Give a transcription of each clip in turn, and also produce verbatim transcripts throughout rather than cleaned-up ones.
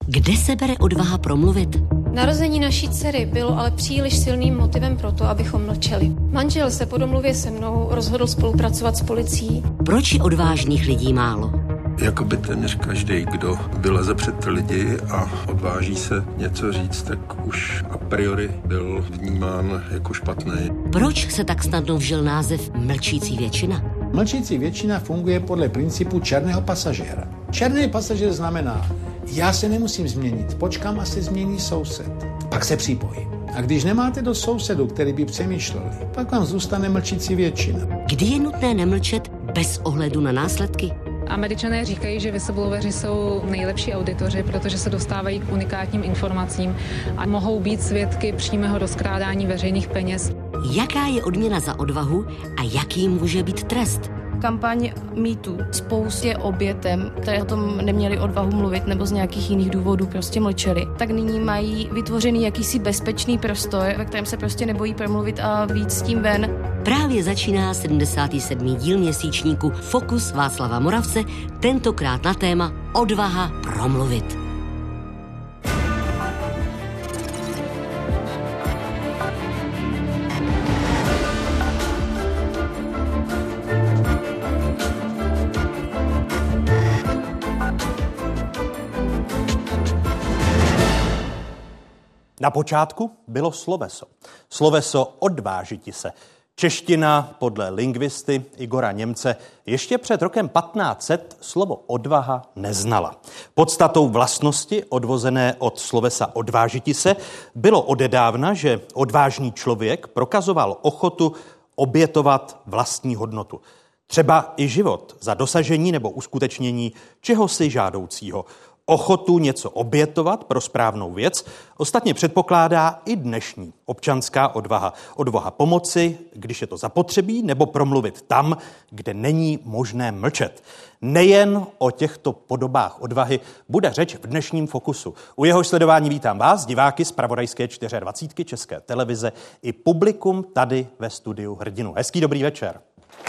Kde se bere odvaha promluvit? Narození naší dcery bylo ale příliš silným motivem pro to, abychom mlčeli. Manžel se po domluvě se mnou rozhodl spolupracovat s policií. Proč je odvážných lidí málo? Jakoby téměř každý, kdo vyleze před ty lidi a odváží se něco říct, tak už a priori byl vnímán jako špatný. Proč se tak snadno vžil název mlčící většina? Mlčící většina funguje podle principu černého pasažéra. Černý pasažér znamená, já se nemusím změnit, počkám, až se změní soused. Pak se připojím. A když nemáte do sousedů, který by přemýšleli, pak vám zůstane mlčící většina. Kdy je nutné nemlčet bez ohledu na následky? Američané říkají, že whistlebloweri jsou nejlepší auditoři, protože se dostávají k unikátním informacím a mohou být svědky přímého rozkrádání veřejných peněz. Jaká je odměna za odvahu a jaký může být trest? Kampaň MeToo spoustě obětem, které o tom neměli odvahu mluvit nebo z nějakých jiných důvodů prostě mlčeli, tak nyní mají vytvořený jakýsi bezpečný prostor, ve kterém se prostě nebojí promluvit a víc s tím ven. Právě začíná sedmdesátý sedmý díl měsíčníku Fokus Václava Moravce, tentokrát na téma Odvaha promluvit. Na počátku bylo sloveso. Sloveso odvážiti se. Čeština podle lingvisty Igora Němce ještě před rokem patnáct set slovo odvaha neznala. Podstatou vlastnosti odvozené od slovesa odvážiti se bylo odedávna, že odvážný člověk prokazoval ochotu obětovat vlastní hodnotu. Třeba i život za dosažení nebo uskutečnění čehosi žádoucího. Ochotu něco obětovat pro správnou věc ostatně předpokládá i dnešní občanská odvaha. Odvaha pomoci, když je to zapotřebí, nebo promluvit tam, kde není možné mlčet. Nejen o těchto podobách odvahy bude řeč v dnešním Fokusu. U jehož sledování vítám vás, diváky z zpravodajské dvacet čtyři České televize i publikum tady ve studiu Hrdinu. Hezký dobrý večer.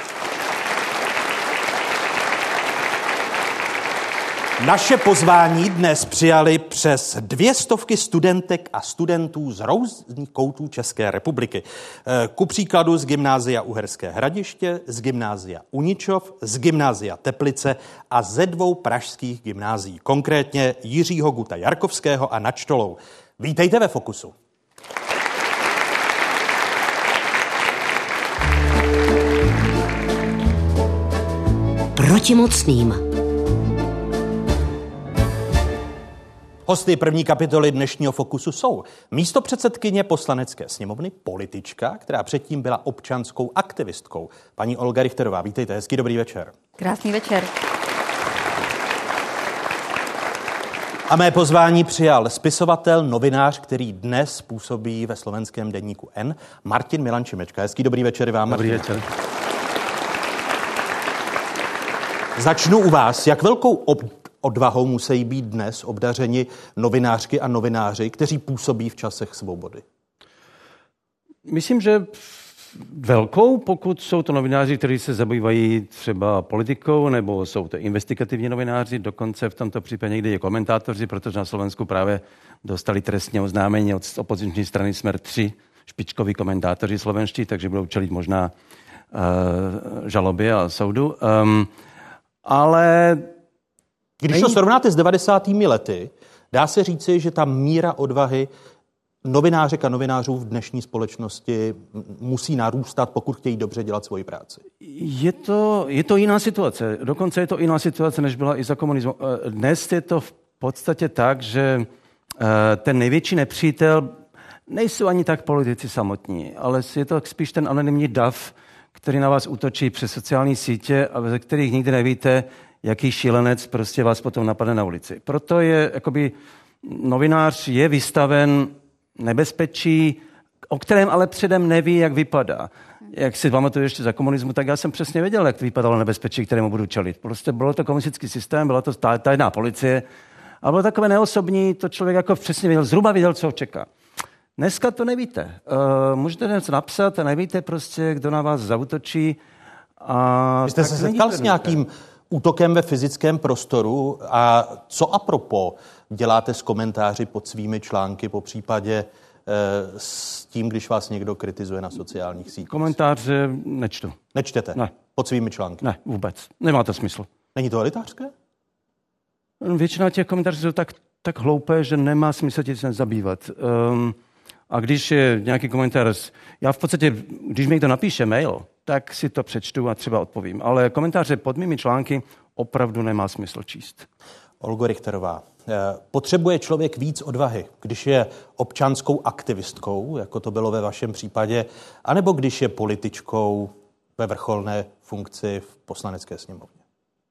Naše pozvání dnes přijali přes dvě stovky studentek a studentů z různých koutů České republiky. Ku příkladu z Gymnázia Uherské Hradiště, z Gymnázia Uničov, z Gymnázia Teplice a ze dvou pražských gymnázií, konkrétně Jiřího Guta Jarkovského a nad Štolou. Vítejte ve Fokusu. Proti mocným. Hosty první kapitoly dnešního Fokusu jsou místopředsedkyně Poslanecké sněmovny, politička, která předtím byla občanskou aktivistkou, paní Olga Richterová. Vítejte, hezký dobrý večer. Krásný večer. A mé pozvání přijal spisovatel, novinář, který dnes působí ve slovenském deníku N, Martin Milan Šimečka. Hezký dobrý večer vám, Dobrý Martin. večer. Začnu u vás. Jak velkou ob... odvahou musí být dnes obdařeni novinářky a novináři, kteří působí v časech svobody? Myslím, že velkou, pokud jsou to novináři, kteří se zabývají třeba politikou, nebo jsou to investigativní novináři, dokonce v tomto případě někdy je komentátoři, protože na Slovensku právě dostali trestně oznámení od opoziční strany Smer tři špičkoví komentátoři slovenští, takže budou čelit možná uh, žalobě a soudu. Um, ale Když to srovnáte s devadesátými lety, dá se říci, že ta míra odvahy novinářek a novinářů v dnešní společnosti musí narůstat, pokud chtějí dobře dělat svoji práci. Je to, je to jiná situace. Dokonce je to jiná situace, než byla i za komunismu. Dnes je to v podstatě tak, že ten největší nepřítel nejsou ani tak politici samotní, ale je to spíš ten anonymní dav, který na vás útočí přes sociální sítě a ze kterých nikdy nevíte, jaký šílenec prostě vás potom napadne na ulici. Proto je, jakoby, novinář je vystaven nebezpečí, o kterém ale předem neví, jak vypadá. Jak si pamatuju ještě za komunismu, tak já jsem přesně věděl, jak to vypadalo nebezpečí, kterému budu čelit. Prostě bylo to komunistický systém, byla to tajná policie a bylo takové neosobní, to člověk jako přesně věděl, zhruba věděl, co ho čeká. Dneska to nevíte. Uh, můžete něco napsat a nevíte prostě, kdo na vás zaútočí. A Vy jste se setkal s nějakým útokem ve fyzickém prostoru. A co apropos děláte s komentáři pod svými články, po případě s tím, když vás někdo kritizuje na sociálních sítích? Komentáře nečtu. Nečtete? Ne. Pod svými články? Ne, vůbec. Nemá to smysl. Není to elitářské? Většina těch komentářů jsou tak, tak hloupé, že nemá smysl tě se zabývat. Um, a když je nějaký komentář, já v podstatě, když mi někdo napíše mail, tak si to přečtu a třeba odpovím. Ale komentáře pod mými články opravdu nemá smysl číst. Olgo Richterová, potřebuje člověk víc odvahy, když je občanskou aktivistkou, jako to bylo ve vašem případě, anebo když je političkou ve vrcholné funkci v Poslanecké sněmovně?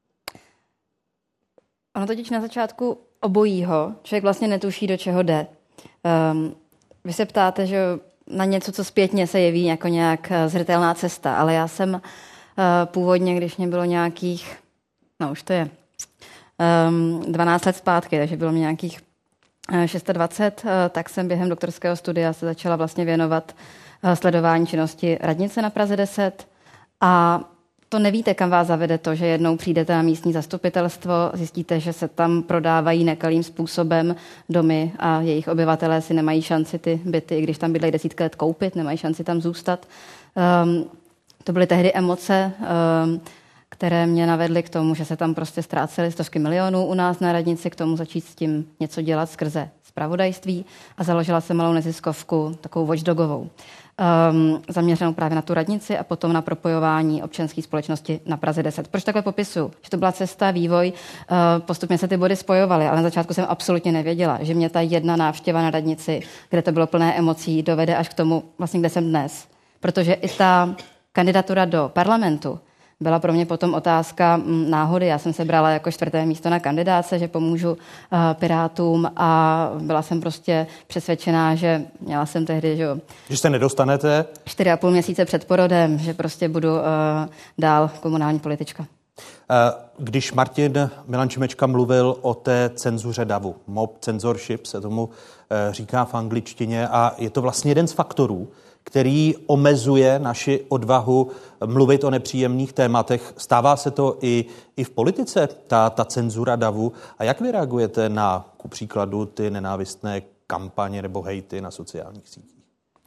Ono totiž na začátku obojího člověk vlastně netuší, do čeho jde. Um, vy se ptáte, že na něco, co zpětně se jeví jako nějak zřetelná cesta, ale já jsem uh, původně, když mě bylo nějakých, no už to je, um, dvanáct let zpátky, takže bylo mě nějakých uh, dvacet šest, uh, tak jsem během doktorského studia se začala vlastně věnovat uh, sledování činnosti radnice na Praze deset a to nevíte, kam vás zavede to, že jednou přijdete na místní zastupitelstvo, zjistíte, že se tam prodávají nekalým způsobem domy a jejich obyvatelé si nemají šanci ty byty, i když tam bydlejí desítky let, koupit, nemají šanci tam zůstat. Um, to byly tehdy emoce, um, které mě navedly k tomu, že se tam prostě ztrácely stovky milionů u nás na radnici, k tomu začít s tím něco dělat skrze zpravodajství a založila jsem malou neziskovku, takovou watchdogovou. Um, zaměřenou právě na tu radnici a potom na propojování občanské společnosti na Praze deset. Proč takhle popisuju? Že to byla cesta, vývoj, uh, postupně se ty body spojovaly, ale na začátku jsem absolutně nevěděla, že mě ta jedna návštěva na radnici, kde to bylo plné emocí, dovede až k tomu, vlastně kde jsem dnes. Protože i ta kandidatura do parlamentu byla pro mě potom otázka náhody. Já jsem se brala jako čtvrté místo na kandidáce, že pomůžu uh, Pirátům a byla jsem prostě přesvědčená, že měla jsem tehdy, že jo. Že se nedostanete? Čtyři a půl měsíce před porodem, že prostě budu uh, dál komunální politička. Když Martin Milan Šimečka mluvil o té cenzuře davu, mob censorship se tomu říká v angličtině a je to vlastně jeden z faktorů, který omezuje naši odvahu mluvit o nepříjemných tématech. Stává se to i, i v politice, ta, ta cenzura davu. A jak vy reagujete na, ku příkladu, ty nenávistné kampaně nebo hejty na sociálních sítích?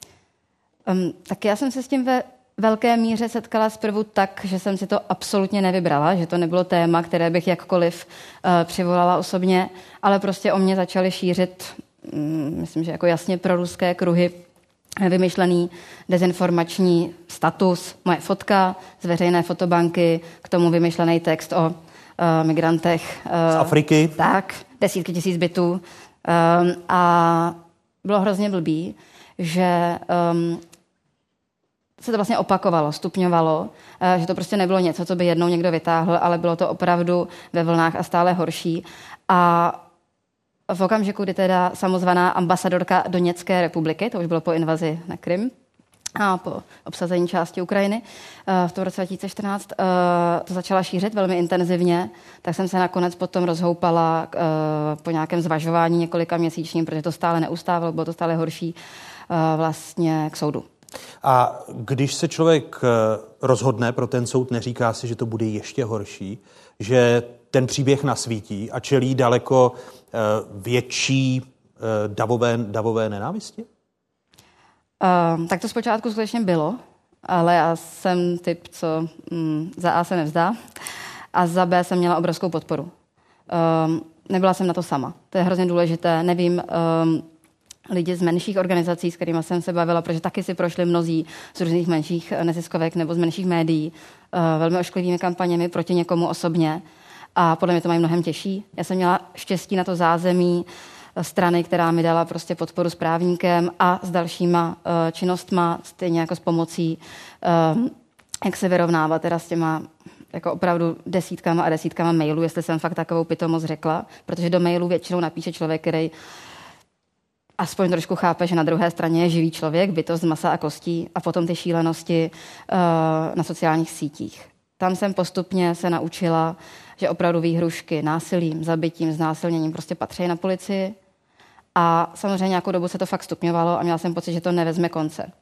Um, tak já jsem se s tím ve velké míře setkala zprvu tak, že jsem si to absolutně nevybrala, že to nebylo téma, které bych jakkoliv uh, přivolala osobně, ale prostě o mě začaly šířit, um, myslím, že jako jasně proruské kruhy, vymyšlený dezinformační status, moje fotka z veřejné fotobanky, k tomu vymyšlený text o uh, migrantech. Uh, z Afriky. Tak, desítky tisíc bytů. Um, a bylo hrozně blbý, že um, se to vlastně opakovalo, stupňovalo, uh, že to prostě nebylo něco, co by jednou někdo vytáhl, ale bylo to opravdu ve vlnách a stále horší. A v okamžiku, kdy teda samozvaná ambasadorka Doněcké republiky, to už bylo po invazi na Krym a po obsazení části Ukrajiny v tom roce dva tisíce čtrnáct, to začala šířit velmi intenzivně, tak jsem se nakonec potom rozhoupala po nějakém zvažování několika měsíčním, protože to stále neustávalo, bylo to stále horší, vlastně k soudu. A když se člověk rozhodne pro ten soud, neříká si, že to bude ještě horší, že ten příběh nasvítí a čelí daleko větší davové, davové nenávisti? Uh, tak to zpočátku skutečně bylo, ale já jsem typ, co mm, za A se nevzdá a za B jsem měla obrovskou podporu. Um, nebyla jsem na to sama. To je hrozně důležité. Nevím, um, lidi z menších organizací, s kterými jsem se bavila, protože taky si prošli mnozí z různých menších neziskovek nebo z menších médií, uh, velmi ošklivými kampaněmi proti někomu osobně. A podle mě to mají mnohem těžší. Já jsem měla štěstí na to zázemí strany, která mi dala prostě podporu s právníkem a s dalšíma uh, činnostma, stejně jako s pomocí, uh, jak se vyrovnávat teda s těma jako opravdu desítkama a desítkama mailů, jestli jsem fakt takovou pitomost řekla, protože do mailů většinou napíše člověk, který aspoň trošku chápe, že na druhé straně je živý člověk, bytost z masa a kostí a potom ty šílenosti uh, na sociálních sítích. Tam jsem postupně se naučila, že opravdu výhrušky násilím, zabitím, znásilněním prostě patří na policii. A samozřejmě nějakou dobu se to fakt stupňovalo a měla jsem pocit, že to nevezme konce.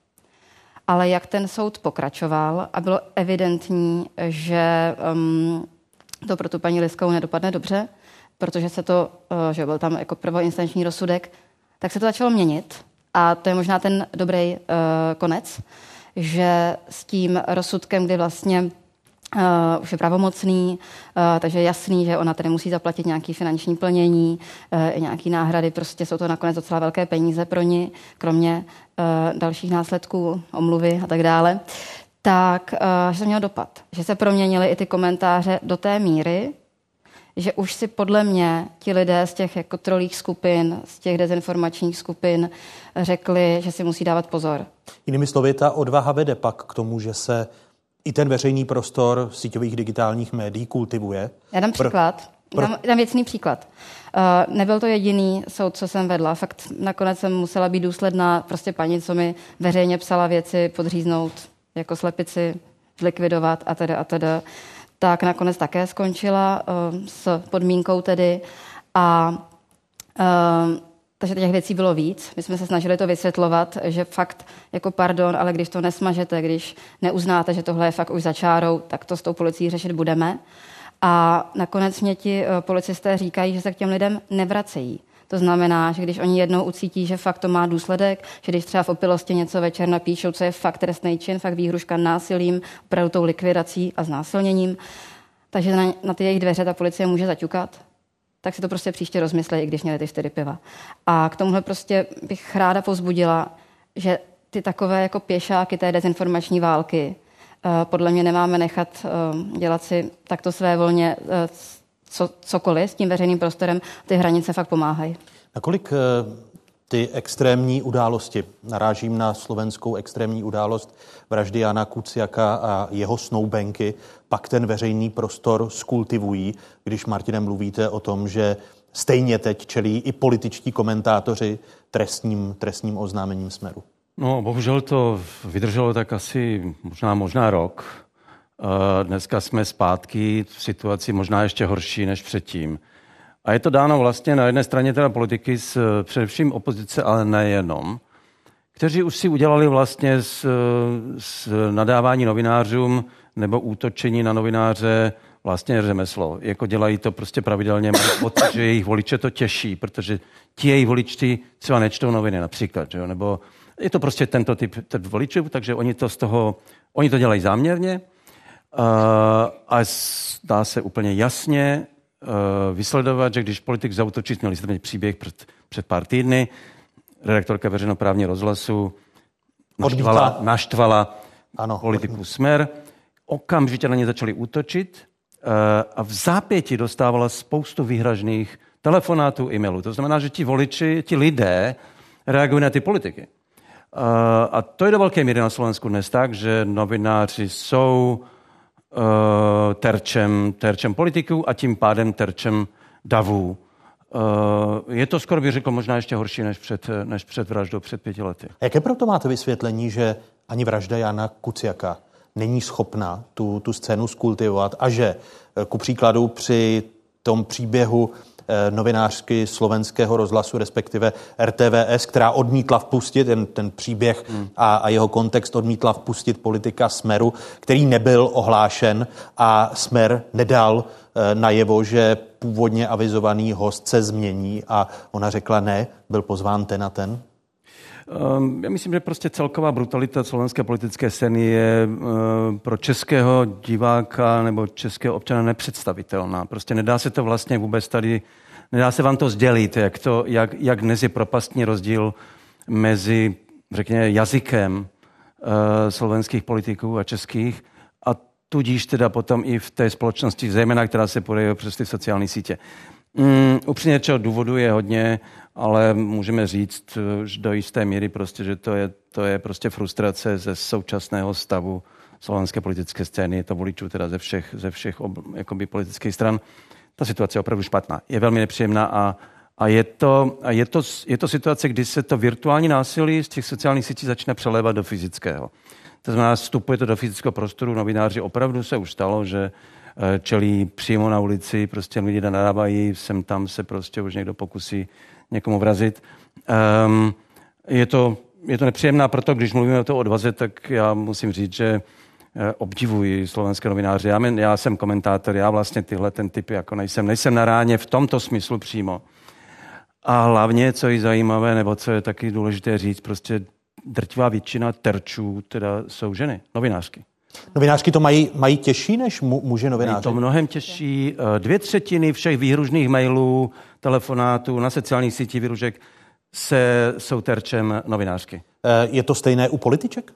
Ale jak ten soud pokračoval a bylo evidentní, že um, to pro tu paní Liskovou nedopadne dobře, protože se to, že byl tam jako prvoinstanční rozsudek, tak se to začalo měnit a to je možná ten dobrý uh, konec, že s tím rozsudkem, kdy vlastně uh, už je pravomocný, uh, takže je jasný, že ona tedy musí zaplatit nějaké finanční plnění, uh, nějaké náhrady, prostě jsou to nakonec docela velké peníze pro ní, kromě uh, dalších následků, omluvy a tak dále, tak uh, že to mělo dopad, že se proměnily i ty komentáře do té míry, že už si podle mě ti lidé z těch jako trolích skupin, z těch dezinformačních skupin řekli, že si musí dávat pozor. Jinými slovy, ta odvaha vede pak k tomu, že se i ten veřejný prostor síťových digitálních médií kultivuje. Já dám příklad. Pro... Dám, dám věcný příklad. Uh, nebyl to jediný soud, co jsem vedla. Fakt nakonec jsem musela být důsledná. Prostě paní, co mi veřejně psala věci, podříznout jako slepici, zlikvidovat a teda a teda. Tak nakonec také skončila uh, s podmínkou tedy a uh, takže těch věcí bylo víc. My jsme se snažili to vysvětlovat, že fakt jako pardon, ale když to nesmažete, když neuznáte, že tohle je fakt už za čárou, tak to s tou policií řešit budeme. A nakonec mě ti uh, policisté říkají, že se k těm lidem nevracejí. To znamená, že když oni jednou ucítí, že fakt to má důsledek, že když třeba v opilosti něco večer napíšou, co je fakt trestný čin, fakt výhruška násilím, opravdu tou likvidací a znásilněním, takže na, na ty jejich dveře ta policie může zaťukat, tak si to prostě příště rozmyslejí, i když měli ty čtyři piva. A k tomuhle prostě bych ráda povzbudila, že ty takové jako pěšáky té dezinformační války uh, podle mě nemáme nechat uh, dělat si takto svévolně uh, Co, cokoliv s tím veřejným prostorem, ty hranice fakt pomáhají. Nakolik ty extrémní události, narážím na slovenskou extrémní událost vraždy Jana Kuciaka a jeho snoubenky, pak ten veřejný prostor skultivují, když, Martine, mluvíte o tom, že stejně teď čelí i političtí komentátoři trestním, trestním oznámením Smeru? No, bohužel to vydrželo tak asi možná, možná rok. Dneska jsme zpátky v situaci možná ještě horší než předtím. A je to dáno vlastně na jedné straně teda politiky z především opozice, ale nejenom, kteří už si udělali vlastně z, z nadávání novinářům nebo útočení na novináře vlastně řemeslo. Jako dělají to prostě pravidelně, mají pocit, že jejich voliče to těší, protože ti jejich voliči třeba nečtou noviny například, že? Nebo je to prostě tento typ, typ voličů, takže oni to z toho, oni to dělají záměrně. Uh, a dá se úplně jasně uh, vysledovat, že když politik zaútočí, měli jste ten příběh před, před pár týdny, redaktorka veřejnoprávního rozhlasu naštvala, naštvala ano, politiku Smer, okamžitě na ně začali útočit uh, a v zápěti dostávala spoustu výhražných telefonátů, e-mailů. To znamená, že ti voliči, ti lidé reagují na ty politiky. Uh, a to je do velké míry na Slovensku dnes tak, že novináři jsou Uh, terčem, terčem politiků a tím pádem terčem davů. Uh, je to skoro bych řekl možná ještě horší než před, než před vraždou před pěti lety. Jaké proto máte vysvětlení, že ani vražda Jana Kuciaka není schopna tu, tu scénu skultivovat a že ku příkladu při tom příběhu novinářky slovenského rozhlasu, respektive R T V S, která odmítla vpustit ten, ten příběh hmm. a, a jeho kontext odmítla vpustit politika Smeru, který nebyl ohlášen a Smer nedal e, najevo, že původně avizovaný host se změní a ona řekla ne, byl pozván ten a ten? Um, já myslím, že prostě celková brutalita slovenské politické scény je uh, pro českého diváka nebo českého občana nepředstavitelná. Prostě nedá se to vlastně vůbec tady, nedá se vám to sdělit, jak, to, jak, jak dnes je propastní rozdíl mezi, řekněme, jazykem uh, slovenských politiků a českých a tudíž teda potom i v té společnosti, zejména která se podají přes ty sociální sítě. Um, upřímně čeho důvodu je hodně, ale můžeme říct že do jisté míry prostě, že to je, to je prostě frustrace ze současného stavu slovenské politické scény, to voličů teda ze všech, ze všech ob, jakoby politických stran. Ta situace je opravdu špatná. Je velmi nepříjemná a, a, je, to, a je, to, je to situace, kdy se to virtuální násilí z těch sociálních sítí začne přelévat do fyzického. To znamená, vstupuje to do fyzického prostoru. Novináři opravdu se už stalo, že čelí přímo na ulici, prostě lidi nadávají, sem tam se prostě už někdo pokusí někomu vrazit. Um, je, to, je to nepříjemná, proto když mluvíme o té odvaze, tak já musím říct, že obdivuji slovenské novináře. Já, já jsem komentátor, já vlastně tyhle ten typ jako nejsem. Nejsem na ráně v tomto smyslu přímo. A hlavně, co je zajímavé, nebo co je taky důležité říct, prostě drtivá většina terčů teda jsou ženy, novinářky. Novinářky to mají, mají těžší než mu, muži novináři? Je to mnohem těžší. Dvě třetiny všech výhružných mailů, telefonátů, na sociálních sítích výhružek se, jsou terčem novinářky. Je to stejné u političek?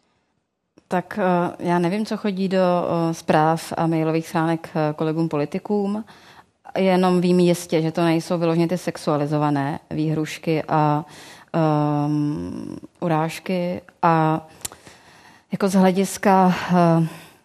Tak já nevím, co chodí do zpráv a mailových schránek kolegům politikům. Jenom vím jistě, že to nejsou vyloženě ty sexualizované výhrušky a um, urážky a jako z hlediska, uh,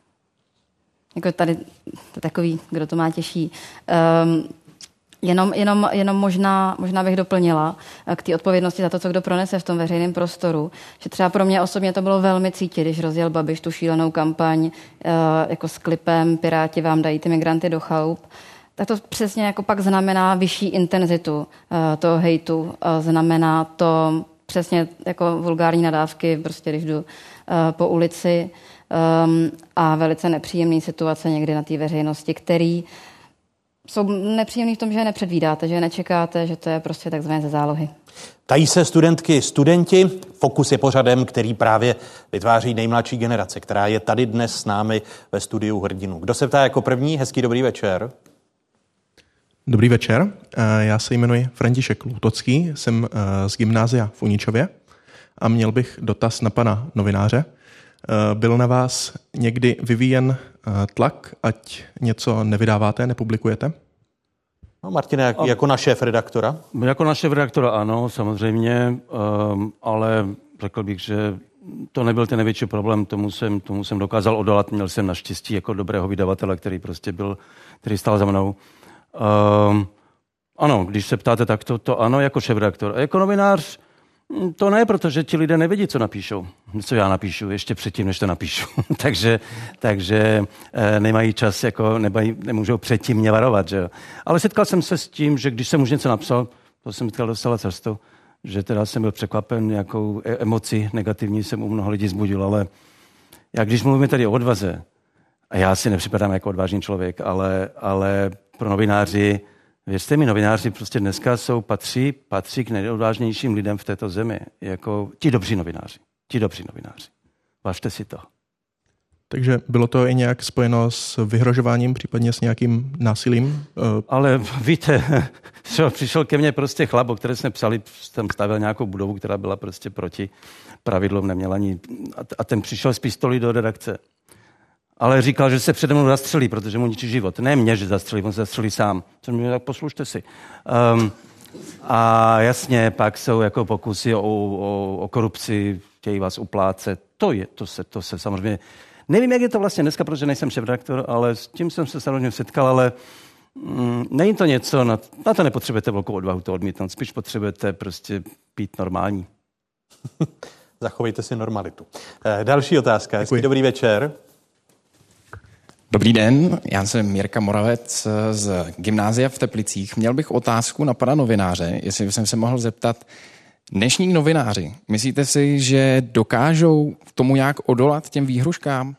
jako tady to takový, kdo to má těžší, um, jenom, jenom, jenom možná, možná bych doplnila k té odpovědnosti za to, co kdo pronese v tom veřejném prostoru, že třeba pro mě osobně to bylo velmi cítit, když rozjel Babiš tu šílenou kampaň uh, jako s klipem Piráti vám dají ty migranty do chalup, tak to přesně jako pak znamená vyšší intenzitu uh, toho hejtu, uh, znamená to přesně jako vulgární nadávky, prostě když jdu uh, po ulici um, a velice nepříjemné situace někdy na té veřejnosti, který jsou nepříjemný v tom, že je nepředvídáte, že je nečekáte, že to je prostě takzvané ze zálohy. Tají se studentky, studenti. Fokus je pořadem, který právě vytváří nejmladší generace, která je tady dnes s námi ve studiu Hrdinů. Kdo se ptá jako první? Hezký dobrý večer. Dobrý večer, já se jmenuji František Lutocký, jsem z gymnázia v Uničově a měl bych dotaz na pana novináře. Byl na vás někdy vyvíjen tlak, ať něco nevydáváte, nepublikujete? No, Martine, jak, jako na šéf redaktora? Jako na šéf redaktora ano, samozřejmě, ale řekl bych, že to nebyl ten největší problém, tomu jsem, tomu jsem dokázal odolat. Měl jsem naštěstí jako dobrého vydavatele, který prostě byl, který stál za mnou. Um, ano, když se ptáte, tak to, to ano, jako šéfredaktor. A jako novinář to ne, protože ti lidé nevědí, co napíšou. Co já napíšu, ještě předtím, než to napíšu. takže takže e, nemají čas, jako nemají, nemůžou předtím mě varovat. Že jo. Ale setkal jsem se s tím, že když jsem už něco napsal, to jsem setkal docela často, že teda jsem byl překvapen, jakou emoci negativní jsem u mnoha lidí zbudil. Ale já když mluvíme tady o odvaze, a já si nepřipadám jako odvážný člověk, ale, ale pro novináři, věřte mi, novináři prostě dneska jsou, patří, patří k nejodvážnějším lidem v této zemi. Jako ti dobří novináři. Ti dobří novináři. Važte si to. Takže bylo to i nějak spojeno s vyhrožováním, případně s nějakým násilím? Ale víte, přišel ke mně prostě chlap, o které jsme psali, jsem stavil nějakou budovu, která byla prostě proti pravidlům, neměla ani... A ten přišel s pistolí do redakce. Ale říkal, že se přede mnou zastřelí, protože mu ničí život. Ne mě, že zastřelí, on se zastřelí sám. Co mi tak poslušte si. Um, a jasně, pak jsou jako pokusy o, o, o korupci, chtějí vás uplácet. To je, to se, to se samozřejmě... Nevím, jak je to vlastně dneska, protože nejsem šéfredaktor, ale s tím jsem se samozřejmě setkal, ale mm, není to něco, na, na to nepotřebujete velkou odvahu to odmítnout, spíš potřebujete prostě být normální. Zachovejte si normalitu. Eh, další otázka. Hezký dobrý večer. Dobrý den, já jsem Jirka Moravec z gymnázia v Teplicích. Měl bych otázku na pana novináře, jestli jsem se mohl zeptat. Dnešní novináři, myslíte si, že dokážou tomu nějak odolat těm výhruškám?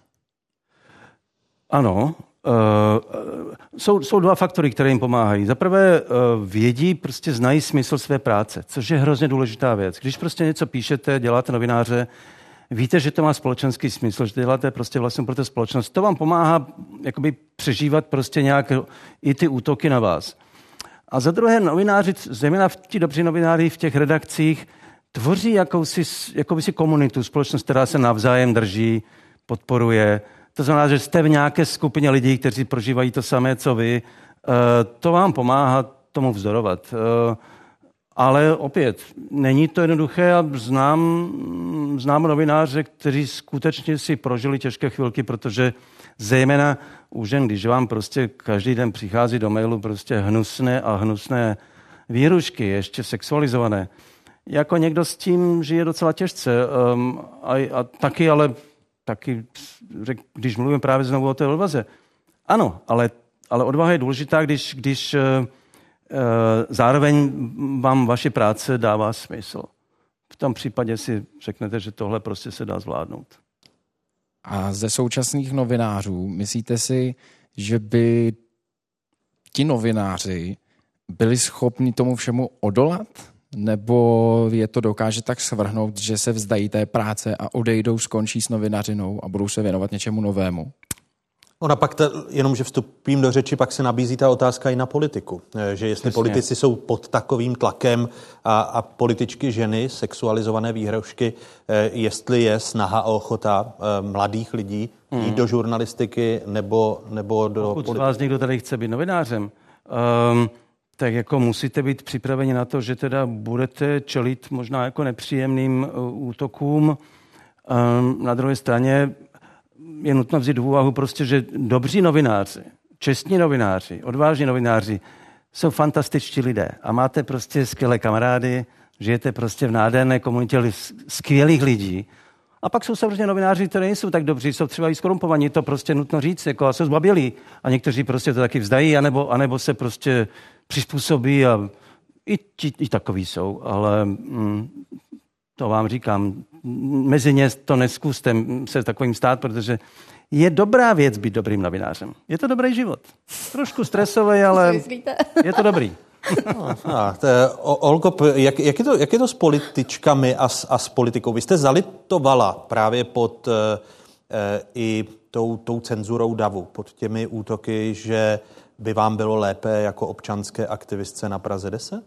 Ano. Uh, jsou, jsou dva faktory, které jim pomáhají. Za prvé uh, vědí, prostě znají smysl své práce, což je hrozně důležitá věc. Když prostě něco píšete, děláte novináře, víte, že to má společenský smysl, že děláte prostě vlastně pro tu společnost. To vám pomáhá jakoby přežívat prostě nějak i ty útoky na vás. A za druhé novináři, zejména v ti dobří novináři v těch redakcích, tvoří jakousi, jakousi komunitu, společnost, která se navzájem drží, podporuje. To znamená, že jste v nějaké skupině lidí, kteří prožívají to samé, co vy. To vám pomáhá tomu vzdorovat. Ale opět, není to jednoduché a znám, znám novináře, kteří skutečně si prožili těžké chvilky, protože zejména u žen, když vám prostě každý den přichází do mailu prostě hnusné a hnusné výhrušky, ještě sexualizované, jako někdo s tím žije docela těžce. Um, a, a taky, ale taky, řek, když mluvím právě znovu o té odvaze. Ano, ale, ale odvaha je důležitá, když, když uh, zároveň vám vaše práce dává smysl. V tom případě si řeknete, že tohle prostě se dá zvládnout. A ze současných novinářů, myslíte si, že by ti novináři byli schopni tomu všemu odolat? Nebo je to dokáže tak svrhnout, že se vzdají té práce a odejdou, skončí s novinařinou a budou se věnovat něčemu novému? Ona pak, ta, jenom že vstupím do řeči, pak se nabízí ta otázka i na politiku. Že jestli Přesně. politici jsou pod takovým tlakem a, a političky ženy, sexualizované výhrušky, jestli je snaha a ochota mladých lidí jít mm. do žurnalistiky nebo, nebo do Pokud politiky. z vás někdo tady chce být novinářem, um, tak jako musíte být připraveni na to, že teda budete čelit možná jako nepříjemným uh, útokům. Um, na druhé straně je nutno vzít v úvahu prostě, že dobří novináři, čestní novináři, odvážní novináři jsou fantastičtí lidé a máte prostě skvělé kamarády, žijete prostě v nádherné komunitě skvělých lidí. A pak jsou samozřejmě novináři, kteří nejsou tak dobří, jsou třeba i skorumpovaní, to prostě nutno říct, jako a jsou zbabělí. A někteří prostě to taky vzdají, anebo, anebo se prostě přizpůsobí a i, i, i takový jsou, ale mm, to vám říkám, mezi ně to neskuste se takovým stát, protože je dobrá věc být dobrým novinářem. Je to dobrý život. Trošku stresový, ale je to dobrý. No, a, to je, Olgo, jak, jak, je to, jak je to s političkami a s, a s politikou? Vy jste zalitovala právě pod e, i tou, tou cenzurou davu, pod těmi útoky, že by vám bylo lépe jako občanské aktivistce na Praze deset?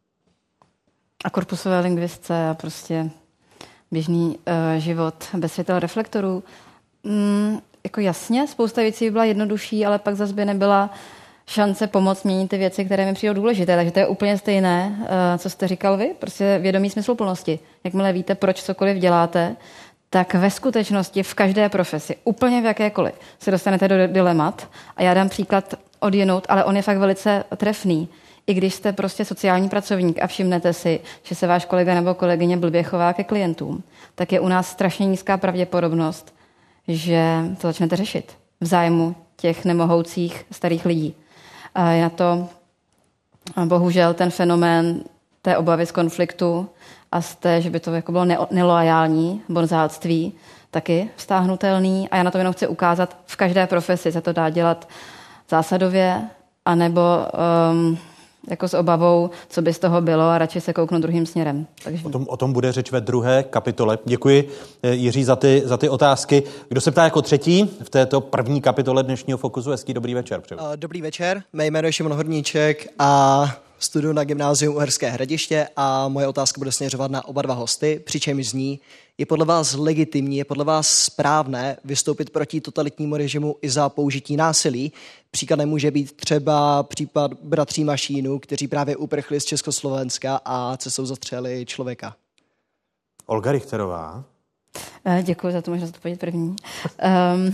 A korpusové lingvistce a prostě běžný uh, život bez světel reflektorů. Mm, jako jasně, spousta věcí by byla jednodušší, ale pak zase by nebyla šance pomoct měnit ty věci, které mi přijdou důležité. Takže to je úplně stejné, uh, co jste říkal vy, prostě vědomí smysluplnosti. Jakmile víte, proč cokoliv děláte, tak ve skutečnosti v každé profesi, úplně v jakékoliv, se dostanete do dilemat. A já dám příklad odjinout, ale on je fakt velice trefný. I když jste prostě sociální pracovník a všimnete si, že se váš kolega nebo kolegyně blbě chová ke klientům, tak je u nás strašně nízká pravděpodobnost, že to začnete řešit v zájmu těch nemohoucích starých lidí. A je na to bohužel ten fenomén té obavy z konfliktu a z té, že by to jako bylo ne- neloajální bonzáctví, taky vztáhnutelný. A já na to jenom chci ukázat, v každé profesi se to dá dělat zásadově, anebo um, jako s obavou, co by z toho bylo a radši se kouknout druhým směrem. Takže... O tom, o tom bude řeč ve druhé kapitole. Děkuji, Jiří, za ty, za ty otázky. Kdo se ptá jako třetí v této první kapitole dnešního Fokusu? Hezký dobrý večer. Přeju. Dobrý večer, mé jméno je Šimon Horníček a studuju na gymnáziu Uherské Hradiště a moje otázka bude směřovat na oba dva hosty, přičemž zní, je podle vás legitimní, je podle vás správné vystoupit proti totalitnímu režimu i za použití násilí? Příkladem může být třeba případ bratří Mašínů, kteří právě uprchli z Československa a cestou zastřelili člověka. Olga Richterová. Děkuji za to, možnost odpovědět první. Um,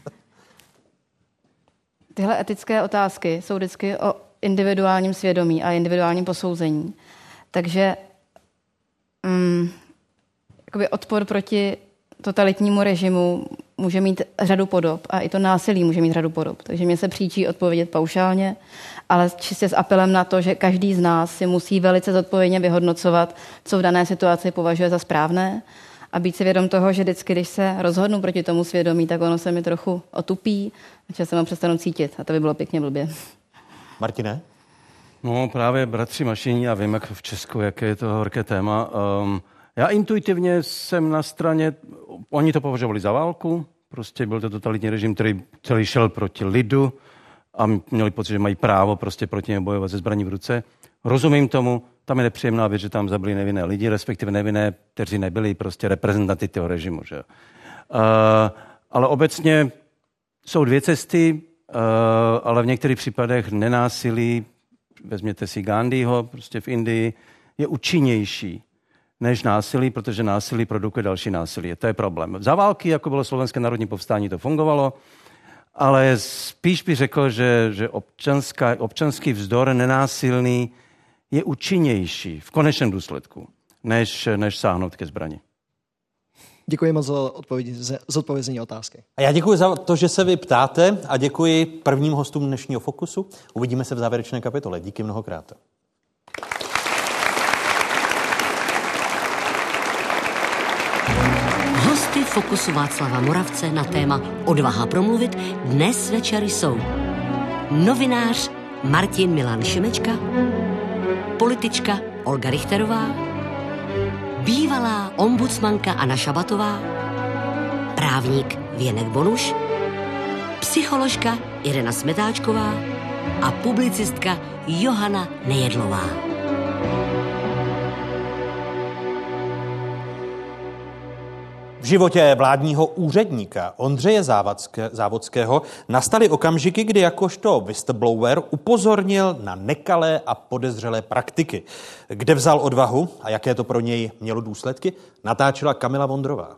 tyhle etické otázky jsou vždycky o individuálním svědomí a individuálním posouzení. Takže um, jakoby odpor proti totalitnímu režimu může mít řadu podob a i to násilí může mít řadu podob. Takže mě se příčí odpovědět paušálně, ale čistě s apelem na to, že každý z nás si musí velice zodpovědně vyhodnocovat, co v dané situaci považuje za správné a být si vědom toho, že vždycky, když se rozhodnu proti tomu svědomí, tak ono se mi trochu otupí a časem ho přestanu cítit a to by bylo pěkně blbě. Martine? No právě bratři Mašíni, já vím, jak v Česku, jaké je to horké téma. Um, Já intuitivně jsem na straně, oni to považovali za válku, prostě byl to totalitní režim, který celý šel proti lidu a měli pocit, že mají právo prostě proti němu bojovat ze zbraní v ruce. Rozumím tomu, tam je nepříjemná věc, že tam zabili nevinné lidi, respektive nevinné, kteří nebyli prostě reprezentanty toho režimu. Že? Uh, ale obecně jsou dvě cesty, uh, ale v některých případech nenásilí, vezměte si Gandhiho prostě v Indii, je účinnější než násilí, protože násilí produkuje další násilí. To je problém. Za války, jako bylo Slovenské národní povstání, to fungovalo, ale spíš bych řekl, že, že občanská, občanský vzdor nenásilný je účinnější v konečném důsledku, než, než sáhnout ke zbrani. Děkuji moc za zodpovězení otázky. A já děkuji za to, že se vy ptáte a děkuji prvním hostům dnešního Fokusu. Uvidíme se v závěrečné kapitole. Díky mnohokrát. Hosty Hosty Fokusu Václava Moravce na téma Odvaha promluvit dnes večer jsou novinář Martin Milan Šimečka, politička Olga Richterová, bývalá ombudsmanka Anna Šabatová, právník Věnek Bonuš, psycholožka Irena Smetáčková a publicistka Johana Nejedlová. V životě vládního úředníka Ondřeje Závodské, Závodského nastaly okamžiky, kdy jakožto whistleblower upozornil na nekalé a podezřelé praktiky. Kde vzal odvahu a jaké to pro něj mělo důsledky, natáčela Kamila Vondrová.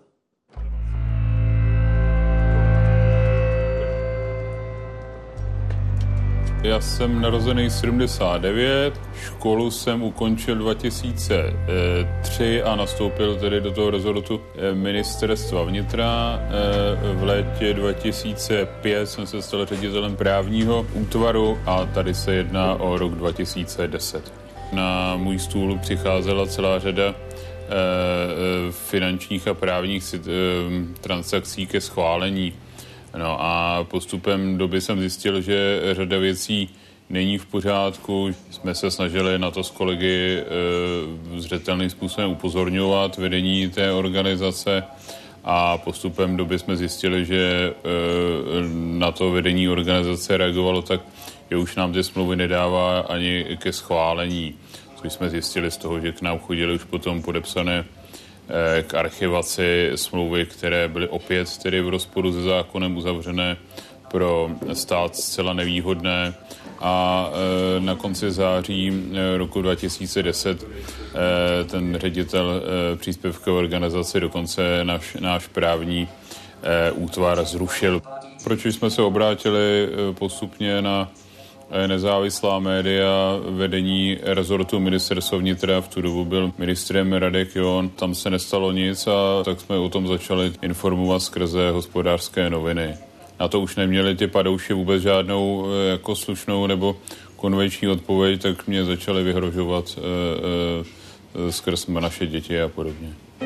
Já jsem narozený sedmdesát devět, školu jsem ukončil dva tisíce tři a nastoupil tedy do toho rezortu ministerstva vnitra. V létě dva tisíce pět jsem se stal ředitelem právního útvaru a tady se jedná o rok dva tisíce deset. Na můj stůl přicházela celá řada finančních a právních transakcí ke schválení. No a postupem doby jsem zjistil, že řada věcí není v pořádku. Jsme se snažili na to s kolegy e, zřetelným způsobem upozorňovat vedení té organizace a postupem doby jsme zjistili, že e, na to vedení organizace reagovalo tak, že už nám ty smlouvy nedává ani ke schválení. Což jsme zjistili z toho, že k nám chodili už potom podepsané k archivaci smlouvy, které byly opět tedy v rozporu se zákonem uzavřené pro stát zcela nevýhodné a e, na konci září roku dva tisíce deset e, ten ředitel e, příspěvkové organizace dokonce náš, náš právní e, útvar zrušil. Proč jsme se obrátili postupně na nezávislá média, vedení rezortu ministerstva vnitra, v tu dobu byl ministrem Radek John, tam se nestalo nic a tak jsme o tom začali informovat skrze Hospodářské noviny. Na to už neměli ty padouši vůbec žádnou jako slušnou nebo konvenční odpověď, tak mě začali vyhrožovat e, e, skrz naše děti a podobně.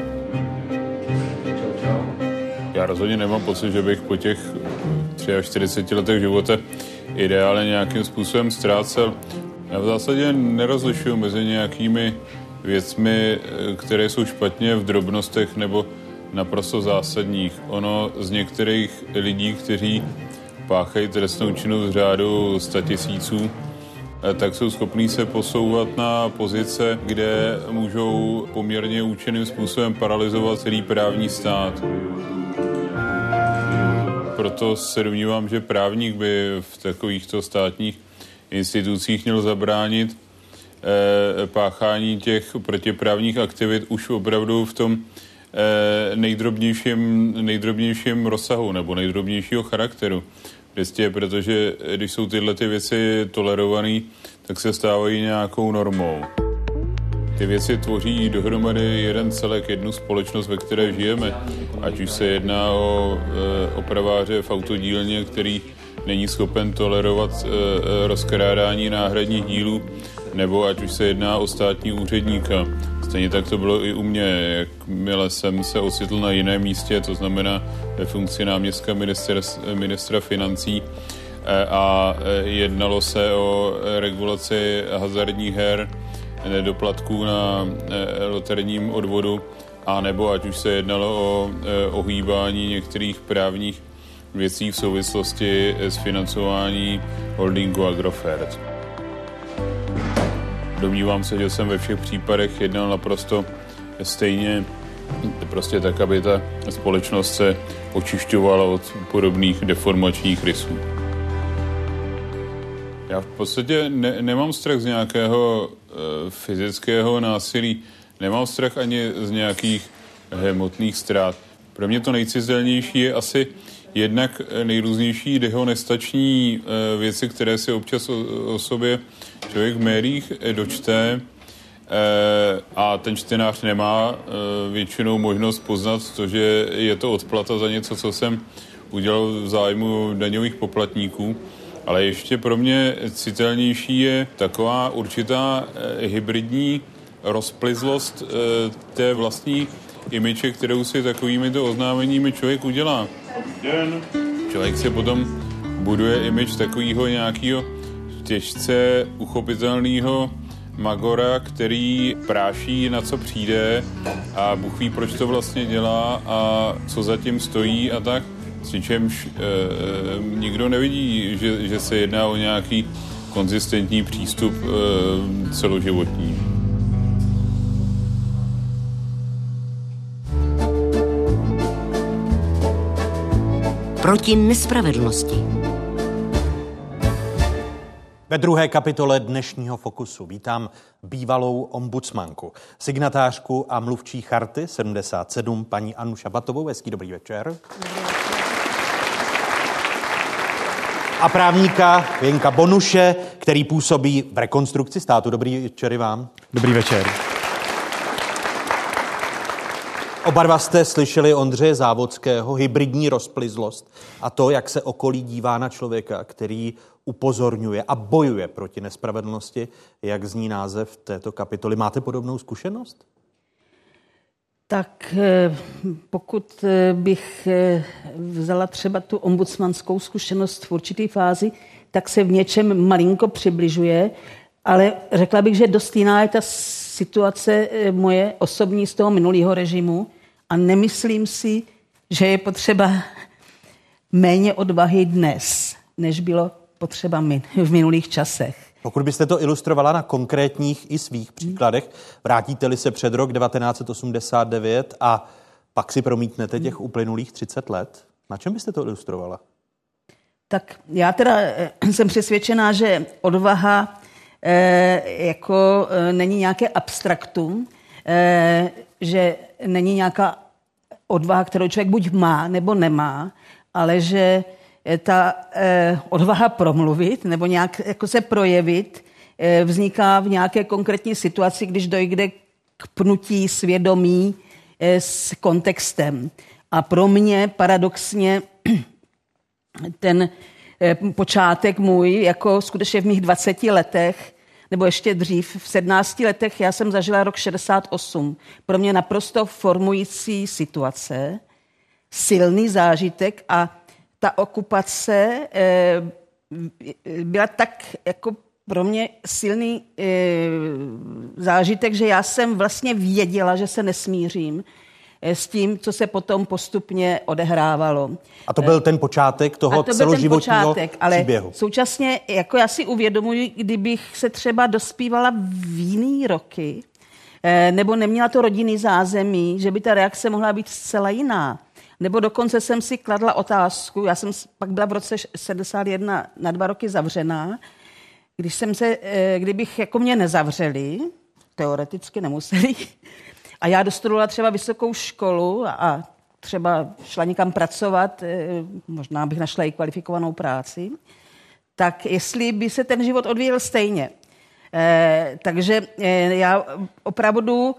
Já rozhodně nemám pocit, že bych po těch čtyřiceti třech letech života ideálně nějakým způsobem ztrácel. Já v zásadě nerozlišuju mezi nějakými věcmi, které jsou špatně v drobnostech nebo naprosto zásadních. Ono z některých lidí, kteří páchají trestnou činnost v řádu statisíců, tak jsou schopní se posouvat na pozice, kde můžou poměrně účinným způsobem paralyzovat celý právní stát. Proto se domnívám, že právník by v takovýchto státních institucích měl zabránit eh, páchání těch protiprávních aktivit už opravdu v tom eh, nejdrobnějším, nejdrobnějším rozsahu nebo nejdrobnějšího charakteru. Prostě protože když jsou tyhle ty věci tolerované, tak se stávají nějakou normou. Ty věci tvoří dohromady jeden celek, jednu společnost, ve které žijeme. Ať už se jedná o e, opraváře v autodílně, který není schopen tolerovat e, rozkrádání náhradních dílů, nebo ať už se jedná o státní úředníka. Stejně tak to bylo i u mě, jakmile jsem se ocitl na jiném místě, to znamená ve funkci náměstka ministra, ministra financí, e, a jednalo se o regulaci hazardních her, nedoplatků na e, loterijním odvodu, a nebo ať už se jednalo o e, ohýbání některých právních věcí v souvislosti s financování holdingu Agrofert. Domnívám se, že jsem ve všech případech jednal naprosto stejně, prostě tak, aby ta společnost se očišťovala od podobných deformačních rysů. Já v podstatě ne, nemám strach z nějakého e, fyzického násilí, nemám strach ani z nějakých hmotných ztrát. Pro mě to nejcizelnější je asi jednak nejrůznější dehonestační e, věci, které si občas o, o sobě člověk v médiích dočte, e, a ten čtenář nemá e, většinou možnost poznat to, že je to odplata za něco, co jsem udělal v zájmu daňových poplatníků. Ale ještě pro mě citelnější je taková určitá eh, hybridní rozplizlost eh, té vlastní image, kterou si takovými to oznámeními člověk udělá. Den. Člověk si potom buduje image takového nějakého těžce uchopitelného magora, který práší, na co přijde a Bůh ví, proč to vlastně dělá a co zatím stojí a tak. Přičemž e, nikdo nevidí, že, že se jedná o nějaký konzistentní přístup e, celoživotní. Proti nespravedlnosti. Ve druhé kapitole dnešního Fokusu vítám bývalou ombudsmanku, signatářku a mluvčí Charty sedmdesát sedm, paní Annu Šabatovou. Hezký dobrý večer. A právníka Věnka Bonuše, který působí v Rekonstrukci státu. Dobrý večer i vám. Dobrý večer. Oba dva jste slyšeli Ondřeje Závodského, hybridní rozplyzlost a to, jak se okolí dívá na člověka, který upozorňuje a bojuje proti nespravedlnosti, jak zní název této kapitoly. Máte podobnou zkušenost? Tak pokud bych vzala třeba tu ombudsmanskou zkušenost v určité fázi, tak se v něčem malinko přibližuje, ale řekla bych, že dost jiná je ta situace moje osobní z toho minulého režimu a nemyslím si, že je potřeba méně odvahy dnes, než bylo potřeba v minulých časech. Pokud byste to ilustrovala na konkrétních i svých příkladech, vrátíte-li se před rok devatenáct set osmdesát devět a pak si promítnete těch uplynulých třicet let, na čem byste to ilustrovala? Tak já teda jsem přesvědčená, že odvaha e, jako e, není nějaké abstraktum, e, že není nějaká odvaha, kterou člověk buď má nebo nemá, ale že ta eh, odvaha promluvit nebo nějak jako se projevit eh, vzniká v nějaké konkrétní situaci, když dojde k pnutí svědomí eh, s kontextem. A pro mě paradoxně ten eh, počátek můj, jako skutečně v mých dvaceti letech, nebo ještě dřív, v sedmnácti letech, já jsem zažila rok šedesát osm. Pro mě naprosto formující situace, silný zážitek a ta okupace e, byla tak jako pro mě silný e, zážitek, že já jsem vlastně věděla, že se nesmířím e, s tím, co se potom postupně odehrávalo. A to byl ten počátek toho to celoživotního počátek, ale příběhu. Současně jako já si uvědomuji, kdybych se třeba dospívala v jiný roky, e, nebo neměla to rodinný zázemí, že by ta reakce mohla být zcela jiná. Nebo dokonce jsem si kladla otázku, já jsem pak byla v roce sedmdesát jedna na dva roky zavřená, když jsem se, kdybych jako mě nezavřeli, teoreticky nemuseli, a já dostudovala třeba vysokou školu a třeba šla někam pracovat, možná bych našla i kvalifikovanou práci, tak jestli by se ten život odvíjel stejně. Takže já opravdu...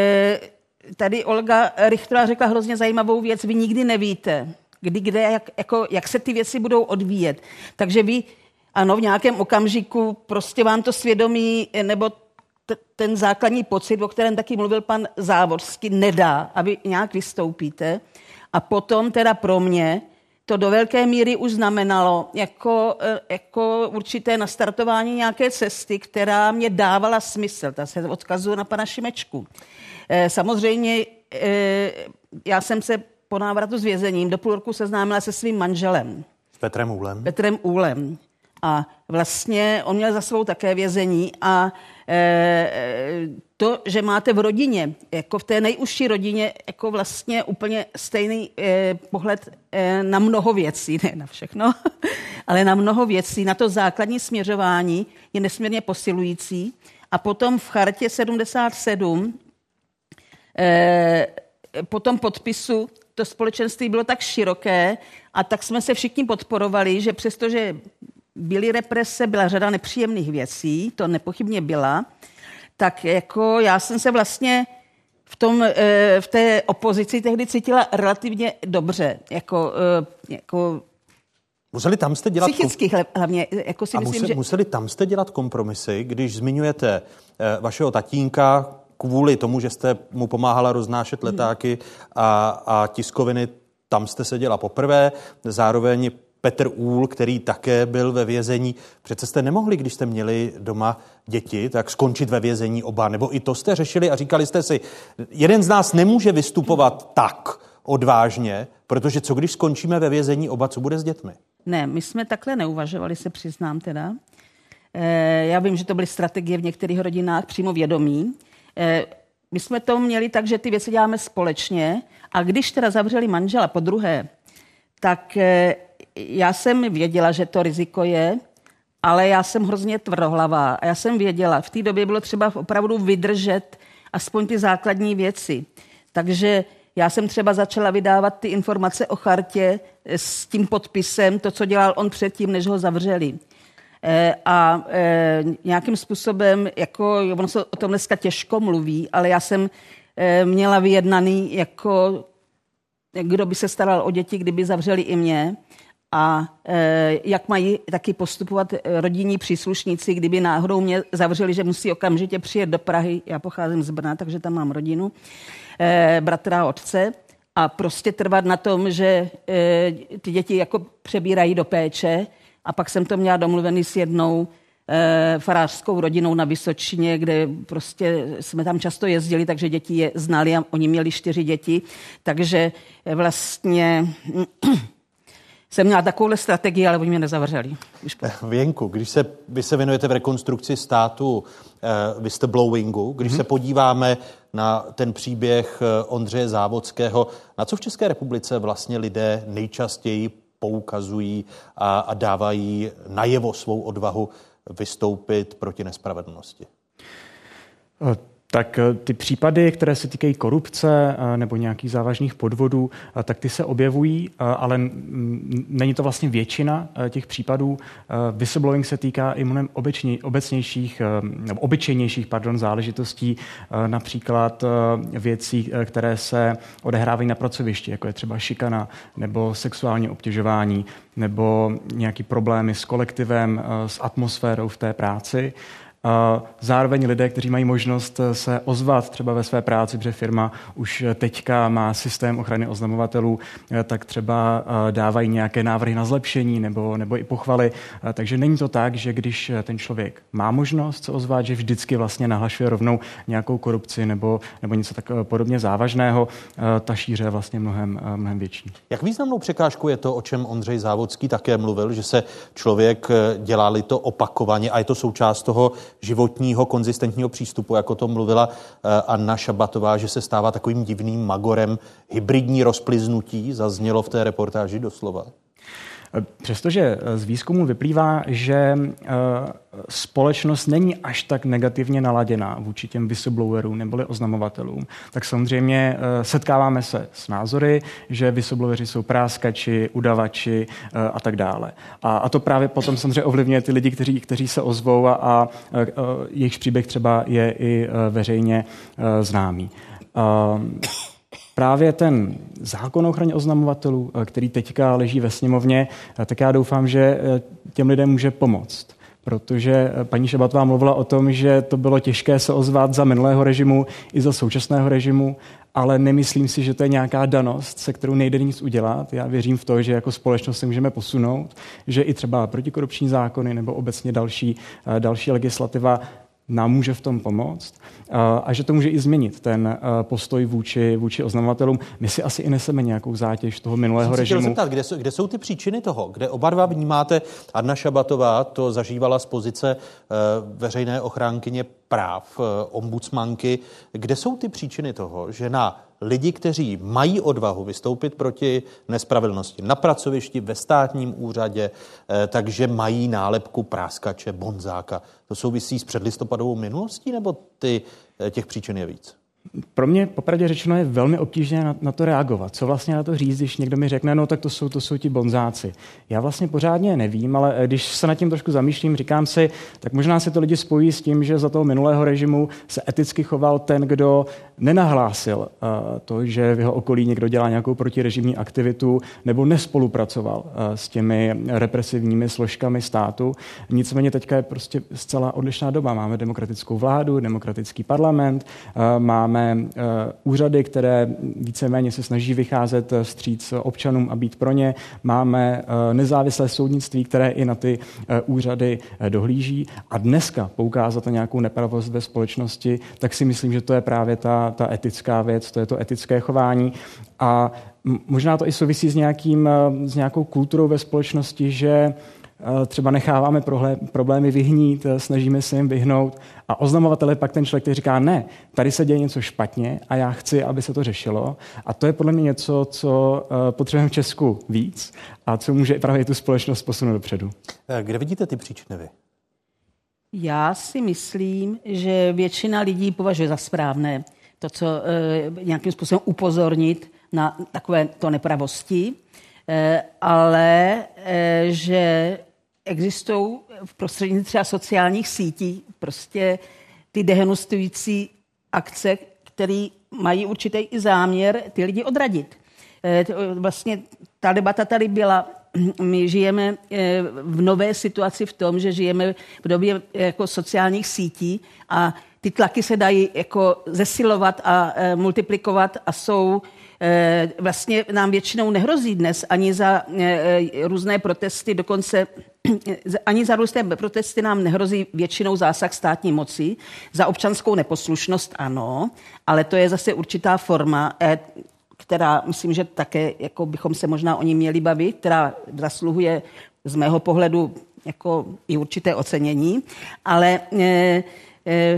Tady Olga Richterová řekla hrozně zajímavou věc. Vy nikdy nevíte, kdy, kde, jak, jako, jak se ty věci budou odvíjet. Takže vy, ano, v nějakém okamžiku prostě vám to svědomí nebo t- ten základní pocit, o kterém taky mluvil pan Závodský, nedá, a vy nějak vystoupíte. A potom teda pro mě to do velké míry už znamenalo jako, jako určité nastartování nějaké cesty, která mě dávala smysl. Ta se odkazuje na pana Šimečku. Samozřejmě já jsem se po návratu z vězením do půl roku seznámila se svým manželem. S Petrem Úlem. Petrem Úlem. A vlastně on měl za svou také vězení a to, že máte v rodině, jako v té nejužší rodině, jako vlastně úplně stejný pohled na mnoho věcí, ne na všechno, ale na mnoho věcí, na to základní směřování je nesmírně posilující. A potom v chartě sedmdesát sedm po tom podpisu to společenství bylo tak široké a tak jsme se všichni podporovali, že přestože byly represe, byla řada nepříjemných věcí, to nepochybně byla, tak jako já jsem se vlastně v, tom, v té opozici tehdy cítila relativně dobře. Jako, jako museli tam jste dělat... Psychicky hlavně. Jako si a myslím, museli, že... museli tam jste dělat kompromisy, když zmiňujete vašeho tatínka, kvůli tomu, že jste mu pomáhala roznášet letáky a, a tiskoviny, tam jste seděla poprvé, zároveň Petr Úhl, který také byl ve vězení. Přece jste nemohli, když jste měli doma děti, tak skončit ve vězení oba, nebo i to jste řešili a říkali jste si, jeden z nás nemůže vystupovat tak odvážně, protože co když skončíme ve vězení oba, co bude s dětmi? Ne, my jsme takhle neuvažovali, se přiznám teda. E, já vím, že to byly strategie v některých rodinách přímo vědomí. E, my jsme to měli tak, že ty věci děláme společně a když teda zavřeli manžela po druhé, tak e, já jsem věděla, že to riziko je, ale já jsem hrozně tvrdohlavá a já jsem věděla, v té době bylo třeba opravdu vydržet aspoň ty základní věci. Takže já jsem třeba začala vydávat ty informace o chartě s tím podpisem, to, co dělal on předtím, než ho zavřeli. E, a e, nějakým způsobem, jako ono se o tom dneska těžko mluví, ale já jsem e, měla vyjednaný, jako kdo by se staral o děti, kdyby zavřeli i mě. A e, jak mají taky postupovat rodinní příslušníci, kdyby náhodou mě zavřeli, že musí okamžitě přijet do Prahy. Já pocházím z Brna, takže tam mám rodinu, e, bratra a otce. A prostě trvat na tom, že e, ty děti jako přebírají do péče. A pak jsem to měla domluvený s jednou e, farářskou rodinou na Vysočině, kde prostě jsme tam často jezdili, takže děti je znali a oni měli čtyři děti. Takže vlastně jsem měla takovouhle strategii, ale oni mě nezavřeli. Věnku, když se, vy se věnujete v rekonstrukci státu uh, whistleblowingu, když mm-hmm. se podíváme na ten příběh Ondřeje Závodského, na co v České republice vlastně lidé nejčastěji poukazují a, a dávají najevo svou odvahu vystoupit proti nespravedlnosti? Tak ty případy, které se týkají korupce nebo nějakých závažných podvodů, tak ty se objevují, ale není to vlastně většina těch případů. Whistleblowing se týká i mnohem obecnějších, nebo obyčejnějších pardon, záležitostí, například věcí, které se odehrávají na pracovišti, jako je třeba šikana nebo sexuální obtěžování nebo nějaký problémy s kolektivem, s atmosférou v té práci. Zároveň lidé, kteří mají možnost se ozvat třeba ve své práci, protože firma už teďka má systém ochrany oznamovatelů, tak třeba dávají nějaké návrhy na zlepšení nebo, nebo i pochvaly. Takže není to tak, že když ten člověk má možnost se ozvat, že vždycky vlastně nahlašuje rovnou nějakou korupci nebo, nebo něco tak podobně závažného, ta šíře je vlastně mnohem, mnohem větší. Jak významnou překážkou je to, o čem Ondřej Závodský také mluvil, že se člověk, dělá-li to opakovaně a je to součást toho životního, konzistentního přístupu, jako to mluvila Anna Šabatová, že se stává takovým divným magorem, hybridní rozplyznutí, zaznělo v té reportáži doslova? Přestože z výzkumu vyplývá, že společnost není až tak negativně naladěná vůči těm whistleblowerům neboli oznamovatelům, tak samozřejmě setkáváme se s názory, že whistlebloweri jsou práskači, udavači a tak dále. A, a to právě potom samozřejmě ovlivňuje ty lidi, kteří, kteří se ozvou a, a, a jejich příběh třeba je i veřejně známý. A, Právě ten zákon o ochraně oznamovatelů, který teďka leží ve sněmovně, tak já doufám, že těm lidem může pomoct. Protože paní Šabatová mluvila o tom, že to bylo těžké se ozvat za minulého režimu i za současného režimu, ale nemyslím si, že to je nějaká danost, se kterou nejde nic udělat. Já věřím v to, že jako společnost se můžeme posunout, že i třeba protikorupční zákony nebo obecně další, další legislativa nám může v tom pomoct a že to může i změnit ten postoj vůči, vůči oznamovatelům. My si asi i neseme nějakou zátěž toho minulého Jsem režimu. Zeptat, kde, jsou, kde jsou ty příčiny toho? Kde oba dva vnímáte, Anna Šabatová to zažívala z pozice uh, veřejné ochránkyně práv, uh, ombudsmanky. Kde jsou ty příčiny toho, že na lidi, kteří mají odvahu vystoupit proti nespravedlnosti na pracovišti, ve státním úřadě, eh, takže mají nálepku práskače, bonzáka. To souvisí s předlistopadovou minulostí, nebo ty, eh, těch příčin je víc? Pro mě popravdě řečeno je velmi obtížné na, na to reagovat. Co vlastně na to říct, když někdo mi řekne, no tak to jsou, to jsou ti bonzáci. Já vlastně pořádně nevím, ale když se nad tím trošku zamýšlím, říkám si, tak možná se to lidi spojí s tím, že za toho minulého režimu se eticky choval ten, kdo nenahlásil uh, to, že v jeho okolí někdo dělá nějakou protirežimní aktivitu nebo nespolupracoval uh, s těmi represivními složkami státu. Nicméně teďka je prostě zcela odlišná doba. Máme demokratickou vládu, demokratický parlament, uh, máme uh, úřady, které víceméně se snaží vycházet vstříc občanům a být pro ně. Máme uh, nezávislé soudnictví, které i na ty uh, úřady uh, dohlíží. A dneska poukázat na nějakou nepravost ve společnosti, tak si myslím, že to je právě ta ta etická věc, to je to etické chování. A možná to i souvisí s, nějakým, s nějakou kulturou ve společnosti, že třeba necháváme problémy vyhnít, snažíme se jim vyhnout a oznamovatele pak ten člověk, který říká, ne, tady se děje něco špatně a já chci, aby se to řešilo. A to je podle mě něco, co potřebujeme v Česku víc a co může právě tu společnost posunout dopředu. Kde vidíte ty příčiny vy? Já si myslím, že většina lidí považuje za správné to, co e, nějakým způsobem upozornit na takovéto nepravosti, e, ale e, že existují v prostředí třeba sociálních sítí prostě ty dehonestující akce, které mají určitý i záměr ty lidi odradit. E, to, vlastně ta debata tady byla. My žijeme v nové situaci v tom, že žijeme v době jako sociálních sítí a ty tlaky se dají jako zesilovat a e, multiplikovat a jsou e, vlastně nám většinou nehrozí dnes ani za e, různé protesty, dokonce ani za různé protesty nám nehrozí většinou zásah státní moci. Za občanskou neposlušnost ano, ale to je zase určitá forma, e, která myslím, že také jako bychom se možná o ní měli bavit, která zasluhuje z mého pohledu jako i určité ocenění, ale e, e,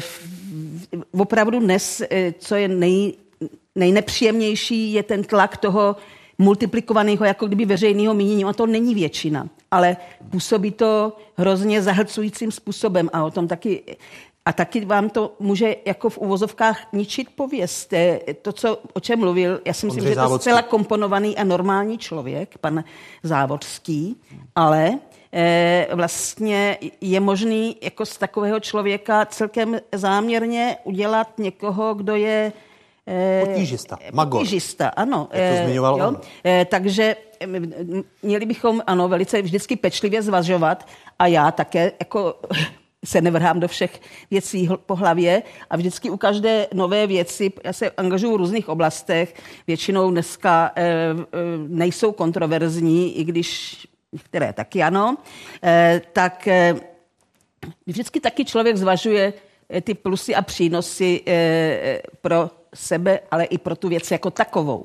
opravdu dnes, e, co je nej, nejnepříjemnější, je ten tlak toho multiplikovaného jako kdyby veřejného mínění. A to není většina, ale působí to hrozně zahlcujícím způsobem a o tom taky A taky vám to může jako v uvozovkách ničit pověst. To, co, o čem mluvil, já si myslím, že to je zcela komponovaný a normální člověk, pan Závodský, ale e, vlastně je možný jako z takového člověka celkem záměrně udělat někoho, kdo je e, potížista, magor. Potížista, ano. Jak to zmiňoval e, on. E, takže měli bychom, ano, velice vždycky pečlivě zvažovat a já také jako se nevrhám do všech věcí po hlavě a vždycky u každé nové věci, já se angažuju v různých oblastech, většinou dneska e, e, nejsou kontroverzní, i když některé taky ano, e, tak e, vždycky taky člověk zvažuje e, ty plusy a přínosy e, pro sebe, ale i pro tu věc jako takovou.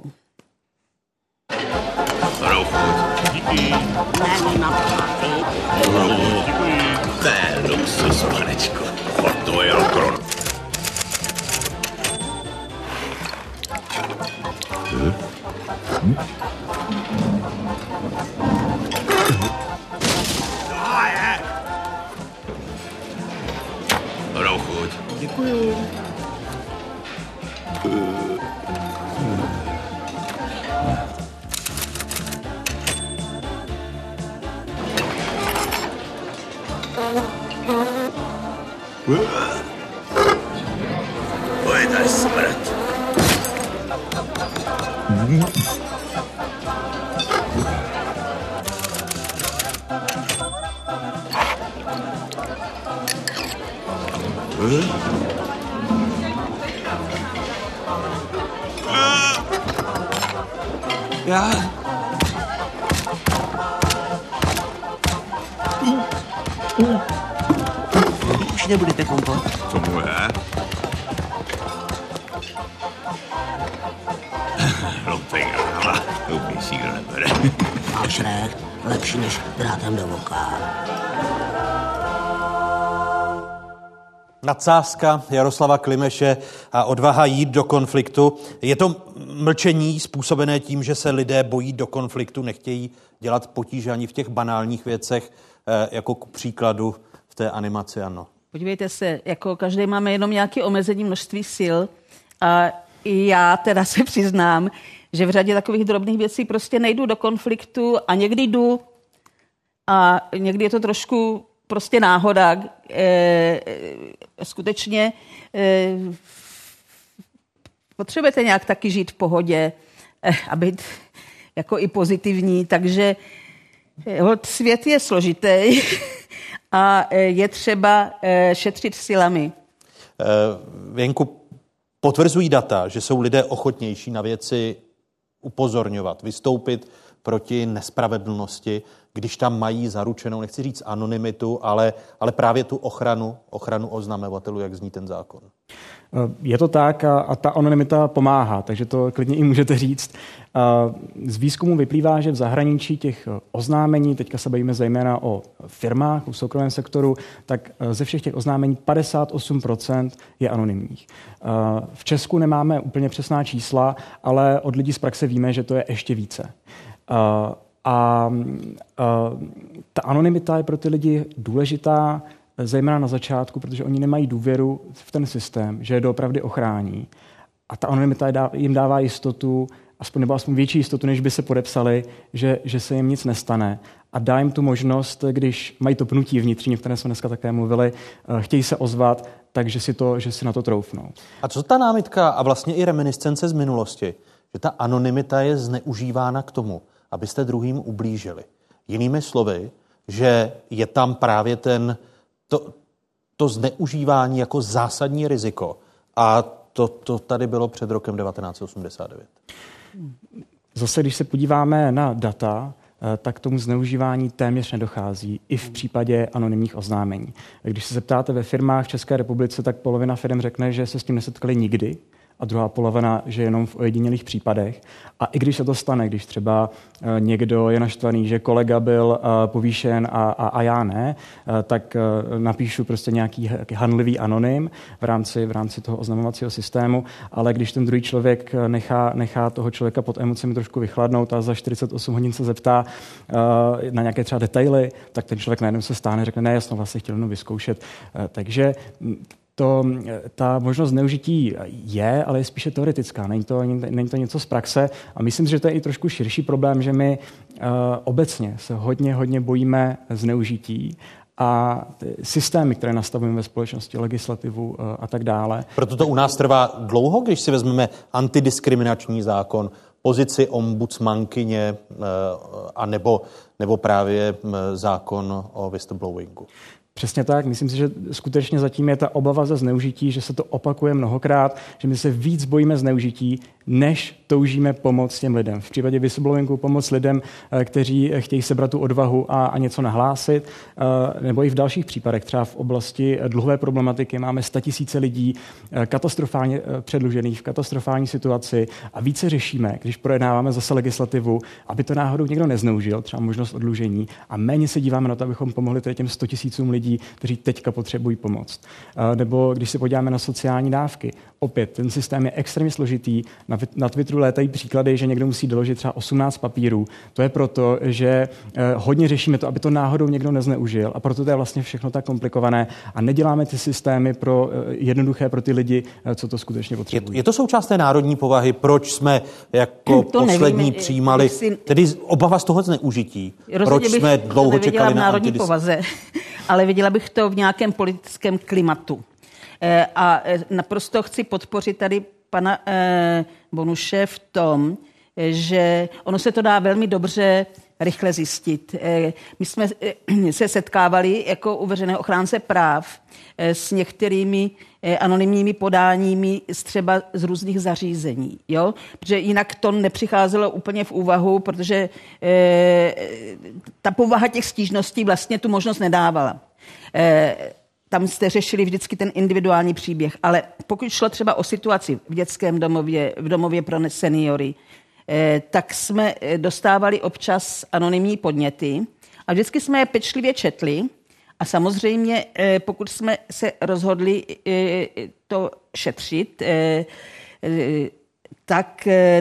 To je luxus, panečko. To je okron. Hm? Hm? Dobrou chuť. Děkuju. To je tady smrt. Já... Už nebudete kompot? Co mu je? Loupej, ale loupej si, kdo nebere. Máš rek, lepší než drátem do voka. Nadsázka Jaroslava Klimeše a odvaha jít do konfliktu. Je to mlčení způsobené tím, že se lidé bojí do konfliktu, nechtějí dělat potíže ani v těch banálních věcech, jako k příkladu v té animaci, ano. Podívejte se, jako každý máme jenom nějaké omezení množství sil A já teda se přiznám, že v řadě takových drobných věcí prostě nejdu do konfliktu a někdy jdu a někdy je to trošku prostě náhoda. E, skutečně e, potřebujete nějak taky žít v pohodě a být jako i pozitivní, takže svět je složitý a je třeba šetřit silami. Věnku, potvrzují data, že jsou lidé ochotnější na věci upozorňovat, vystoupit proti nespravedlnosti, když tam mají zaručenou, nechci říct anonymitu, ale, ale právě tu ochranu, ochranu oznamovatelů, jak zní ten zákon. Je to tak a, a ta anonymita pomáhá, takže to klidně i můžete říct. Z výzkumu vyplývá, že v zahraničí těch oznámení, teďka se bavíme zejména o firmách, v soukromém sektoru, tak ze všech těch oznámení padesát osm procent je anonymních. V Česku nemáme úplně přesná čísla, ale od lidí z praxe víme, že to je ještě více. A, a ta anonymita je pro ty lidi důležitá, zejména na začátku, protože oni nemají důvěru v ten systém, že je doopravdy ochrání. A ta anonymita jim dává jistotu, aspoň, nebo aspoň větší jistotu, než by se podepsali, že, že se jim nic nestane. A dá jim tu možnost, když mají to pnutí vnitřní, o kterém jsme dneska také mluvili, chtějí se ozvat, takže si, to, že si na to troufnou. A co ta námitka a vlastně i reminiscence z minulosti, že ta anonymita je zneužívána k tomu, abyste druhým ublížili. Jinými slovy, že je tam právě ten To, to zneužívání jako zásadní riziko. A to, to tady bylo před rokem devatenáct osmdesát devět. Zase, když se podíváme na data, tak tomu zneužívání téměř nedochází i v případě anonymních oznámení. Když se zeptáte ve firmách v České republice, tak polovina firm řekne, že se s tím nesetkali nikdy, a druhá polovina, že jenom v ojedinělých případech. A i když se to stane, když třeba někdo je naštvaný, že kolega byl povýšen a, a, a já ne, tak napíšu prostě nějaký hanlivý anonym v rámci, v rámci toho oznamovacího systému, ale když ten druhý člověk nechá, nechá toho člověka pod emocemi trošku vychladnout a za čtyřicet osm hodin se zeptá na nějaké třeba detaily, tak ten člověk najednou se stáhne, řekne, ne, jasno, vlastně chtěl jenom vyzkoušet. Takže To, ta možnost zneužití je, ale je spíše teoretická. Není to, není to něco z praxe. A myslím, že to je i trošku širší problém, že my uh, obecně se hodně, hodně bojíme zneužití a systémy, které nastavujeme ve společnosti, legislativu uh, a tak dále. Proto to u nás trvá dlouho, když si vezmeme antidiskriminační zákon, pozici ombudsmankyně uh, a nebo, nebo právě uh, zákon o whistleblowingu. Přesně tak. Myslím si, že skutečně zatím je ta obava ze zneužití, že se to opakuje mnohokrát, že my se víc bojíme zneužití, než toužíme pomoct těm lidem. V případě whistleblowingu pomoct lidem, kteří chtějí sebrat tu odvahu a, a něco nahlásit, nebo i v dalších případech. Třeba v oblasti dluhové problematiky máme statisíce lidí katastrofálně předlužených v katastrofální situaci a více řešíme, když projednáváme zase legislativu, aby to náhodou někdo nezneužil, třeba možnost odlužení, a méně se díváme na to, abychom pomohli těm sto tisícům lidí, kteří teďka potřebují pomoc. Nebo když se podíváme na sociální dávky, opět ten systém je extrémně složitý. Na, na Twitteru létají příklady, že někdo musí doložit třeba osmnáct papírů. To je proto, že eh, hodně řešíme to, aby to náhodou někdo nezneužil, a proto to je vlastně všechno tak komplikované a neděláme ty systémy pro eh, jednoduché pro ty lidi, eh, co to skutečně potřebují. Je, je to součást té národní povahy, proč jsme jako to poslední nevím, přijímali, si... tedy obava z toho zneužití. Proč jsme dlouho čekali na národní antidis... povaze, ale viděla bych to v nějakém politickém klimatu. E, a naprosto chci podpořit tady pana e, Bonuše v tom, že ono se to dá velmi dobře rychle zjistit. E, my jsme e, se setkávali jako u veřejného ochránce práv e, s některými e, anonymními podáními z třeba z různých zařízení. Jo? Protože jinak to nepřicházelo úplně v úvahu, protože e, ta povaha těch stížností vlastně tu možnost nedávala. E, Tam jste řešili vždycky ten individuální příběh, ale pokud šlo třeba o situaci v dětském domově, v domově pro seniory, eh, tak jsme dostávali občas anonymní podněty a vždycky jsme je pečlivě četli a samozřejmě, eh, pokud jsme se rozhodli eh, to šetřit, eh, eh, tak eh,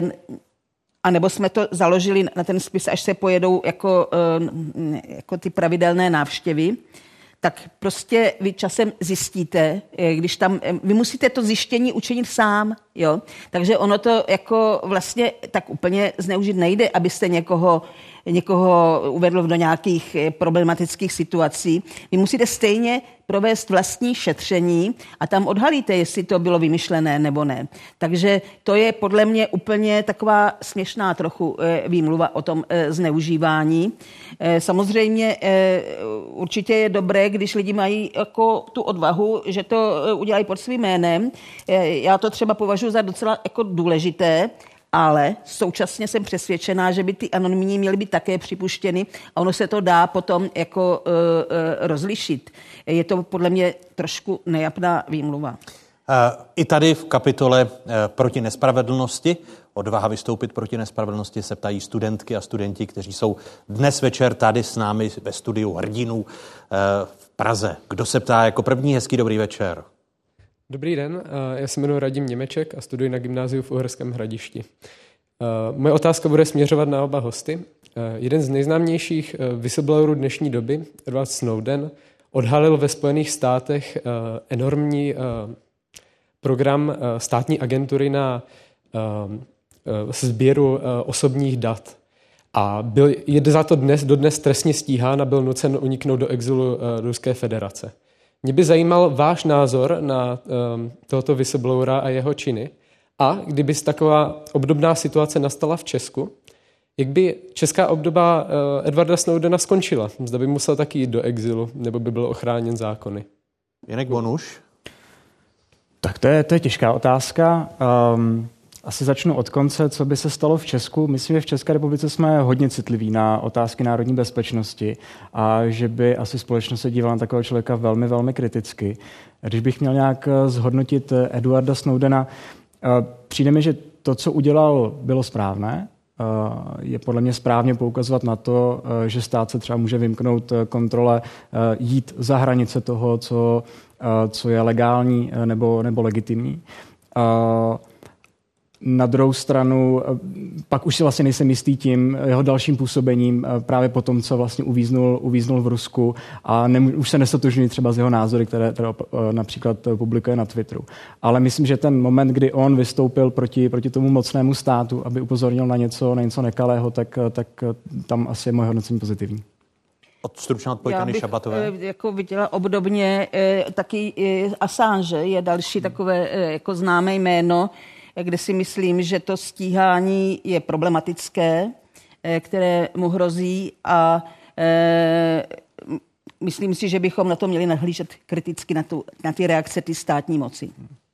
a nebo jsme to založili na ten spis, až se pojedou jako, eh, jako ty pravidelné návštěvy, tak prostě vy časem zjistíte, když tam, vy musíte to zjištění učinit sám, jo. Takže ono to jako vlastně tak úplně zneužít nejde, abyste někoho, někoho uvedl do nějakých problematických situací. Vy musíte stejně provést vlastní šetření a tam odhalíte, jestli to bylo vymyšlené nebo ne. Takže to je podle mě úplně taková směšná trochu výmluva o tom zneužívání. Samozřejmě určitě je dobré, když lidi mají jako tu odvahu, že to udělají pod svým jménem. Já to třeba považuji za docela jako důležité, ale současně jsem přesvědčená, že by ty anonymní měly být také připuštěny a ono se to dá potom jako uh, uh, rozlišit. Je to podle mě trošku nejapná výmluva. I tady v kapitole proti nespravedlnosti, odvaha vystoupit proti nespravedlnosti, se ptají studentky a studenti, kteří jsou dnes večer tady s námi ve studiu Hrdinů v Praze. Kdo se ptá jako první? Hezký dobrý večer. Dobrý den, já se jmenuji Radim Němeček a studuji na gymnáziu v Uherském Hradišti. Moje otázka bude směřovat na oba hosty. Jeden z nejznámějších whistleblowerů dnešní doby, Edward Snowden, odhalil ve Spojených státech enormní program státní agentury na sběru osobních dat. A byl, je za to dnes, dodnes trestně stíhán a byl nucen uniknout do exilu Ruské federace. Mě by zajímal váš názor na um, tohoto whistleblowera a jeho činy. A kdyby taková obdobná situace nastala v Česku, jak by česká obdoba uh, Edwarda Snowdena skončila? Zda by musel taky jít do exilu, nebo by byl ochráněn zákony? Jinek Bonuš? Tak to je, to je těžká otázka. Um, asi začnu od konce, co by se stalo v Česku. Myslím, že v České republice jsme hodně citliví na otázky národní bezpečnosti a že by asi společnost se dívala na takového člověka velmi, velmi kriticky. Když bych měl nějak zhodnotit Edwarda Snowdena, přijde mi, že to, co udělal, bylo správné. Je podle mě správně poukazovat na to, že stát se třeba může vymknout kontrole, jít za hranice toho, co, co je legální nebo, nebo legitimní. Na druhou stranu, pak už si vlastně nejsem jistý tím jeho dalším působením právě po tom, co vlastně uvíznul, uvíznul v Rusku a nemů, už se nestotožňují třeba z jeho názory, které, které například publikuje na Twitteru. Ale myslím, že ten moment, kdy on vystoupil proti, proti tomu mocnému státu, aby upozornil na něco, na něco nekalého, tak, tak tam asi je moje hodnocení pozitivní. Stručná odpověď Anny Šabatové. Já bych jako viděla obdobně taky Assange je další takové jako známé jméno, kde si myslím, že to stíhání je problematické, které mu hrozí a e, myslím si, že bychom na to měli nahlížet kriticky na, tu, na ty reakce ty státní moci.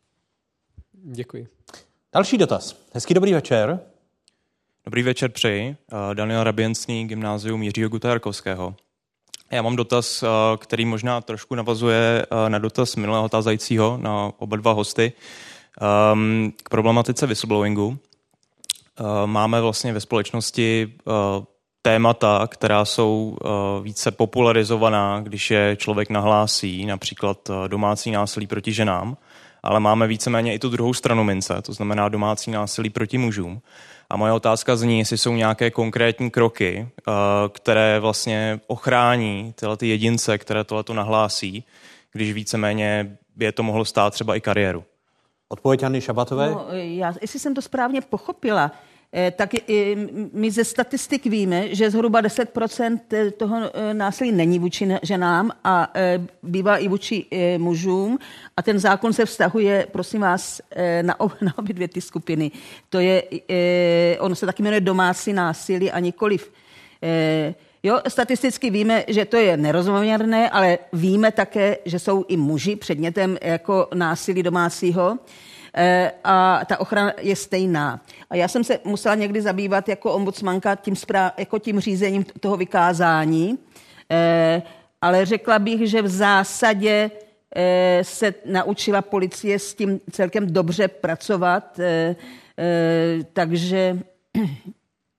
Děkuji. Další dotaz. Hezký dobrý večer. Dobrý večer přeji. Daniel Raběncný, gymnázium Jiřího Guta-Jarkovského. Já mám dotaz, který možná trošku navazuje na dotaz minulého tázajícího na oba dva hosty. Um, k problematice whistleblowingu. Uh, máme vlastně ve společnosti uh, témata, která jsou uh, více popularizovaná, když je člověk nahlásí, například uh, domácí násilí proti ženám, ale máme víceméně i tu druhou stranu mince, to znamená domácí násilí proti mužům. A moje otázka zní, jestli jsou nějaké konkrétní kroky, uh, které vlastně ochrání tyhle ty jedince, které tohleto nahlásí, když víceméně by je to mohlo stát třeba i kariéru. Odpověď Anny Šabatové? No, já, jestli jsem to správně pochopila, eh, tak eh, my ze statistik víme, že zhruba deset procent toho eh, násilí není vůči ženám a eh, bývá i vůči eh, mužům. A ten zákon se vztahuje, prosím vás, eh, na, ob, na obě dvě ty skupiny. To je, eh, ono se taky jmenuje domácí násilí a nikoliv. Eh, Jo, statisticky víme, že to je nerozměrné, ale víme také, že jsou i muži předmětem jako násilí domácího e, a ta ochrana je stejná. A já jsem se musela někdy zabývat jako ombudsmanka tím, správ, jako tím řízením toho vykázání, e, ale řekla bych, že v zásadě e, se naučila policie s tím celkem dobře pracovat, e, e, takže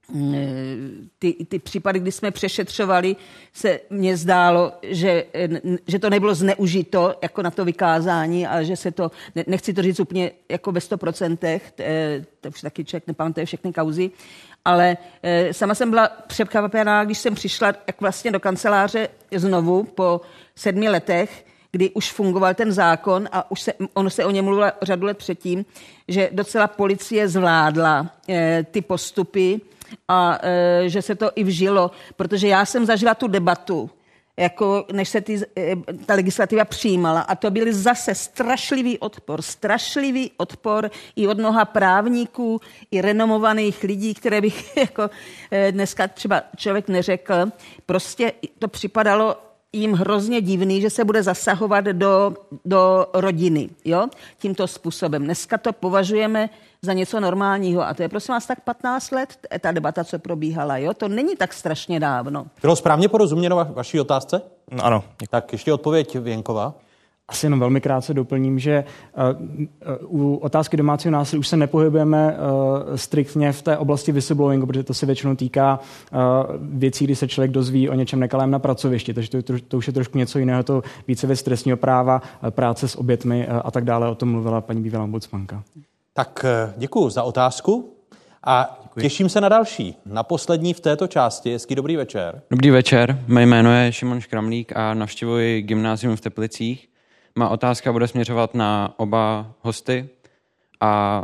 ty, ty případy, kdy jsme přešetřovali, se mně zdálo, že, že to nebylo zneužito jako na to vykázání, ale že se to, nechci to říct úplně jako ve sto procentech, to už taky člověk nepamatuje všechny kauzy, ale sama jsem byla překvapená, když jsem přišla jak vlastně do kanceláře znovu po sedmi letech, kdy už fungoval ten zákon a už se, ono se o něm mluvilo řadu let předtím, že docela policie zvládla e, ty postupy a e, že se to i vžilo, protože já jsem zažila tu debatu, jako než se ty, e, ta legislativa přijímala a to byl zase strašlivý odpor, strašlivý odpor i od mnoha právníků, i renomovaných lidí, které bych jako e, dneska třeba člověk neřekl. Prostě to připadalo jim hrozně divný, že se bude zasahovat do, do rodiny, jo, tímto způsobem. Dneska to považujeme za něco normálního a to je prosím vás tak patnáct let, ta debata, co probíhala, jo, to není tak strašně dávno. Bylo správně porozuměno va- vaší otázce? No, ano. Tak ještě odpověď Věnková. Asi jenom velmi krátce doplním, že uh, u otázky domácího násilí už se nepohybujeme uh, striktně v té oblasti whistleblowingu, protože to se většinou týká uh, věcí, kdy se člověk dozví o něčem nekalém na pracovišti, takže to, to, to už je trošku něco jiného, to více věc trestního práva, práce s obětmi uh, a tak dále, o tom mluvila paní bývalá ombudsmanka. Tak děkuji za otázku a děkuji. Těším se na další, na poslední v této části. Hezký dobrý večer. Dobrý večer, mé jméno je Šimon Škramlík a navštěvuji gymnázium v Teplicích. Má otázka bude směřovat na oba hosty a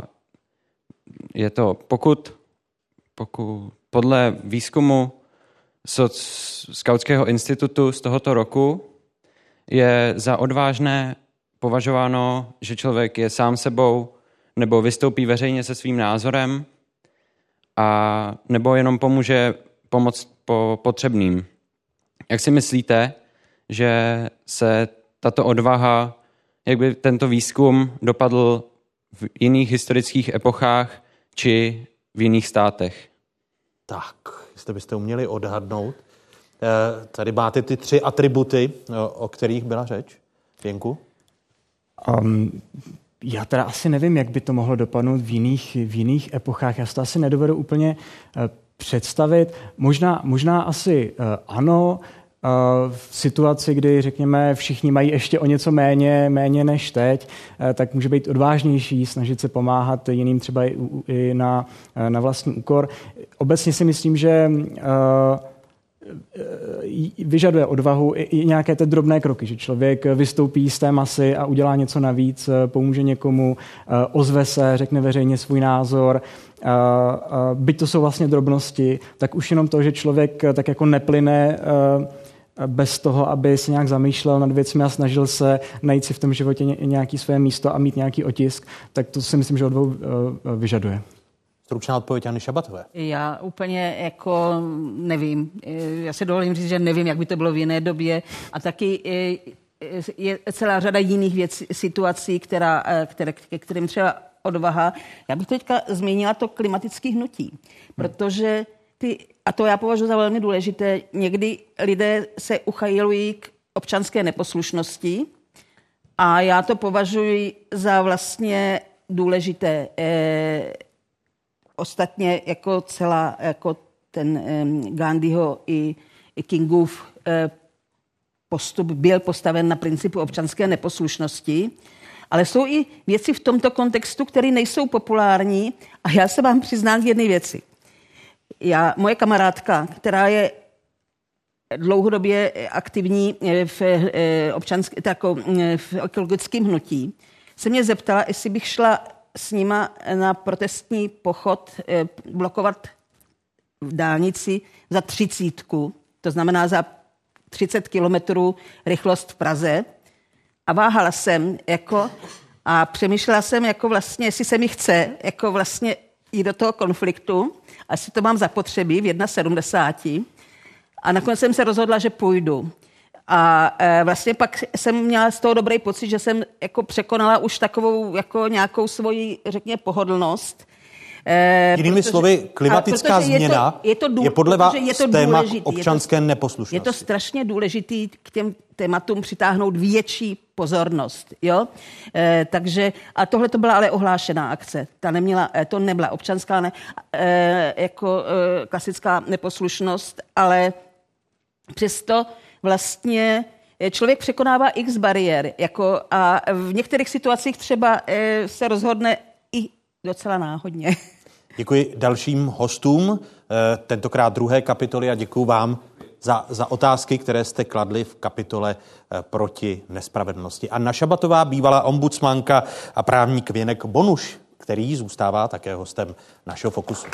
je to, pokud, pokud podle výzkumu Skautského institutu z tohoto roku je za odvážné považováno, že člověk je sám sebou nebo vystoupí veřejně se svým názorem a nebo jenom pomůže pomoct po potřebným. Jak si myslíte, že se tato odvaha, jak by tento výzkum dopadl v jiných historických epochách či v jiných státech? Tak, jestli byste uměli odhadnout. Tady máte ty tři atributy, o kterých byla řeč. Věnku? Um, já teda asi nevím, jak by to mohlo dopadnout v jiných, v jiných epochách. Já si to asi nedovedu úplně uh, představit. Možná, možná asi uh, ano, v situaci, kdy, řekněme, všichni mají ještě o něco méně, méně než teď, tak může být odvážnější, snažit se pomáhat jiným třeba i na, na vlastní úkor. Obecně si myslím, že vyžaduje odvahu i, i nějaké ty drobné kroky, že člověk vystoupí z té masy a udělá něco navíc, pomůže někomu, ozve se, řekne veřejně svůj názor. Byť to jsou vlastně drobnosti, tak už jenom to, že člověk tak jako neplyne bez toho, aby se nějak zamýšlel nad věcmi a snažil se najít si v tom životě nějaké své místo a mít nějaký otisk, tak to si myslím, že odvahu vyžaduje. Stručná odpověď Anny Šabatové. Já úplně jako nevím. Já se dovolím říct, že nevím, jak by to bylo v jiné době. A taky je celá řada jiných věcí, situací, která, které, ke kterým třeba odvaha. Já bych teďka zmínila to klimatické hnutí, protože ty, a to já považuji za velmi důležité, někdy lidé se uchylují k občanské neposlušnosti a já to považuji za vlastně důležité. E, ostatně jako celá, jako ten e, Gandhiho i, i Kingův e, postup byl postaven na principu občanské neposlušnosti, ale jsou i věci v tomto kontextu, které nejsou populární a já se vám přiznám k jedné věci. Já, moje kamarádka, která je dlouhodobě aktivní v, občanské, tako, v ekologickém hnutí, se mě zeptala, jestli bych šla s nima na protestní pochod blokovat v dálnici za třicítku, to znamená za třicet kilometrů rychlost v Praze. A váhala jsem jako, a přemýšlela jsem, jako vlastně, jestli se mi chce jako vlastně jít do toho konfliktu, asi to mám zapotřebí v sedmdesát jedna. A nakonec jsem se rozhodla, že půjdu. A e, vlastně pak jsem měla z toho dobrý pocit, že jsem jako překonala už takovou jako nějakou svoji, řekněme, pohodlnost. E, Jinými protože, slovy, klimatická změna je, to, je, to důle, je podle vás téma občanské neposlušnosti. Je to strašně důležitý k těm tématům přitáhnout větší pozornost. Jo? E, takže, a tohle to byla ale ohlášená akce. Ta neměla, to nebyla občanská, ne, e, jako e, klasická neposlušnost, ale přesto vlastně člověk překonává x bariér. Jako, a v některých situacích třeba e, se rozhodne i docela náhodně. Děkuji dalším hostům, e, tentokrát druhé kapitoly, a děkuji vám Za, za otázky, které jste kladli v kapitole e, proti nespravedlnosti. Anna Šabatová, bývalá ombudsmanka, a právník Věnek Bonuš, který zůstává také hostem našeho Fokusu.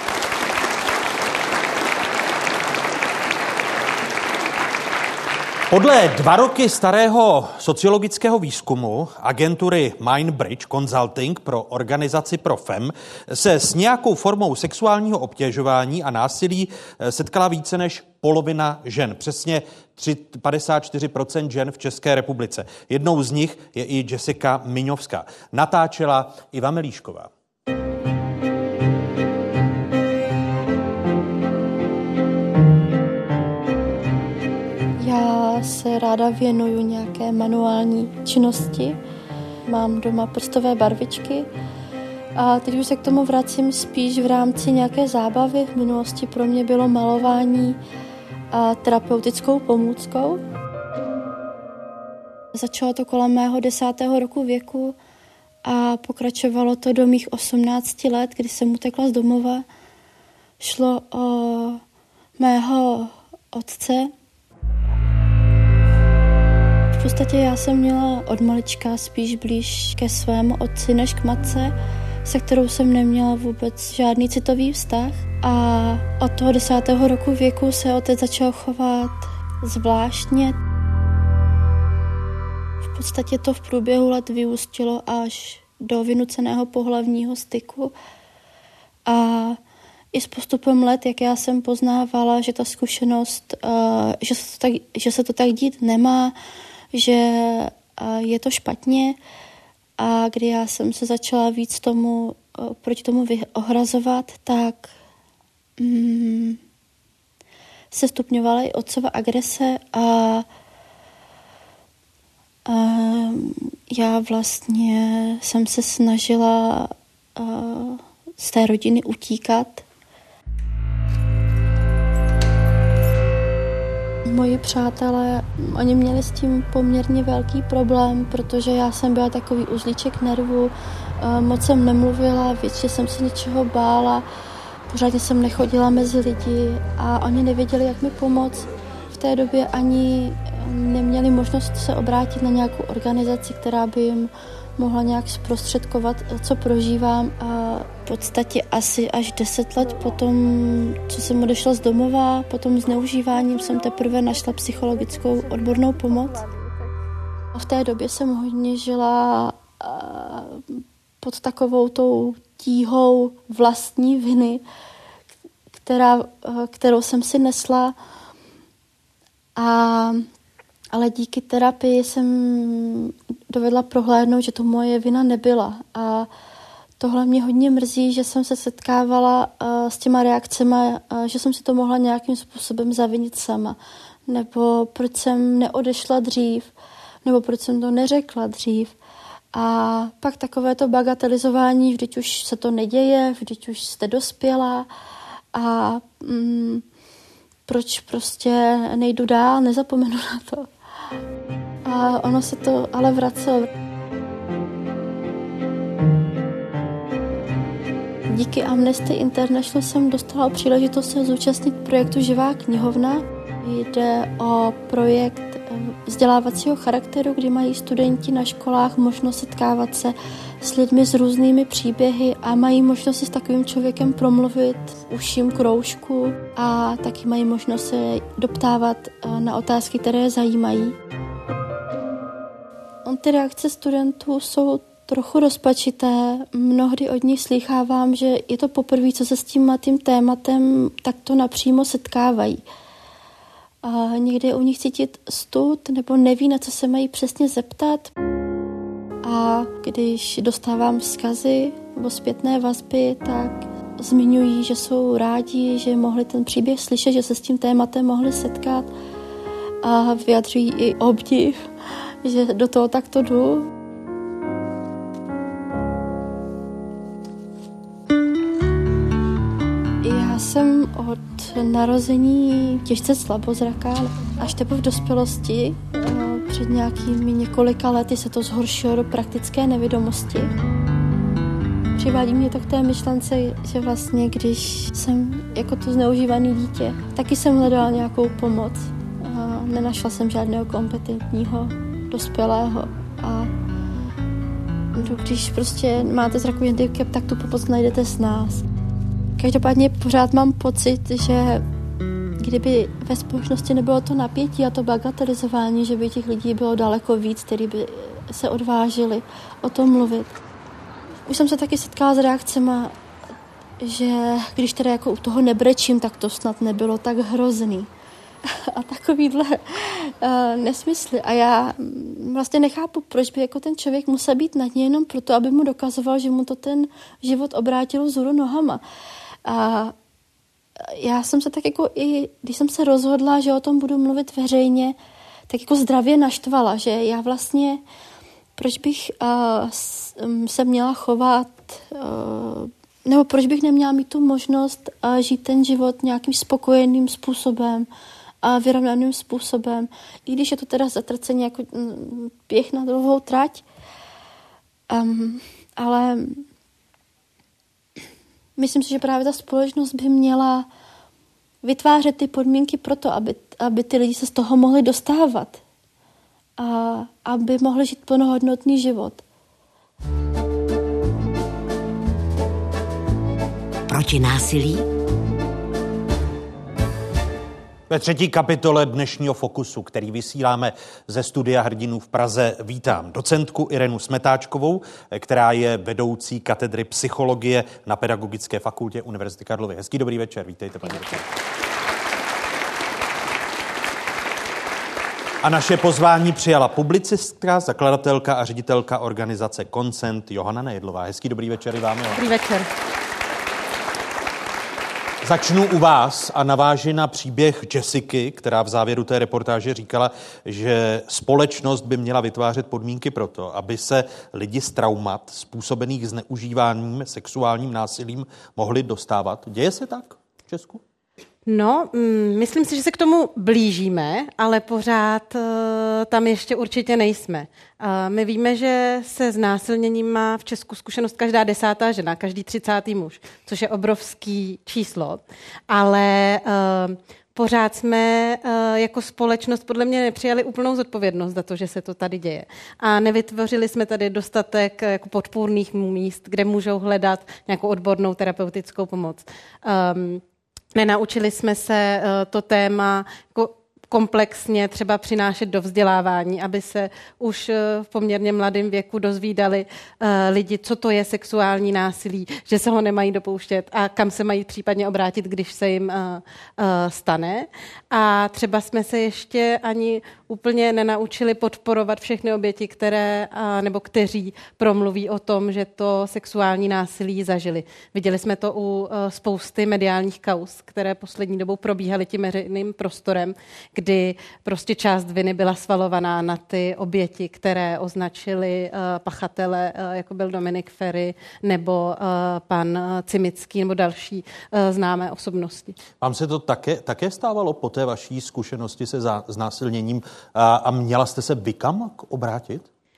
Podle dva roky starého sociologického výzkumu agentury Mindbridge Consulting pro organizaci Profem se s nějakou formou sexuálního obtěžování a násilí setkala více než polovina žen. Přesně padesát čtyři procent žen v České republice. Jednou z nich je i Jessica Miňovská. Natáčela Iva Melíšková. Já se ráda věnuju nějaké manuální činnosti. Mám doma prstové barvičky a teď už se k tomu vracím spíš v rámci nějaké zábavy. V minulosti pro mě bylo malování a terapeutickou pomůckou. Začalo to kolem mého desátého roku věku a pokračovalo to do mých osmnácti let, kdy jsem utekla z domova. Šlo o mého otce. V podstatě já jsem měla od malička spíš blíž ke svému otci než k matce, se kterou jsem neměla vůbec žádný citový vztah. A od toho desátého roku věku se otec začal chovat zvláštně. V podstatě to v průběhu let vyústilo až do vynuceného pohlavního styku. A i s postupem let, jak já jsem poznávala, že ta zkušenost, že se to tak, že se to tak dít nemá, že je to špatně, a kdy já jsem se začala víc tomu, proti tomu ohrazovat, tak mm, se stupňovala i otcova agrese a, a já vlastně jsem se snažila a, z té rodiny utíkat. Moji přátelé, oni měli s tím poměrně velký problém, protože já jsem byla takový uzlíček nervů, moc jsem nemluvila, většině jsem se něčeho bála, pořádně jsem nechodila mezi lidi a oni nevěděli, jak mi pomoct. V té době ani neměli možnost se obrátit na nějakou organizaci, která by jim mohla nějak zprostředkovat, co prožívám, a v podstatě asi až deset let potom, co jsem odešla z domova, potom zneužíváním jsem teprve našla psychologickou odbornou pomoc. A v té době jsem hodně žila pod takovou tou tíhou vlastní viny, která, kterou jsem si nesla, a ale díky terapii jsem dovedla prohlédnout, že to moje vina nebyla. A tohle mě hodně mrzí, že jsem se setkávala uh, s těma reakcemi, uh, že jsem si to mohla nějakým způsobem zavinit sama. Nebo proč jsem neodešla dřív, nebo proč jsem to neřekla dřív. A pak takové to bagatelizování, vždyť už se to neděje, vždyť už jste dospělá a mm, proč prostě nejdu dál, nezapomenu na to. A ono se to ale vracelo. Díky Amnesty International jsem dostala příležitost se zúčastnit projektu Živá knihovna. Jde o projekt vzdělávacího charakteru, kdy mají studenti na školách možnost setkávat se s lidmi s různými příběhy a mají možnost si s takovým člověkem promluvit v užším kroužku a taky mají možnost se doptávat na otázky, které je zajímají. Ty reakce studentů jsou trochu rozpačité. Mnohdy od nich slýchávám, že je to poprvé, co se s tím tím tématem takto napřímo setkávají. A někdy je u nich cítit stud nebo neví, na co se mají přesně zeptat. A když dostávám vzkazy nebo zpětné vazby, tak zmiňují, že jsou rádi, že mohli ten příběh slyšet, že se s tím tématem mohli setkat a vyjadřují i obdiv, že do toho takto jdu. Já jsem od narození těžce slabozraká. Až teprve v dospělosti, před nějakými několika lety se to zhoršilo do praktické nevidomosti. Přivádí mě to k té myšlence, že vlastně, když jsem jako to zneužívané dítě, taky jsem hledala nějakou pomoc. A nenašla jsem žádného kompetentního dospělého. A když prostě máte zrakový handicap, tak tu pomoc najdete s nás. Každopádně pořád mám pocit, že kdyby ve společnosti nebylo to napětí a to bagatelizování, že by těch lidí bylo daleko víc, kteří by se odvážili o tom mluvit. Už jsem se taky setkala s reakcema, že když teda jako u toho nebrečím, tak to snad nebylo tak hrozný. A takovýhle uh, nesmysly. A já vlastně nechápu, proč by jako ten člověk musel být nad něj jenom proto, aby mu dokazoval, že mu to ten život obrátil vzhůru nohama. A já jsem se tak jako i, když jsem se rozhodla, že o tom budu mluvit veřejně, tak jako zdravě naštvala, že já vlastně, proč bych uh, se měla chovat, uh, nebo proč bych neměla mít tu možnost uh, žít ten život nějakým spokojeným způsobem a vyrovnaným způsobem, i když je to teda zatraceně jako um, běh na dlouhou trať. Um, ale myslím si, že právě ta společnost by měla vytvářet ty podmínky pro to, aby, aby ty lidi se z toho mohli dostávat a aby mohli žít plnohodnotný život. Proti násilí? Ve třetí kapitole dnešního Fokusu, který vysíláme ze studia Hrdinů v Praze, vítám docentku Irenu Smetáčkovou, která je vedoucí katedry psychologie na Pedagogické fakultě Univerzity Karlovy. Hezký dobrý večer, vítejte, paní docentka. A naše pozvání přijala publicistka, zakladatelka a ředitelka organizace Consent Johana Nejedlová. Hezký dobrý večer i vám. Jo. Dobrý večer. Začnu u vás a navážu na příběh Jessiky, která v závěru té reportáže říkala, že společnost by měla vytvářet podmínky pro to, aby se lidi z traumat způsobených zneužíváním, sexuálním násilím mohli dostávat. Děje se tak v Česku? No, mm, myslím si, že se k tomu blížíme, ale pořád uh, tam ještě určitě nejsme. Uh, my víme, že se znásilněním má v Česku zkušenost každá desátá žena, každý třicátý muž, což je obrovský číslo, ale uh, pořád jsme uh, jako společnost podle mě nepřijali úplnou zodpovědnost za to, že se to tady děje. A nevytvořili jsme tady dostatek uh, jako podpůrných míst, kde můžou hledat nějakou odbornou terapeutickou pomoc. Um, Nenaučili jsme se uh, to téma jako komplexně třeba přinášet do vzdělávání, aby se už v poměrně mladém věku dozvídali uh, lidi, co to je sexuální násilí, že se ho nemají dopouštět a kam se mají případně obrátit, když se jim uh, uh, stane. A třeba jsme se ještě ani úplně nenaučili podporovat všechny oběti, které, uh, nebo kteří promluví o tom, že to sexuální násilí zažili. Viděli jsme to u uh, spousty mediálních kauz, které poslední dobou probíhaly tím veřejným prostorem, kdy prostě část viny byla svalovaná na ty oběti, které označili uh, pachatele, uh, jako byl Dominik Feri nebo uh, pan Cimický nebo další uh, známé osobnosti. Vám se to také, také stávalo po té vaší zkušenosti se zá, znásilněním a, a měla jste se vy kam obrátit?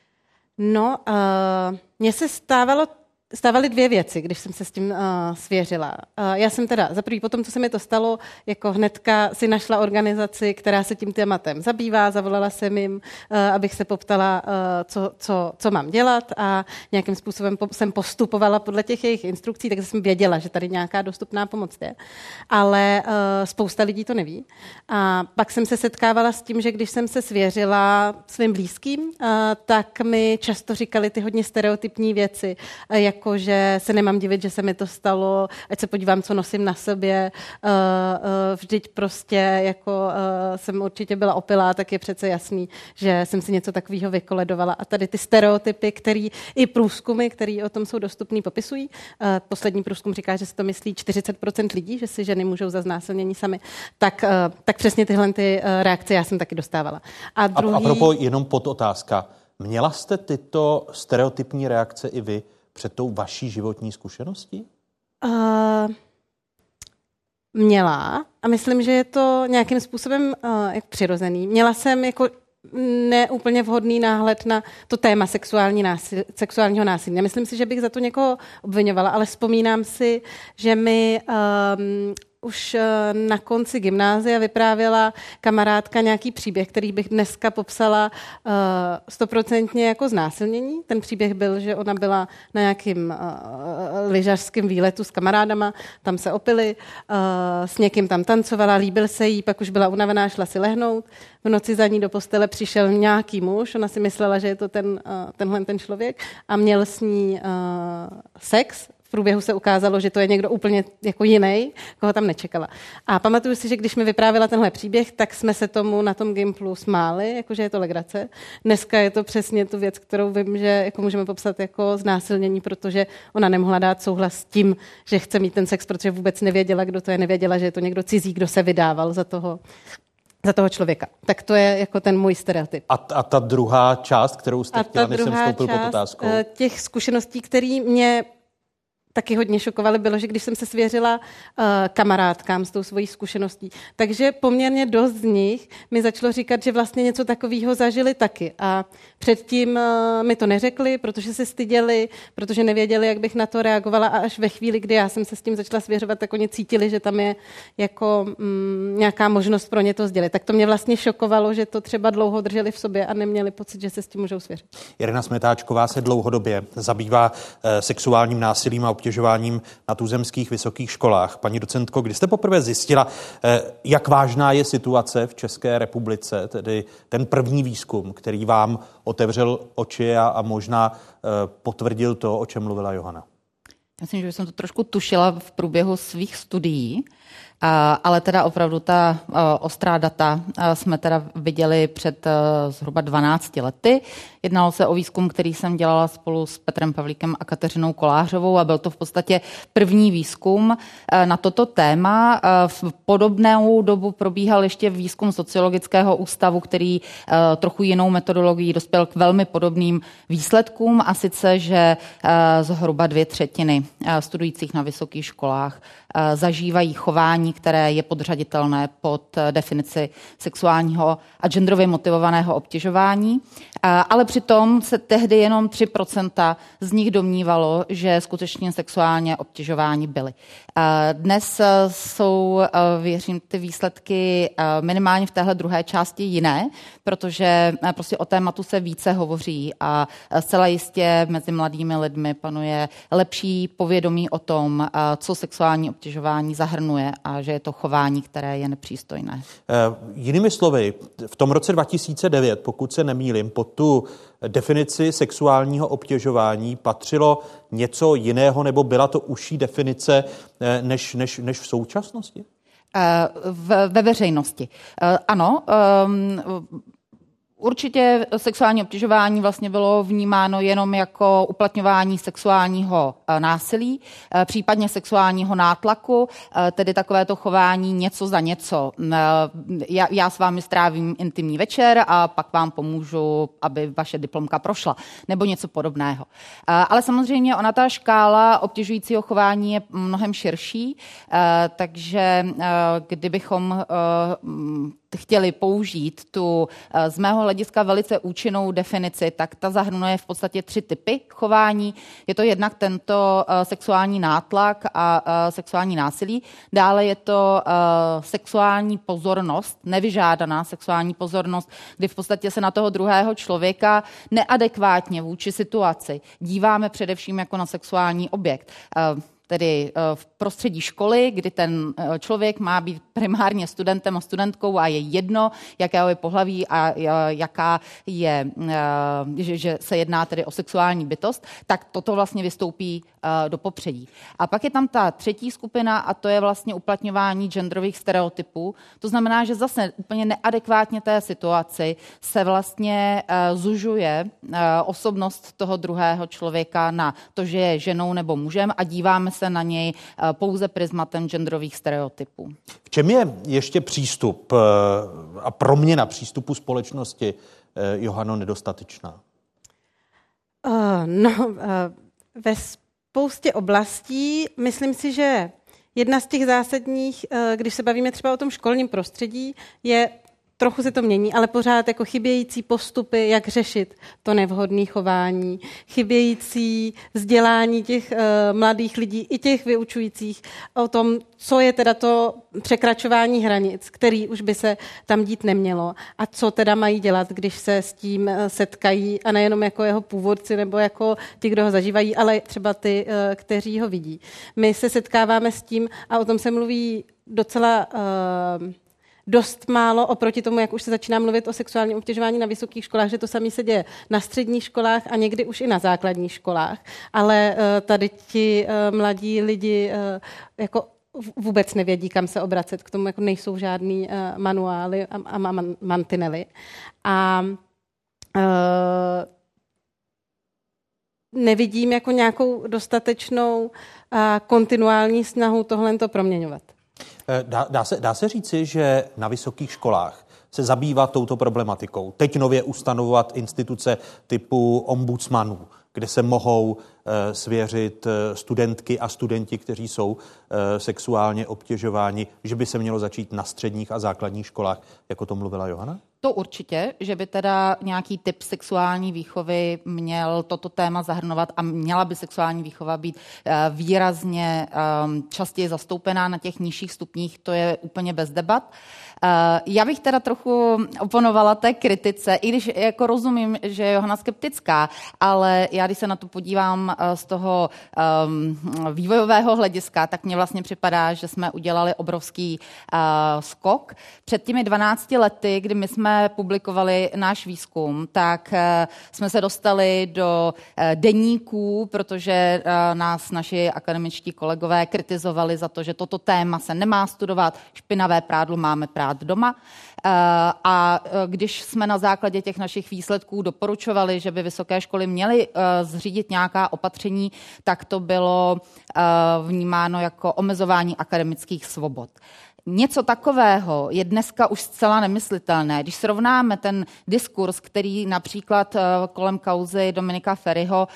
No, uh, mně se stávalo Stávaly dvě věci, když jsem se s tím uh, svěřila. Uh, já jsem teda, za prvý potom, co se mi to stalo, jako hnedka si našla organizaci, která se tím tématem zabývá, zavolala jsem jim, uh, abych se poptala, uh, co, co, co mám dělat a nějakým způsobem po, jsem postupovala podle těch jejich instrukcí, takže jsem věděla, že tady nějaká dostupná pomoc je. Ale uh, spousta lidí to neví. A pak jsem se setkávala s tím, že když jsem se svěřila svým blízkým, uh, tak mi často říkali ty hodně stereotypní věci, uh, jako jako, že se nemám divit, že se mi to stalo, ať se podívám, co nosím na sobě, uh, uh, vždyť prostě jako uh, jsem určitě byla opilá, tak je přece jasný, že jsem si něco takového vykoledovala. A tady ty stereotypy, který i průzkumy, které o tom jsou dostupný, popisují. Uh, poslední průzkum říká, že si to myslí čtyřicet procent lidí, že si ženy můžou za znásilnění sami. Tak, uh, tak přesně tyhle ty uh, reakce já jsem taky dostávala. A, druhý... a, a propos jenom podotázka. Měla jste tyto stereotypní reakce i vy před tou vaší životní zkušeností? Uh, měla a myslím, že je to nějakým způsobem uh, jak přirozený. Měla jsem jako neúplně vhodný náhled na to téma sexuální násil, sexuálního násilí. Nemyslím si, že bych za to někoho obvinovala, ale vzpomínám si, že mi um, už na konci gymnázia vyprávěla kamarádka nějaký příběh, který bych dneska popsala stoprocentně uh, jako znásilnění. Ten příběh byl, že ona byla na nějakým uh, lyžařském výletu s kamarádama, tam se opili, uh, s někým tam tancovala, líbil se jí, pak už byla unavená, šla si lehnout. V noci za ní do postele přišel nějaký muž, ona si myslela, že je to ten, uh, tenhle ten člověk a měl s ní uh, sex. V průběhu se ukázalo, že to je někdo úplně jako jiný, koho tam nečekala. A pamatuju si, že když mi vyprávěla tenhle příběh, tak jsme se tomu na tom Gimplu smáli, jakože je to legrace. Dneska je to přesně tu věc, kterou vím, že jako můžeme popsat jako znásilnění, protože ona nemohla dát souhlas s tím, že chce mít ten sex, protože vůbec nevěděla, kdo to je, nevěděla, že je to někdo cizí, kdo se vydával za toho za toho člověka. Tak to je jako ten můj stereotyp. A, a ta druhá část, kterou jste chtěla, než jsem vstoupil pod otázkou? Těch zkušeností, které mě taky hodně šokovaly, bylo, že když jsem se svěřila uh, kamarádkám s tou svojí zkušeností, takže poměrně dost z nich mi začalo říkat, že vlastně něco takového zažili taky. A předtím uh, mi to neřekli, protože se styděli, protože nevěděli, jak bych na to reagovala a až ve chvíli, kdy já jsem se s tím začala svěřovat, tak oni cítili, že tam je jako um, nějaká možnost pro ně to sdělit. Tak to mě vlastně šokovalo, že to třeba dlouho drželi v sobě a neměli pocit, že se s tím můžou svěřit. Irena Smetáčková se dlouhodobě zabývá uh, sexuálním násilím a obtěžováním na tuzemských vysokých školách. Paní docentko, kdy jste poprvé zjistila, jak vážná je situace v České republice, tedy ten první výzkum, který vám otevřel oči a, a možná potvrdil to, o čem mluvila Johana? Myslím, že jsem to trošku tušila v průběhu svých studií, ale teda opravdu ta ostrá data jsme teda viděli před zhruba dvanácti lety. Jednalo se o výzkum, který jsem dělala spolu s Petrem Pavlíkem a Kateřinou Kolářovou a byl to v podstatě první výzkum na toto téma. V podobnou dobu probíhal ještě výzkum Sociologického ústavu, který trochu jinou metodologií dospěl k velmi podobným výsledkům a sice, že zhruba dvě třetiny studujících na vysokých školách zažívají chování, které je podřaditelné pod definici sexuálního a genderově motivovaného obtěžování. Ale přitom se tehdy jenom tři procenta z nich domnívalo, že skutečně sexuálně obtěžováni byli. Dnes jsou, věřím, ty výsledky minimálně v téhle druhé části jiné, protože prostě o tématu se více hovoří a zcela jistě mezi mladými lidmi panuje lepší povědomí o tom, co sexuální obtěžování zahrnuje a že je to chování, které je nepřístojné. Jinými slovy, v tom roce dva tisíce devět, pokud se nemýlím, pod tu definici sexuálního obtěžování patřilo něco jiného, nebo byla to užší definice než, než, než v současnosti? V, ve veřejnosti. Ano, určitě sexuální obtěžování vlastně bylo vnímáno jenom jako uplatňování sexuálního násilí, případně sexuálního nátlaku, tedy takovéto chování něco za něco. Já, já s vámi strávím intimní večer a pak vám pomůžu, aby vaše diplomka prošla, nebo něco podobného. Ale samozřejmě ona ta škála obtěžujícího chování je mnohem širší, takže kdybychom chtěli použít tu z mého hlediska velice účinnou definici, tak ta zahrnuje v podstatě tři typy chování. Je to jednak tento sexuální nátlak a sexuální násilí. Dále je to sexuální pozornost, nevyžádaná sexuální pozornost, kdy v podstatě se na toho druhého člověka neadekvátně vůči situaci díváme především jako na sexuální objekt. tedy v prostředí školy, kdy ten člověk má být primárně studentem a studentkou a je jedno, jakého je pohlaví a jaká je, že se jedná tedy o sexuální bytost, tak toto vlastně vystoupí do popředí. A pak je tam ta třetí skupina a to je vlastně uplatňování genderových stereotypů. To znamená, že zase úplně neadekvátně té situaci se vlastně zužuje osobnost toho druhého člověka na to, že je ženou nebo mužem a díváme se na něj pouze prismatem genderových stereotypů. V čem je ještě přístup a proměna přístupu společnosti, Johano, nedostatečná? Uh, no, uh, ve spoustě oblastí myslím si, že jedna z těch zásadních, uh, když se bavíme třeba o tom školním prostředí, je trochu se to mění, ale pořád jako chybějící postupy, jak řešit to nevhodné chování, chybějící vzdělání těch uh, mladých lidí i těch vyučujících o tom, co je teda to překračování hranic, který už by se tam dít nemělo a co teda mají dělat, když se s tím uh, setkají a nejenom jako jeho původci nebo jako ti, kdo ho zažívají, ale třeba ty, uh, kteří ho vidí. My se setkáváme s tím a o tom se mluví docela uh, dost málo oproti tomu, jak už se začíná mluvit o sexuálním obtěžování na vysokých školách, že to samé se děje na středních školách a někdy už i na základních školách. Ale uh, tady ti uh, mladí lidi uh, jako vůbec nevědí, kam se obracet. K tomu jako nejsou žádný uh, manuály a, a man, mantinely. A uh, nevidím jako nějakou dostatečnou uh, kontinuální snahu tohle to proměňovat. Dá, dá, se, dá se říci, že na vysokých školách se zabývat touto problematikou. Teď nově ustanovovat instituce typu ombudsmanů, kde se mohou e, svěřit studentky a studenti, kteří jsou e, sexuálně obtěžováni, že by se mělo začít na středních a základních školách, jako to mluvila Johana? To určitě, že by teda nějaký typ sexuální výchovy měl toto téma zahrnovat a měla by sexuální výchova být výrazně častěji zastoupená na těch nižších stupních, to je úplně bez debat. Já bych teda trochu oponovala té kritice, i když jako rozumím, že je Johana skeptická, ale já, když se na to podívám z toho um, vývojového hlediska, tak mně vlastně připadá, že jsme udělali obrovský uh, skok. Před těmi dvanácti lety, kdy my jsme publikovali náš výzkum, tak uh, jsme se dostali do uh, deníků, protože uh, nás naši akademičtí kolegové kritizovali za to, že toto téma se nemá studovat, špinavé prádlo máme prát doma. A když jsme na základě těch našich výsledků doporučovali, že by vysoké školy měly zřídit nějaká opatření, tak to bylo vnímáno jako omezování akademických svobod. Něco takového je dneska už zcela nemyslitelné. Když srovnáme ten diskurs, který například kolem kauzy Dominika Feriho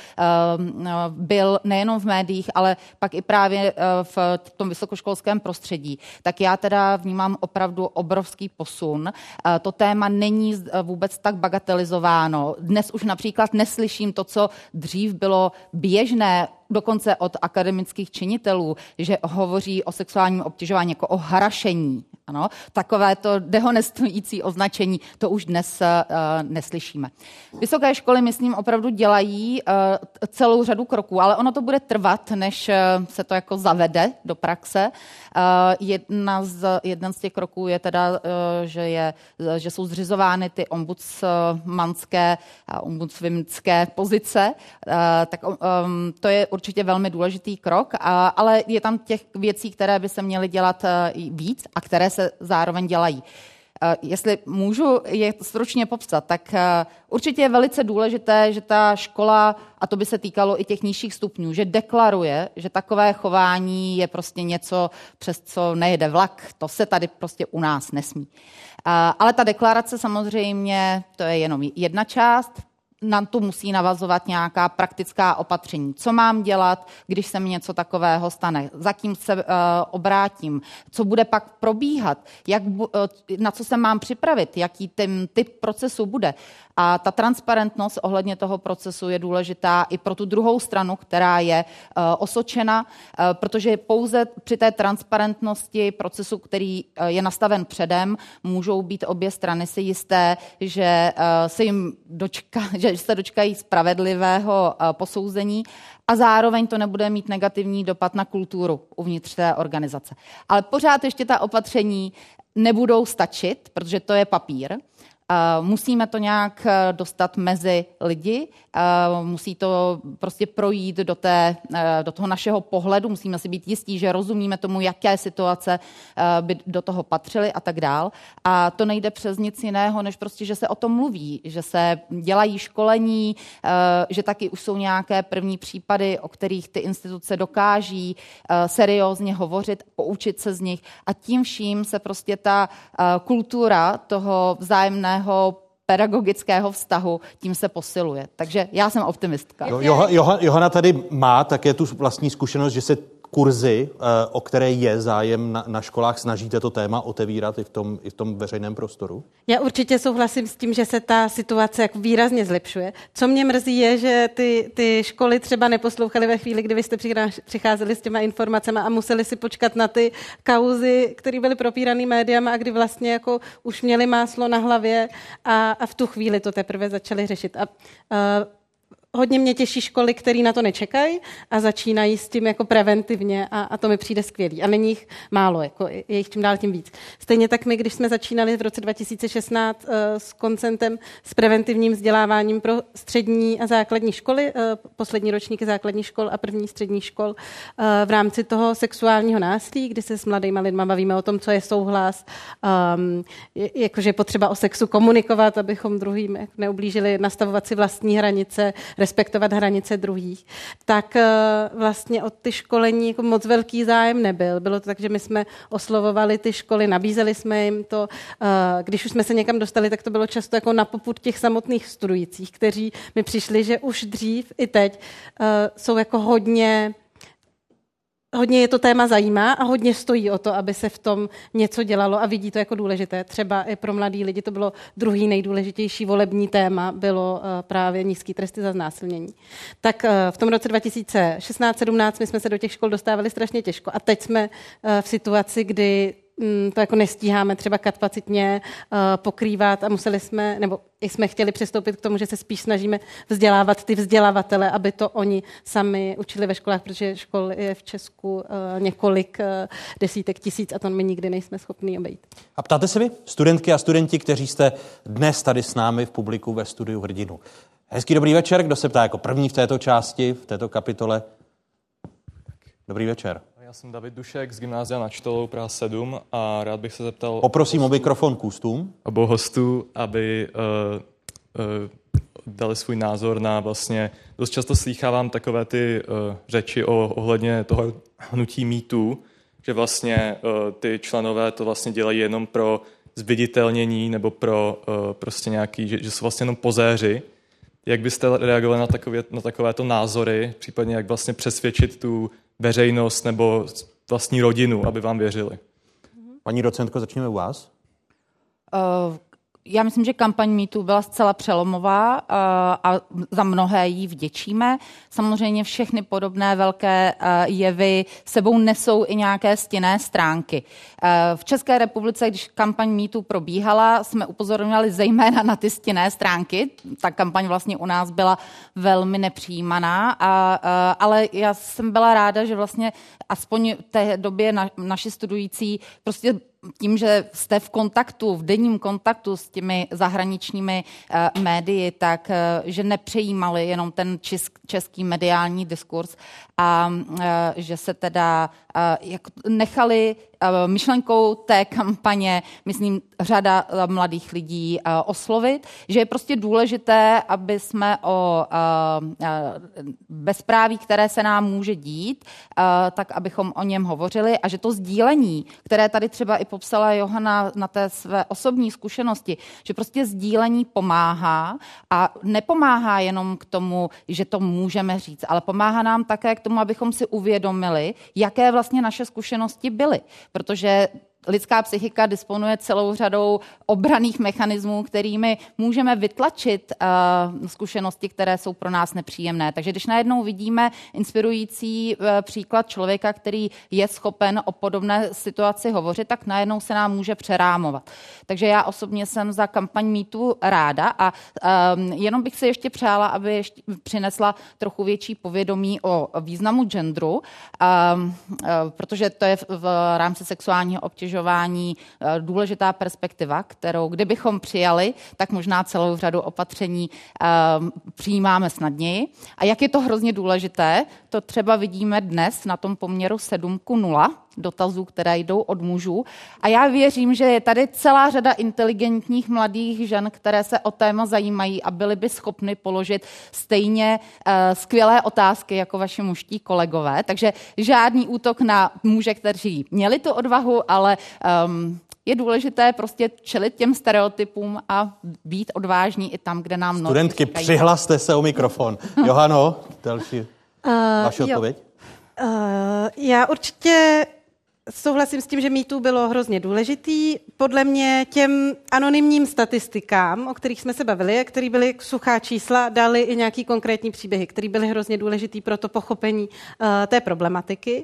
byl nejenom v médiích, ale pak i právě v tom vysokoškolském prostředí, tak já teda vnímám opravdu obrovský posun. To téma není vůbec tak bagatelizováno. Dnes už například neslyším to, co dřív bylo běžné, dokonce od akademických činitelů, že hovoří o sexuálním obtěžování jako o harašení. Ano, takové to dehonestující označení, to už dnes uh, neslyšíme. Vysoké školy, myslím, opravdu dělají uh, celou řadu kroků, ale ono to bude trvat, než uh, se to jako zavede do praxe. Uh, jedna z, jeden z těch kroků je teda, uh, že, je, že jsou zřizovány ty ombudsmanské a ombudswomenské pozice, uh, tak um, to je určitě velmi důležitý krok, uh, ale je tam těch věcí, které by se měly dělat uh, víc a které se zároveň dělají. Jestli můžu je stručně popsat, tak určitě je velice důležité, že ta škola, a to by se týkalo i těch nižších stupňů, že deklaruje, že takové chování je prostě něco, přes co nejede vlak, to se tady prostě u nás nesmí. Ale ta deklarace samozřejmě, to je jenom jedna část, na to musí navazovat nějaká praktická opatření. Co mám dělat, když se mi něco takového stane? Za kým se uh, obrátím? Co bude pak probíhat? Jak, uh, na co se mám připravit? Jaký ten typ procesu bude? A ta transparentnost ohledně toho procesu je důležitá i pro tu druhou stranu, která je uh, osočena, uh, protože pouze při té transparentnosti procesu, který uh, je nastaven předem, můžou být obě strany si jisté, že uh, se jim dočká, že že se dočkají spravedlivého posouzení a zároveň to nebude mít negativní dopad na kulturu uvnitř té organizace. Ale pořád ještě ta opatření nebudou stačit, protože to je papír. Uh, musíme to nějak uh, dostat mezi lidi, uh, musí to prostě projít do, té, uh, do toho našeho pohledu, musíme si být jistí, že rozumíme tomu, jaké situace uh, by do toho patřily a tak dál. A to nejde přes nic jiného, než prostě, že se o tom mluví, že se dělají školení, uh, že taky už jsou nějaké první případy, o kterých ty instituce dokáží uh, seriózně hovořit, poučit se z nich a tím vším se prostě ta uh, kultura toho vzájemného pedagogického vztahu, tím se posiluje. Takže já jsem optimistka. Jo, Johana tady má také tu vlastní zkušenost, že se kurzy, o které je zájem na, na školách, snažíte to téma otevírat i v tom, i v tom veřejném prostoru? Já určitě souhlasím s tím, že se ta situace jako výrazně zlepšuje. Co mě mrzí je, že ty, ty školy třeba neposlouchaly ve chvíli, kdy vy jste přicházeli s těma informacemi a museli si počkat na ty kauzy, které byly propírané médiama a kdy vlastně jako už měli máslo na hlavě a, a v tu chvíli to teprve začali řešit. A, a hodně mě těší školy, které na to nečekají a začínají s tím jako preventivně a, a to mi přijde skvělý. A není jich málo, jako je jich čím dál tím víc. Stejně tak my, když jsme začínali v roce dva tisíce šestnáct uh, s koncentem, s preventivním vzděláváním pro střední a základní školy, uh, poslední ročníky základních škol a první střední škol uh, v rámci toho sexuálního násilí, kdy se s mladýma lidma bavíme o tom, co je souhlas, um, je, jakože je potřeba o sexu komunikovat, abychom druhým neublížili, nastavovat si vlastní hranice, respektovat hranice druhých, tak vlastně od ty školení jako moc velký zájem nebyl. Bylo to tak, že my jsme oslovovali ty školy, nabízeli jsme jim to. Když už jsme se někam dostali, tak to bylo často jako na popud těch samotných studujících, kteří mi přišli, že už dřív i teď jsou jako hodně Hodně je to téma zajímá a hodně stojí o to, aby se v tom něco dělalo a vidí to jako důležité. Třeba i pro mladý lidi to bylo druhý nejdůležitější volební téma, bylo právě nízký tresty za znásilnění. Tak v tom roce dva tisíce šestnáct sedmnáct my jsme se do těch škol dostávali strašně těžko a teď jsme v situaci, kdy to jako nestíháme třeba kapacitně uh, pokrývat a museli jsme, nebo jsme chtěli přistoupit k tomu, že se spíš snažíme vzdělávat ty vzdělavatele, aby to oni sami učili ve školách, protože škol je v Česku uh, několik uh, desítek tisíc a to my nikdy nejsme schopni obejít. A ptáte se vy, studentky a studenti, kteří jste dnes tady s námi v publiku ve studiu Hrdinu. Hezký dobrý večer, kdo se ptá jako první v této části, v této kapitole? Dobrý večer. Já jsem David Dušek z Gymnázia na Čtolou, Praha sedm a rád bych se zeptal... Poprosím o mikrofon k ústům. Obou hostů, aby uh, uh, dali svůj názor na vlastně... Dost často slýchávám takové ty uh, řeči o, ohledně toho hnutí mýtů, že vlastně uh, ty členové to vlastně dělají jenom pro zviditelnění nebo pro uh, prostě nějaký... Že, že jsou vlastně jenom pozéři. Jak byste reagovali na, takové, na takovéto názory, případně jak vlastně přesvědčit tu veřejnost nebo vlastní rodinu, aby vám věřili? Paní docentko, začneme u vás. Uh, já myslím, že kampaň MeToo byla zcela přelomová uh, a za mnohé jí vděčíme. Samozřejmě všechny podobné velké uh, jevy sebou nesou i nějaké stinné stránky. Uh, v České republice, když kampaň MeToo probíhala, jsme upozorňovali zejména na ty stinné stránky. Ta kampaň vlastně u nás byla velmi nepřijímaná, a, uh, ale já jsem byla ráda, že vlastně aspoň v té době na, naši studující prostě tím, že jste v kontaktu, v denním kontaktu s těmi zahraničními uh, médii, tak uh, že nepřejímali jenom ten česk, český mediální diskurs a uh, že se teda uh, jak nechali uh, myšlenkou té kampaně, myslím, řada uh, mladých lidí uh, oslovit, že je prostě důležité, aby jsme o uh, uh, bezpráví, které se nám může dít, uh, tak abychom o něm hovořili a že to sdílení, které tady třeba i popsala Johana na té své osobní zkušenosti, že prostě sdílení pomáhá a nepomáhá jenom k tomu, že to můžeme říct, ale pomáhá nám také k tomu, abychom si uvědomili, jaké vlastně naše zkušenosti byly. Protože lidská psychika disponuje celou řadou obranných mechanismů, kterými můžeme vytlačit uh, zkušenosti, které jsou pro nás nepříjemné. Takže když najednou vidíme inspirující uh, příklad člověka, který je schopen o podobné situaci hovořit, tak najednou se nám může přerámovat. Takže já osobně jsem za kampaň MeToo ráda a um, jenom bych si ještě přála, aby ještě přinesla trochu větší povědomí o významu genderu, um, uh, protože to je v, v rámci sexuálního obtěžování uh, důležitá perspektiva, kterou kdybychom přijali, tak možná celou řadu opatření um, přijímáme snadněji. A jak je to hrozně důležité, to třeba vidíme dnes na tom poměru sedm ku nula dotazů, které jdou od mužů. A já věřím, že je tady celá řada inteligentních mladých žen, které se o téma zajímají a byly by schopny položit stejně uh, skvělé otázky jako vaši mužští kolegové. Takže žádný útok na muže, kteří měli tu odvahu, ale um, je důležité prostě čelit těm stereotypům a být odvážní i tam, kde nám normy Studentky, říkají. přihlaste se o mikrofon. Johano, další Uh, vaše odpověď? Uh, já určitě souhlasím s tím, že MeToo bylo hrozně důležitý. Podle mě těm anonymním statistikám, o kterých jsme se bavili, a které byly suchá čísla, dali i nějaký konkrétní příběhy, které byly hrozně důležitý pro to pochopení uh, té problematiky.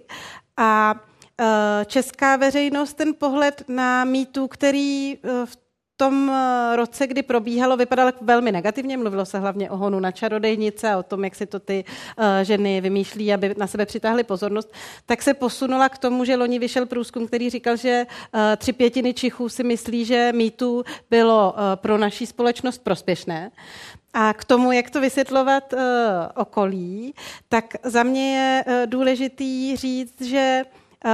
A uh, česká veřejnost ten pohled na MeToo, který uh, v tom roce, kdy probíhalo, vypadalo velmi negativně. Mluvilo se hlavně o honu na čarodejnice a o tom, jak si to ty uh, ženy vymýšlí, aby na sebe přitáhly pozornost, tak se posunula k tomu, že loni vyšel průzkum, který říkal, že uh, tři pětiny Čichů si myslí, že MeToo bylo uh, pro naší společnost prospěšné. A k tomu, jak to vysvětlovat uh, okolí, tak za mě je uh, důležitý říct, že uh,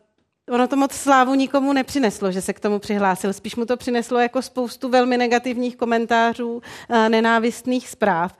ono to moc slávu nikomu nepřineslo, že se k tomu přihlásil. Spíš mu to přineslo jako spoustu velmi negativních komentářů, nenávistných zpráv.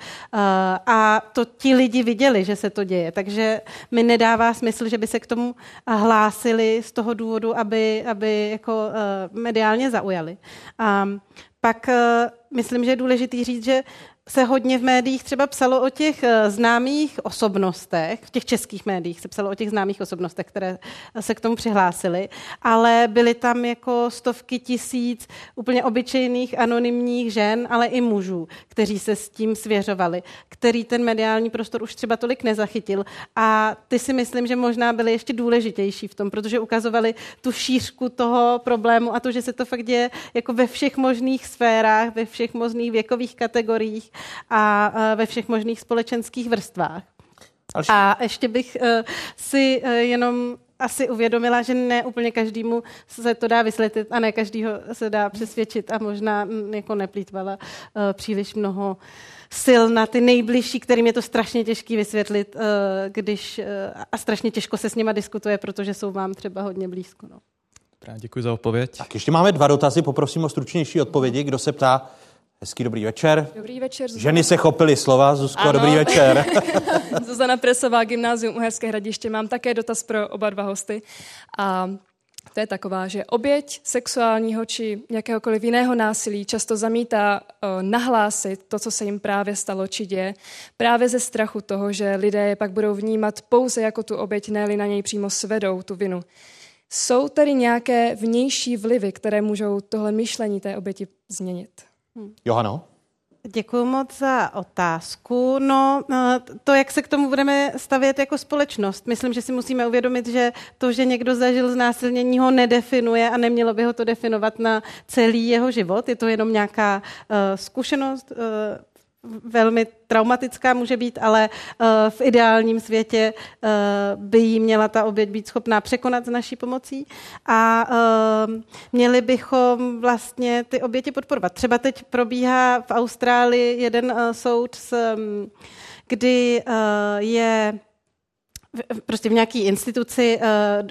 A to ti lidi viděli, že se to děje. Takže mi nedává smysl, že by se k tomu hlásili z toho důvodu, aby, aby jako mediálně zaujali. A pak myslím, že je důležitý říct, že se hodně v médiích třeba psalo o těch známých osobnostech, v těch českých médiích se psalo o těch známých osobnostech, které se k tomu přihlásily, ale byly tam jako stovky tisíc úplně obyčejných anonymních žen, ale i mužů, kteří se s tím svěřovali, který ten mediální prostor už třeba tolik nezachytil. A ty si myslím, že možná byly ještě důležitější v tom, protože ukazovali tu šířku toho problému a to, že se to fakt děje jako ve všech možných sférách, ve všech možných věkových kategoriích a ve všech možných společenských vrstvách. Alž... A ještě bych uh, si uh, jenom asi uvědomila, že ne úplně každému se to dá vysvětlit a ne každýho se dá přesvědčit a možná m, jako neplýtvala uh, příliš mnoho sil na ty nejbližší, kterým je to strašně těžký vysvětlit, uh, když uh, a strašně těžko se s nima diskutuje, protože jsou vám třeba hodně blízko. No. Děkuji za odpověď. Tak ještě máme dva dotazy, poprosím o stručnější odpovědi. Kdo se ptá? Hezký dobrý večer. Dobrý večer. Zuzana. Ženy se chopily slova. Zuzko, ano. Dobrý večer. Zuzana Presová, Gymnázium Uherské Hradiště. Mám také dotaz pro oba dva hosty. A to je taková, že oběť sexuálního či jakéhokoliv jiného násilí často zamítá uh, nahlásit to, co se jim právě stalo či děje, právě ze strachu toho, že lidé je pak budou vnímat pouze jako tu oběť, ne-li na něj přímo svedou tu vinu. Jsou tedy nějaké vnější vlivy, které můžou tohle myšlení té oběti změnit? Johano? Děkuji moc za otázku. No, to, jak se k tomu budeme stavět jako společnost. Myslím, že si musíme uvědomit, že to, že někdo zažil znásilnění, ho nedefinuje a nemělo by ho to definovat na celý jeho život. Je to jenom nějaká uh, zkušenost, uh, velmi traumatická může být, ale uh, v ideálním světě uh, by jí měla ta oběť být schopná překonat s naší pomocí a uh, měli bychom vlastně ty oběti podporovat. Třeba teď probíhá v Austrálii jeden uh, soud, s, um, kdy uh, je v, prostě v nějaké instituci uh,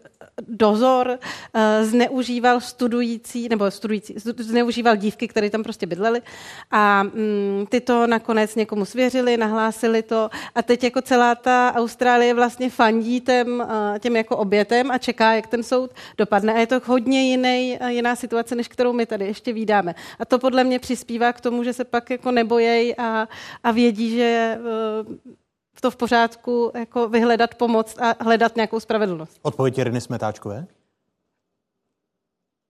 dozor uh, zneužíval studující, nebo studující, zneužíval dívky, které tam prostě bydlely a um, ty to nakonec někomu svěřili, nahlásili to a teď jako celá ta Austrálie vlastně fandí těm, uh, těm jako obětem a čeká, jak ten soud dopadne a je to hodně jiný, uh, jiná situace, než kterou my tady ještě vídáme. A to podle mě přispívá k tomu, že se pak jako nebojejí a, a vědí, že uh, to v pořádku jako vyhledat pomoc a hledat nějakou spravedlnost. Odpověď Iriny Smetáčkové?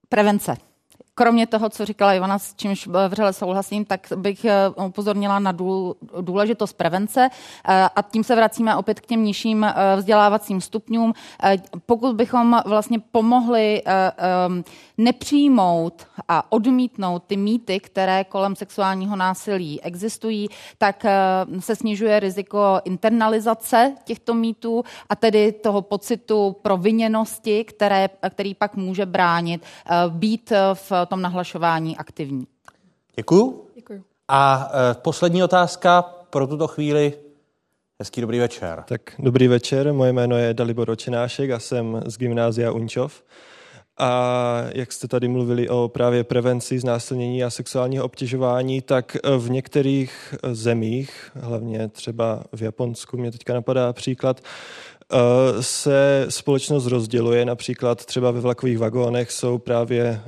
Prevence. Kromě toho, co říkala Ivana, s čímž vřele souhlasím, tak bych upozornila na důležitost prevence a tím se vracíme opět k těm nižším vzdělávacím stupňům. Pokud bychom vlastně pomohli nepřijmout a odmítnout ty mýty, které kolem sexuálního násilí existují, tak se snižuje riziko internalizace těchto mýtů a tedy toho pocitu proviněnosti, které, který pak může bránit být v tom nahlašování aktivní. Děkuju. Děkuju. A e, poslední otázka pro tuto chvíli. Hezký dobrý večer. Tak dobrý večer, moje jméno je Dalibor Očenášek a jsem z Gymnázia Uničov. A jak jste tady mluvili o právě prevenci znásilnění a sexuálního obtěžování, tak v některých zemích, hlavně třeba v Japonsku, mě teďka napadá příklad, se společnost rozděluje, například třeba ve vlakových vagónech jsou právě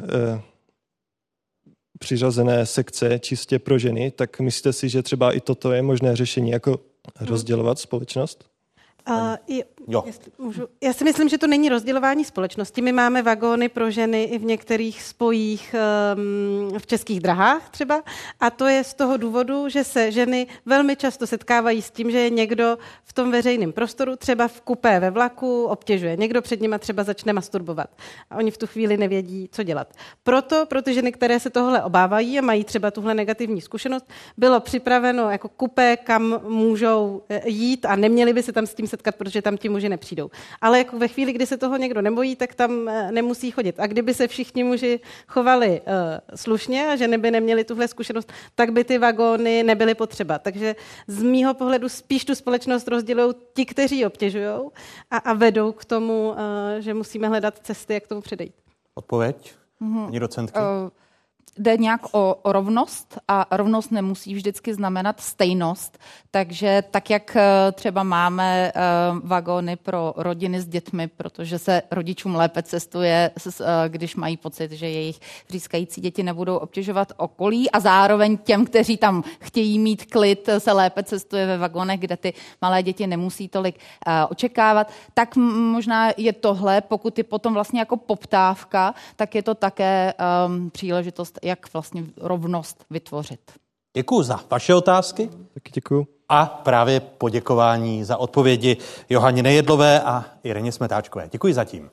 přiřazené sekce čistě pro ženy, tak myslíte si, že třeba i toto je možné řešení, jako rozdělovat společnost? Uh, jo. Jestli můžu. Já si myslím, že to není rozdělování společnosti. My máme vagóny pro ženy i v některých spojích um, v Českých drahách třeba a to je z toho důvodu, že se ženy velmi často setkávají s tím, že je někdo v tom veřejném prostoru, třeba v kupé ve vlaku, obtěžuje. Někdo před nima třeba začne masturbovat a oni v tu chvíli nevědí, co dělat. Proto pro ty ženy, které se tohle obávají a mají třeba tuhle negativní zkušenost, bylo připraveno jako kupé, kam můžou jít a neměli by se tam s tím setkat, protože tam ti muži nepřijdou. Ale jako ve chvíli, kdy se toho někdo nebojí, tak tam nemusí chodit. A kdyby se všichni muži chovali uh, slušně a ženy by neměli tuhle zkušenost, tak by ty vagóny nebyly potřeba. Takže z mýho pohledu spíš tu společnost rozdělují ti, kteří obtěžují a, a vedou k tomu, uh, že musíme hledat cesty, jak tomu předejít. Odpověď? Mm-hmm. Paní docentky? Uh, Jde nějak o, o rovnost a rovnost nemusí vždycky znamenat stejnost, takže tak, jak třeba máme uh, vagóny pro rodiny s dětmi, protože se rodičům lépe cestuje, uh, když mají pocit, že jejich vřískající děti nebudou obtěžovat okolí a zároveň těm, kteří tam chtějí mít klid, se lépe cestuje ve vagónech, kde ty malé děti nemusí tolik uh, očekávat, tak možná je tohle, pokud je potom vlastně jako poptávka, tak je to také um, příležitost, jak vlastně rovnost vytvořit. Děkuji za vaše otázky. Taky děkuji. A právě poděkování za odpovědi Johaně Nejedlové a Ireně Smetáčkové. Děkuji zatím.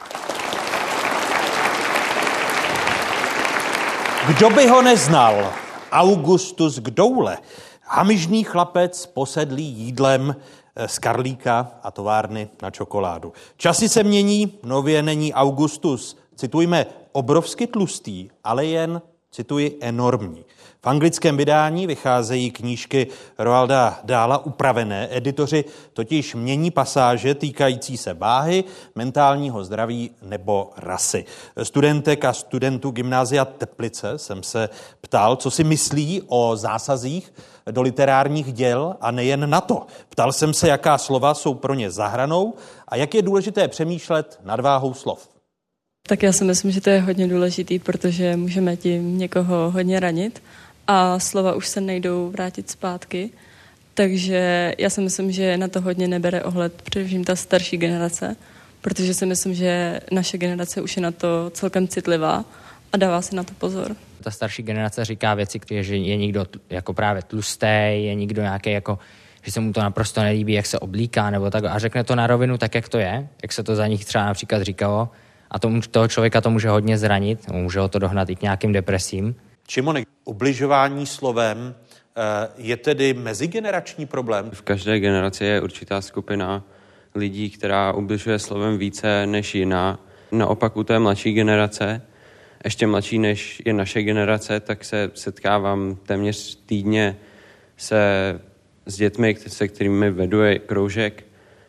Kdo by ho neznal? Augustus Gdoule. Hamižný chlapec posedlý jídlem z Karlíka a továrny na čokoládu. Časy se mění, nově není Augustus, citujme, obrovsky tlustý, ale jen, cituji, enormní. V anglickém vydání vycházejí knížky Roalda Dahla upravené. Editoři totiž mění pasáže týkající se váhy, mentálního zdraví nebo rasy. Studentek a studentů Gymnázia Teplice jsem se ptal, co si myslí o zásazích do literárních děl a nejen na to. Ptal jsem se, jaká slova jsou pro ně za hranou a jak je důležité přemýšlet nad váhou slov. Tak já si myslím, že to je hodně důležitý, protože můžeme tím někoho hodně ranit a slova už se nejdou vrátit zpátky. Takže já si myslím, že na to hodně nebere ohled především ta starší generace, protože si myslím, že naše generace už je na to celkem citlivá a dává si na to pozor. Ta starší generace říká věci, které že je někdo jako právě tlustý, je někdo nějaký jako, že se mu to naprosto nelíbí, jak se oblíká nebo tak a řekne to na rovinu tak, jak to je, jak se to za nich třeba například říkalo. A to, toho člověka to může hodně zranit, může ho to dohnat i k nějakým depresím. Šimone, ubližování slovem je tedy mezigenerační problém? V každé generaci je určitá skupina lidí, která ubližuje slovem více než jiná. Naopak u té mladší generace, ještě mladší než je naše generace, tak se setkávám téměř týdně se s dětmi, se kterými vedu kroužek.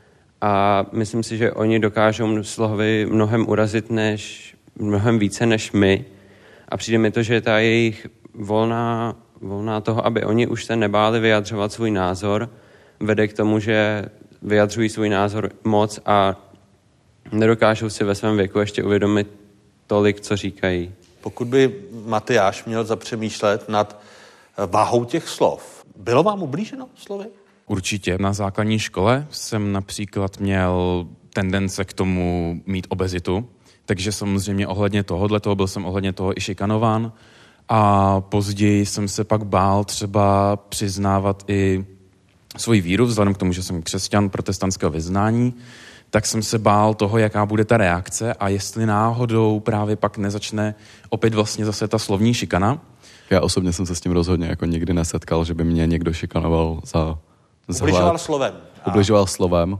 A myslím si, že oni dokážou slovy mnohem urazit než, mnohem více než my. A přijde mi to, že ta jejich volná, volná toho, aby oni už se nebáli vyjadřovat svůj názor, vede k tomu, že vyjadřují svůj názor moc a nedokážou si ve svém věku ještě uvědomit tolik, co říkají. Pokud by Matyáš měl zapřemýšlet nad váhou těch slov, bylo vám ublíženo slovy? Určitě. Na základní škole jsem například měl tendence k tomu mít obezitu. Takže samozřejmě ohledně tohohle, toho byl jsem ohledně toho i šikanován. A později jsem se pak bál třeba přiznávat i svoji víru, vzhledem k tomu, že jsem křesťan protestantského vyznání, tak jsem se bál toho, jaká bude ta reakce a jestli náhodou právě pak nezačne opět vlastně zase ta slovní šikana. Já osobně jsem se s tím rozhodně jako nikdy nesetkal, že by mě někdo šikanoval za vzhled. Ubližoval slovem. Ubližoval slovem,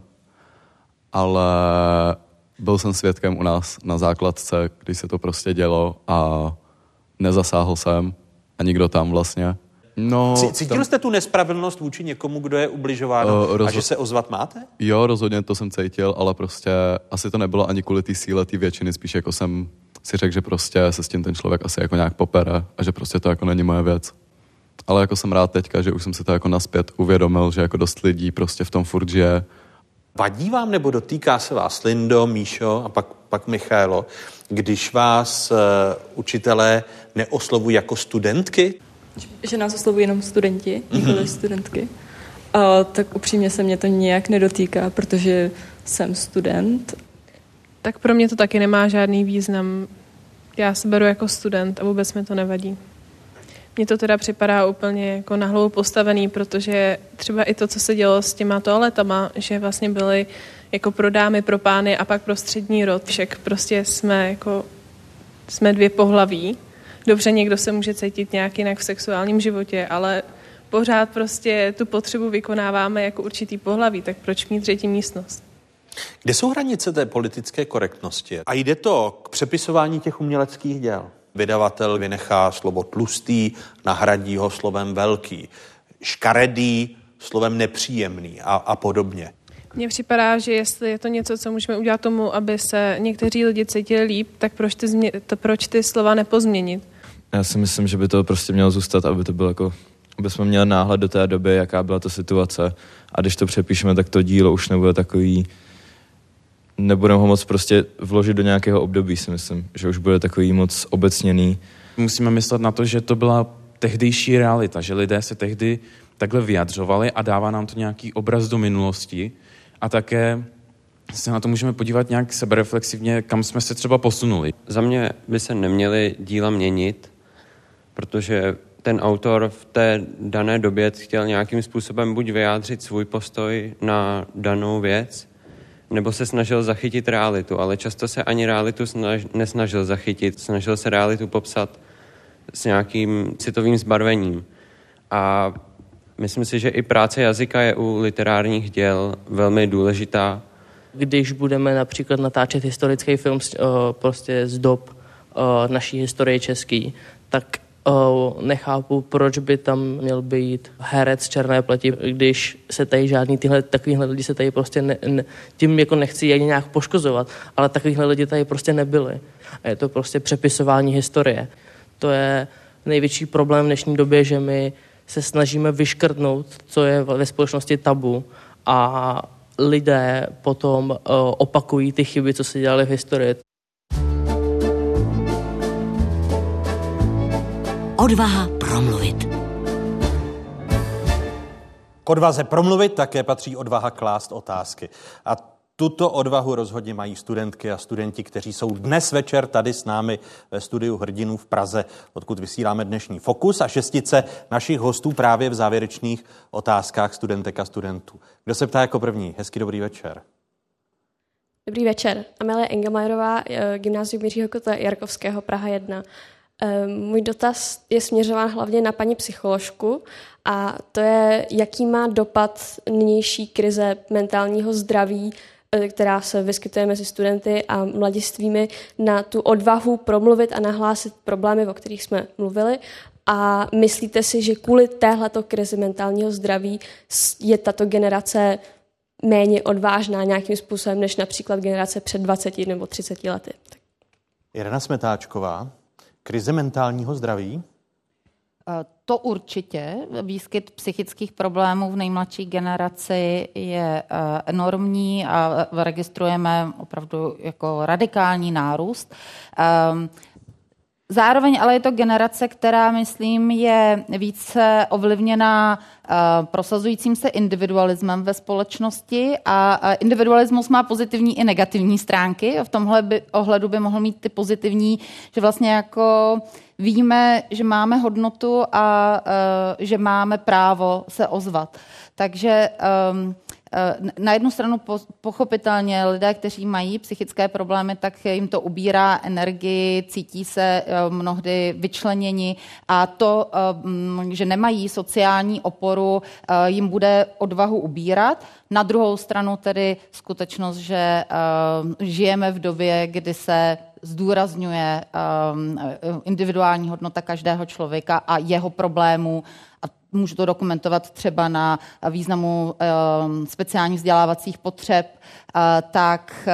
ale byl jsem svědkem u nás na základce, když se to prostě dělo a nezasáhl jsem a nikdo tam vlastně. No, Cítil tam... jste tu nespravedlnost vůči někomu, kdo je ubližováno uh, rozho... a že se ozvat máte? Jo, rozhodně to jsem cítil, ale prostě asi to nebylo ani kvůli té síle té většiny, spíš jako jsem si řekl, že prostě se s tím ten člověk asi jako nějak popere a že prostě to jako není moje věc. Ale jako jsem rád teďka, že už jsem si to jako naspět uvědomil, že jako dost lidí prostě v tom furt žije. Vadí vám nebo dotýká se vás Lindo, Míšo a pak, pak Michaelo, když vás uh, učitelé neoslovují jako studentky? Že nás oslovují jenom studenti, nikoli mm-hmm. studentky. A tak upřímně se mě to nějak nedotýká, protože jsem student. Tak pro mě to taky nemá žádný význam. Já se beru jako student a vůbec mi to nevadí. Mně to teda připadá úplně jako na hlavu postavený, protože třeba i to, co se dělo s těma toaletama, že vlastně byly jako pro dámy, pro pány a pak pro střední rod. Však prostě jsme jako jsme dvě pohlaví. Dobře, někdo se může cítit nějak jinak v sexuálním životě, ale pořád prostě tu potřebu vykonáváme jako určitý pohlaví, tak proč mít třetí místnost? Kde jsou hranice té politické korektnosti? A jde to k přepisování těch uměleckých děl. Vydavatel vynechá slovo tlustý, nahradí ho slovem velký, škaredý slovem nepříjemný a, a podobně. Mně připadá, že jestli je to něco, co můžeme udělat tomu, aby se někteří lidi cítili líp, tak proč ty, změ- to, proč ty slova nepozměnit? Já si myslím, že by to prostě mělo zůstat, aby to bylo jako, aby jsme měli náhled do té doby, jaká byla ta situace. A když to přepíšeme, tak to dílo už nebude takový, nebudeme ho moc prostě vložit do nějakého období, si myslím, že už bude takový moc obecněný. Musíme myslet na to, že to byla tehdejší realita, že lidé se tehdy takhle vyjadřovali a dává nám to nějaký obraz do minulosti a také se na to můžeme podívat nějak sebereflexivně, kam jsme se třeba posunuli. Za mě by se neměly díla měnit, protože ten autor v té dané době chtěl nějakým způsobem buď vyjádřit svůj postoj na danou věc, nebo se snažil zachytit realitu, ale často se ani realitu snaž, nesnažil zachytit, snažil se realitu popsat s nějakým citovým zbarvením. A myslím si, že i práce jazyka je u literárních děl velmi důležitá. Když budeme například natáčet historický film prostě z dob naší historie český, tak nechápu, proč by tam měl být herec černé pleti, když se tady žádný tyhle, takovýhle lidi se tady prostě ne, ne, tím jako nechci je nějak poškozovat, ale takovýhle lidi tady prostě nebyli. A je to prostě přepisování historie. To je největší problém v dnešní době, že my se snažíme vyškrtnout, co je ve společnosti tabu a lidé potom uh, opakují ty chyby, co se dělaly v historii. Odvaha promluvit. K odvaze promluvit také patří odvaha klást otázky. A tuto odvahu rozhodně mají studentky a studenti, kteří jsou dnes večer tady s námi ve studiu Hrdinů v Praze, odkud vysíláme dnešní Fokus a šestice našich hostů právě v závěrečných otázkách studentek a studentů. Kdo se ptá jako první? Hezký dobrý večer. Dobrý večer. Amelie Engelmajerová, Gymnázium Jiřího Jarkovského, Praha jedna. Můj dotaz je směřován hlavně na paní psycholožku a to je, jaký má dopad nynější krize mentálního zdraví, která se vyskytuje mezi studenty a mladistvími, na tu odvahu promluvit a nahlásit problémy, o kterých jsme mluvili. A myslíte si, že kvůli téhleto krizi mentálního zdraví je tato generace méně odvážná nějakým způsobem, než například generace před dvaceti nebo třiceti lety? Irena Smetáčková. Krize mentálního zdraví? To určitě. Výskyt psychických problémů v nejmladší generaci je enormní a registrujeme opravdu jako radikální nárůst. Zároveň ale je to generace, která, myslím, je více ovlivněná uh, prosazujícím se individualismem ve společnosti a uh, individualismus má pozitivní i negativní stránky. V tomhle by, ohledu by mohl mít ty pozitivní, že vlastně jako víme, že máme hodnotu a uh, že máme právo se ozvat. Takže um, na jednu stranu pochopitelně lidé, kteří mají psychické problémy, tak jim to ubírá energii, cítí se mnohdy vyčleněni a to, že nemají sociální oporu, jim bude odvahu ubírat. Na druhou stranu tedy skutečnost, že žijeme v době, kdy se zdůrazňuje individuální hodnota každého člověka a jeho problémů. A můžu to dokumentovat třeba na významu speciálních vzdělávacích potřeb, tak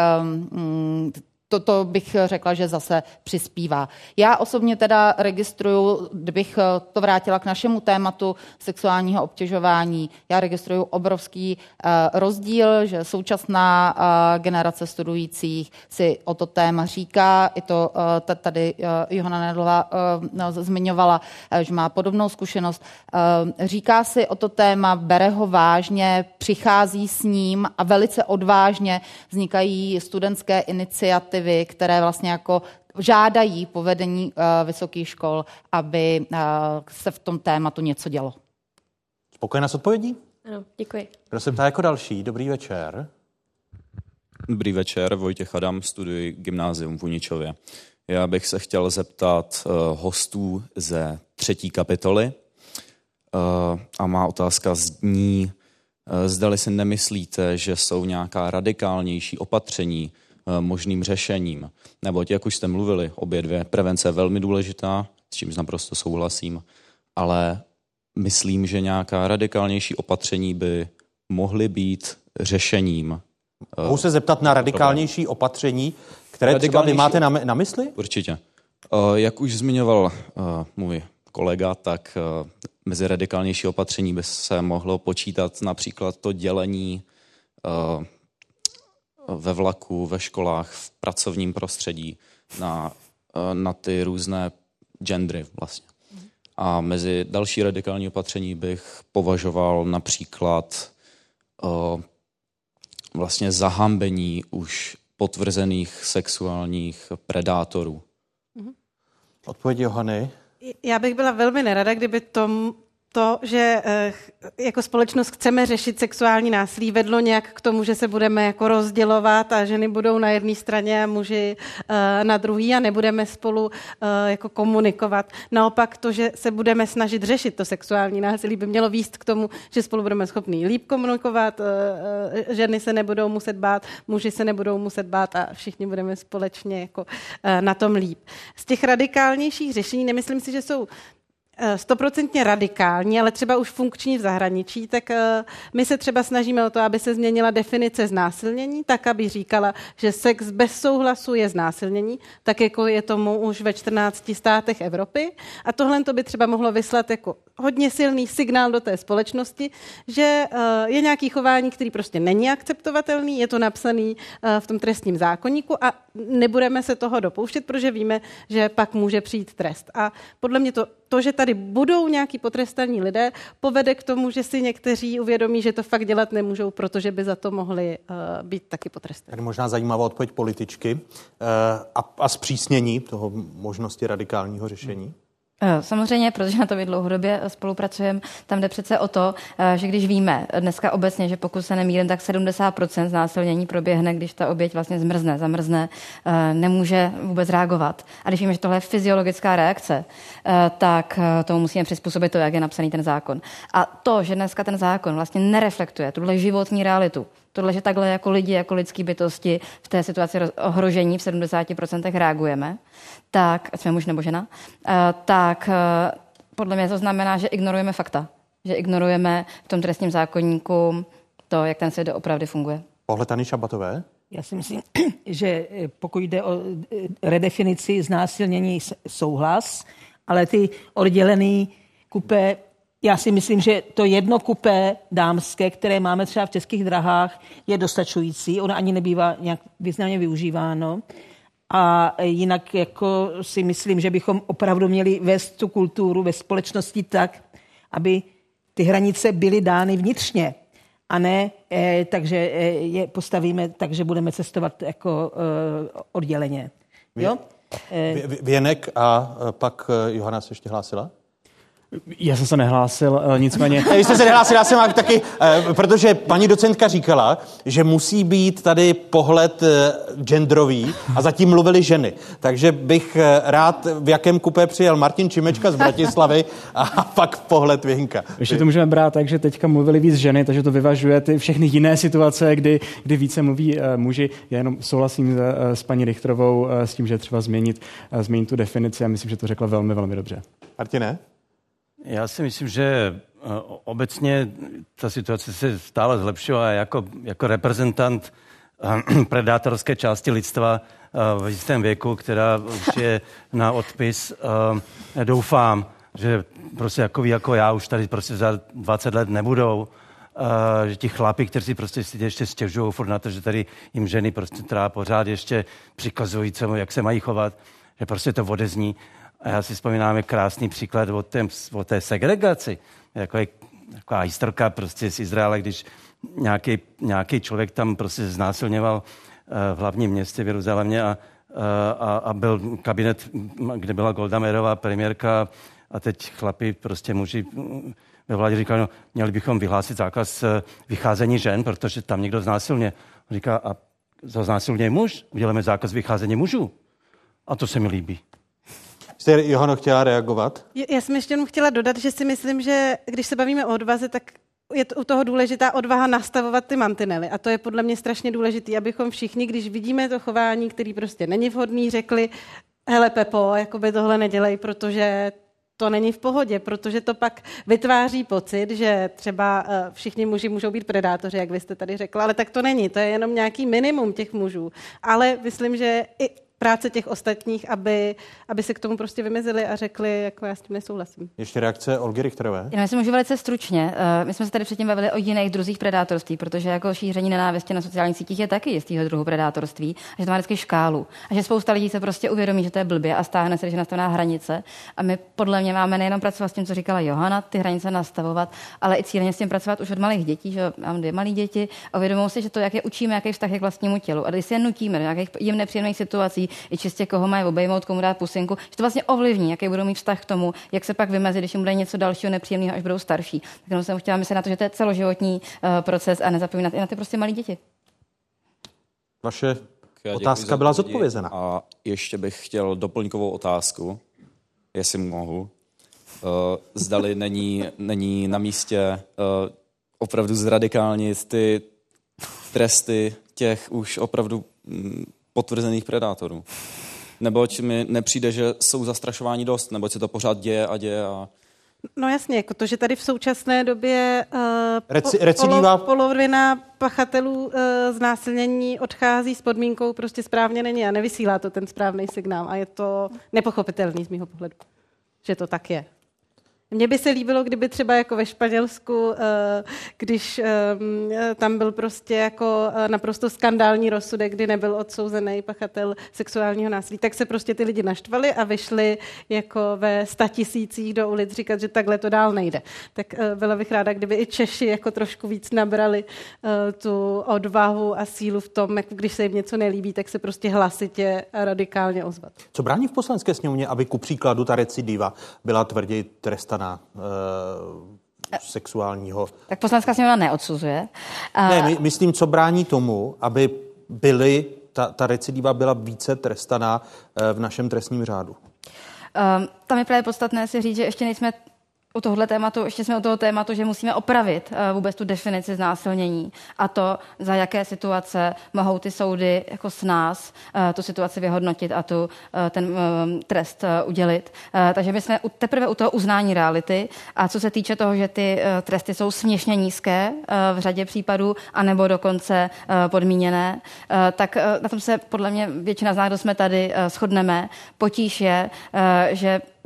toto bych řekla, že zase přispívá. Já osobně teda registruju, kdybych to vrátila k našemu tématu sexuálního obtěžování, já registruju obrovský rozdíl, že současná generace studujících si o to téma říká, i to tady Johana Nedlová zmiňovala, že má podobnou zkušenost. Říká si o to téma, bere ho vážně, přichází s ním a velice odvážně vznikají studentské iniciativy, které vlastně jako žádají povedení uh, vysokých škol, aby uh, se v tom tématu něco dělo. Spokojená s odpovědí? Ano, děkuji. Kdo se ptá jako další? Dobrý večer. Dobrý večer, Vojtěch Adam, studuji gymnázium v Uničově. Já bych se chtěl zeptat uh, hostů ze třetí kapitoly uh, a má otázka zní, uh, zdali si nemyslíte, že jsou nějaká radikálnější opatření možným řešením. Neboť, jak už jste mluvili, obě dvě, prevence je velmi důležitá, s čím naprosto souhlasím, ale myslím, že nějaká radikálnější opatření by mohly být řešením. Mohu se zeptat na radikálnější opatření, které radikálnější... třeba vy máte na, na mysli? Určitě. Jak už zmiňoval můj kolega, tak mezi radikálnější opatření by se mohlo počítat například to dělení ve vlaku, ve školách, v pracovním prostředí, na, na ty různé gendry vlastně. A mezi další radikální opatření bych považoval například o, vlastně zahambení už potvrzených sexuálních predátorů. Odpověď Johany? Já bych byla velmi nerada, kdyby tom to, že jako společnost chceme řešit sexuální násilí, vedlo nějak k tomu, že se budeme jako rozdělovat a ženy budou na jedné straně a muži na druhé a nebudeme spolu jako komunikovat. Naopak to, že se budeme snažit řešit to sexuální násilí, by mělo vést k tomu, že spolu budeme schopní líp komunikovat, ženy se nebudou muset bát, muži se nebudou muset bát a všichni budeme společně jako na tom líp. Z těch radikálnějších řešení nemyslím si, že jsou stoprocentně radikální, ale třeba už funkční v zahraničí, tak my se třeba snažíme o to, aby se změnila definice znásilnění, tak, aby říkala, že sex bez souhlasu je znásilnění, tak jako je tomu už ve čtrnácti státech Evropy. A tohle to by třeba mohlo vyslat jako hodně silný signál do té společnosti, že je nějaký chování, který prostě není akceptovatelný, je to napsaný v tom trestním zákoníku a nebudeme se toho dopouštět, protože víme, že pak může přijít trest. A podle mě to, to že tady budou nějaký potrestaní lidé, povede k tomu, že si někteří uvědomí, že to fakt dělat nemůžou, protože by za to mohli uh, být taky potrestaní. Tady možná zajímavá odpověď političky uh, a, a zpřísnění toho možnosti radikálního řešení. Samozřejmě, protože na to my dlouhodobě spolupracujeme, tam jde přece o to, že když víme dneska obecně, že pokud se nemýlím, tak sedmdesát procent znásilnění proběhne, když ta oběť vlastně zmrzne, zamrzne, nemůže vůbec reagovat. A když víme, že tohle je fyziologická reakce, tak tomu musíme přizpůsobit to, jak je napsaný ten zákon. A to, že dneska ten zákon vlastně nereflektuje tuhle životní realitu, tohle, že takhle jako lidi, jako lidský bytosti v té situaci ohrožení v sedmdesáti procentech reagujeme, tak, jsme muž nebo žena, tak podle mě to znamená, že ignorujeme fakta. Že ignorujeme v tom trestním zákoníku to, jak ten svět doopravdy funguje. Pohled Anny Šabatové? Já si myslím, že pokud jde o redefinici znásilnění souhlas, ale ty oddělený kupé, já si myslím, že to jedno kupé dámské, které máme třeba v Českých drahách, je dostačující. Ono ani nebývá nějak významně využíváno. A jinak jako si myslím, že bychom opravdu měli vést tu kulturu ve společnosti tak, aby ty hranice byly dány vnitřně. A ne, eh, takže eh, je postavíme tak, že budeme cestovat jako eh, odděleně. Jo? Eh. Věnek a pak Johana se ještě hlásila? Já jsem se nehlásil, nicméně... Vy jste se nehlásil, já jsem taky, protože paní docentka říkala, že musí být tady pohled genderový a zatím mluvily ženy. Takže bych rád, v jakém kupé přijel Martin Čimečka z Bratislavy a pak pohled Věnka. Ještě to můžeme brát tak, že teďka mluvili víc ženy, takže to vyvažuje ty všechny jiné situace, kdy, kdy více mluví muži. Já jenom souhlasím s paní Richtrovou s tím, že třeba změnit, změnit tu definici a myslím, že to řekla velmi, velmi dobře. Martine? Já si myslím, že obecně ta situace se stále zlepšuje a jako, jako reprezentant predátorské části lidstva v jistém věku, která už je na odpis, doufám, že prostě takový jako já už tady prostě za dvacet let nebudou, že ti chlapi, kteří prostě si ještě stěžují furt na to, že tady jim ženy prostě teda pořád ještě přikazují, co, jak se mají chovat, že prostě to odezní. A já si vzpomínám je krásný příklad o, tém, o té segregaci. Jako je, taková historka prostě z Izraele, když nějaký, nějaký člověk tam prostě znásilňoval uh, v hlavním městě v Jeruzalémě a, uh, a, a byl kabinet, kde byla Golda Meirová premiérka a teď chlapi, prostě muži ve vládě říkali, no, měli bychom vyhlásit zákaz vycházení žen, protože tam někdo znásilně. Říká, a za znásilně muž, uděláme zákaz vycházení mužů. A to se mi líbí. Jste, Johano, chtěla reagovat? Já jsem ještě jenom chtěla dodat, že si myslím, že když se bavíme o odvaze, tak je to u toho důležitá odvaha nastavovat ty mantinely. A to je podle mě strašně důležité, abychom všichni, když vidíme to chování, který prostě není vhodný, řekli, hele Pepo, jakoby tohle nedělej, protože to není v pohodě, protože to pak vytváří pocit, že třeba všichni muži můžou být predátoři, jak vy jste tady řekla, ale tak to není, to je jenom nějaký minimum těch mužů. Ale myslím, že i práce těch ostatních, aby, aby se k tomu prostě vymezili a řekli, jako já s tím nesouhlasím. Ještě reakce Olgy Richterové. Já myslím, že velice stručně. My jsme se tady předtím bavili o jiných druzích predátorství, protože jako šíření nenávisti na sociálních sítích je taky jistýho druhu predátorství, a že to má vždycky škálu. A že spousta lidí se prostě uvědomí, že to je blbě a stáhne se, že je nastavená hranice. A my podle mě máme nejenom pracovat s tím, co říkala Johana, ty hranice nastavovat, ale i cíleně s tím pracovat už od malých dětí, že mám dvě malé děti a uvědomují si, že to, jak je učíme, jaký vztah je k vlastnímu tělu. A když si je nutíme do nějakých jim nepříjemných situací, i čistě koho mají obejmout, komu dát pusinku, že to vlastně ovlivní, jaký budou mít vztah k tomu, jak se pak vymezit, když jim bude něco dalšího nepříjemného, až budou starší. Tak jsem chtěla myslet na to, že to je celoživotní uh, proces a nezapomínat i na ty prostě malé děti. Vaše otázka byla zodpovězena. A ještě bych chtěl doplňkovou otázku, jestli mohu. Uh, zdali není, není na místě uh, opravdu zradikálnit ty tresty těch už opravdu mm, potvrzených predátorů. Neboť mi nepřijde, že jsou zastrašováni dost, neboť se to pořád děje a děje. A... No jasně, jako to, že tady v současné době uh, Reci, recidiva... polo, polovina pachatelů uh, znásilnění odchází s podmínkou, prostě správně není a nevysílá to ten správný signál a je to nepochopitelný z mýho pohledu, že to tak je. Mně by se líbilo, kdyby třeba jako ve Španělsku, když tam byl prostě jako naprosto skandální rozsudek, kdy nebyl odsouzený pachatel sexuálního násilí, tak se prostě ty lidi naštvali a vyšli jako ve statisících do ulic říkat, že takhle to dál nejde. Tak byla bych ráda, kdyby i Češi jako trošku víc nabrali tu odvahu a sílu v tom, jako když se jim něco nelíbí, tak se prostě hlasitě a radikálně ozvat. Co brání v Poslanecké sněmovně, aby ku příkladu ta recidiva byla tvrději trestaná? Na uh, sexuálního... Tak Poslanecká sněmovna neodsuzuje. Uh... Ne, my, myslím, co brání tomu, aby byly, ta, ta recidiva byla více trestaná uh, v našem trestním řádu. Um, tam je právě podstatné si říct, že ještě nejsme u tohohle tématu, ještě jsme u toho tématu, že musíme opravit uh, vůbec tu definici znásilnění a to, za jaké situace mohou ty soudy jako s nás uh, tu situaci vyhodnotit a tu, uh, ten uh, trest uh, udělit. Uh, takže my jsme u, teprve u toho uznání reality a co se týče toho, že ty uh, tresty jsou směšně nízké uh, v řadě případů anebo dokonce uh, podmíněné, uh, tak uh, na tom se podle mě většina z nás, kdo jsme tady, uh, shodneme. Potíž je, uh, že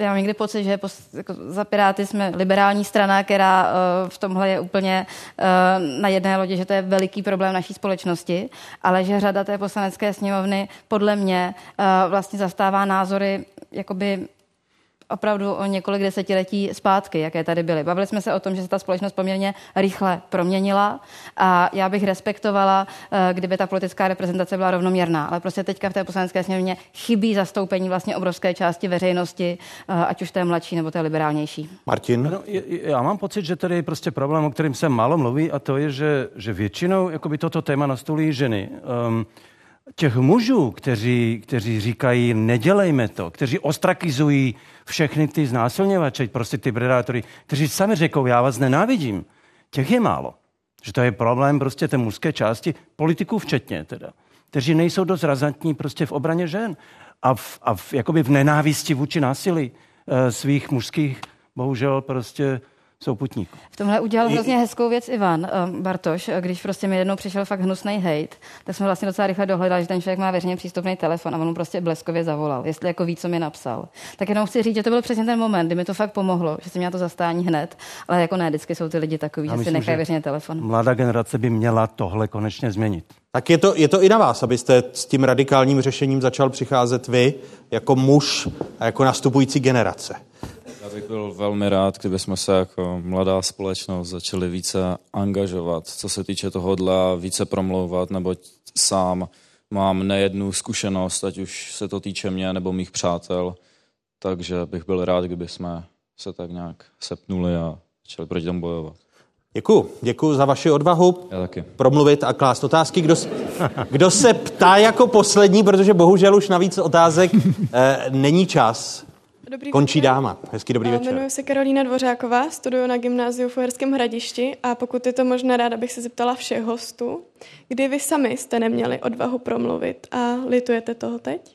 já mám někdy pocit, že jako za Piráty jsme liberální strana, která uh, v tomhle je úplně uh, na jedné lodi, že to je veliký problém naší společnosti, ale že řada té poslanecké sněmovny podle mě uh, vlastně zastává názory jakoby opravdu o několik desetiletí zpátky, jaké tady byly. Bavili jsme se o tom, že se ta společnost poměrně rychle proměnila a já bych respektovala, kdyby ta politická reprezentace byla rovnoměrná, ale prostě teďka v té poslanecké sněmovně chybí zastoupení vlastně obrovské části veřejnosti, ať už té mladší nebo té liberálnější. Martin? No, já mám pocit, že tady je prostě problém, o kterém se málo mluví, a to je, že, že většinou jakoby toto téma nastolují ženy. Um, těch mužů, kteří, kteří říkají, nedělejme to, kteří ostrakizují všechny ty znásilňovače, prostě ty predátory, kteří sami řekou, já vás nenávidím, těch je málo. Že to je problém prostě té mužské části, politiků včetně teda, kteří nejsou dost razantní prostě v obraně žen a v, a v, jakoby v nenávisti vůči násilí e, svých mužských, bohužel prostě souputníků. V tomhle udělal hrozně hezkou věc Ivan Bartoš, když prostě mi jednou přišel fakt hnusnej hejt, tak jsme vlastně docela rychle dohledali, že ten člověk má veřejně přístupný telefon a on mu prostě bleskově zavolal, jestli jako ví, co mi napsal. Tak jenom chci říct, že to byl přesně ten moment, kdy mi to fakt pomohlo, že jsem měla to zastání hned, ale jako ne, vždycky jsou ty lidi takový, že si nechají veřejně telefon. Mladá generace by měla tohle konečně změnit. Tak je to, je to i na vás, abyste s tím radikálním řešením začal přicházet vy, jako muž a jako nastupující generace. Já bych byl velmi rád, kdyby jsme se jako mladá společnost začali více angažovat, co se týče tohohle, více promlouvat, neboť sám mám nejednu zkušenost, ať už se to týče mě nebo mých přátel, takže bych byl rád, kdyby jsme se tak nějak sepnuli a začali proti tomu bojovat. Děkuju, děkuju za vaši odvahu Já taky. promluvit a klást otázky. Kdo, kdo se ptá jako poslední, protože bohužel už navíc otázek eh, není čas. Dobrý Končí večer. dáma. Hezký dobrý večer. Jmenuji se Karolína Dvořáková, studuju na gymnáziu v Uherském Hradišti a pokud je to možné, ráda bych se zeptala všech hostů, kdy vy sami jste neměli odvahu promluvit a litujete toho teď?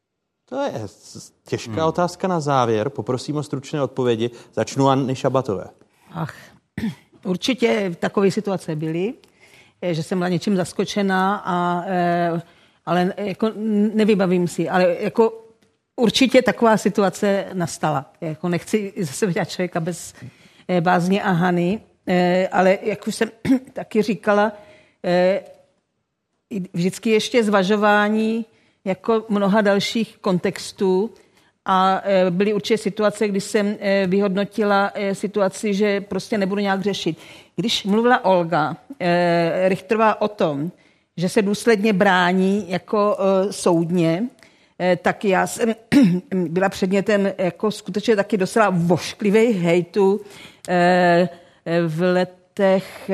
To je těžká hmm. otázka na závěr. Poprosím o stručné odpovědi. Začnu Anny Šabatové. Ach, určitě takové situace byly, že jsem byla něčím zaskočená, a, ale jako nevybavím si, ale jako určitě taková situace nastala. Jako nechci zase vidět člověka bez bázně a hany, ale jak už jsem taky říkala, vždycky ještě zvažování jako mnoha dalších kontextů a byly určitě situace, kdy jsem vyhodnotila situaci, že prostě nebudu nějak řešit. Když mluvila Olga Richterová o tom, že se důsledně brání jako soudně, tak já jsem byla předmětem jako skutečně taky docela vošklivej hejtu v letech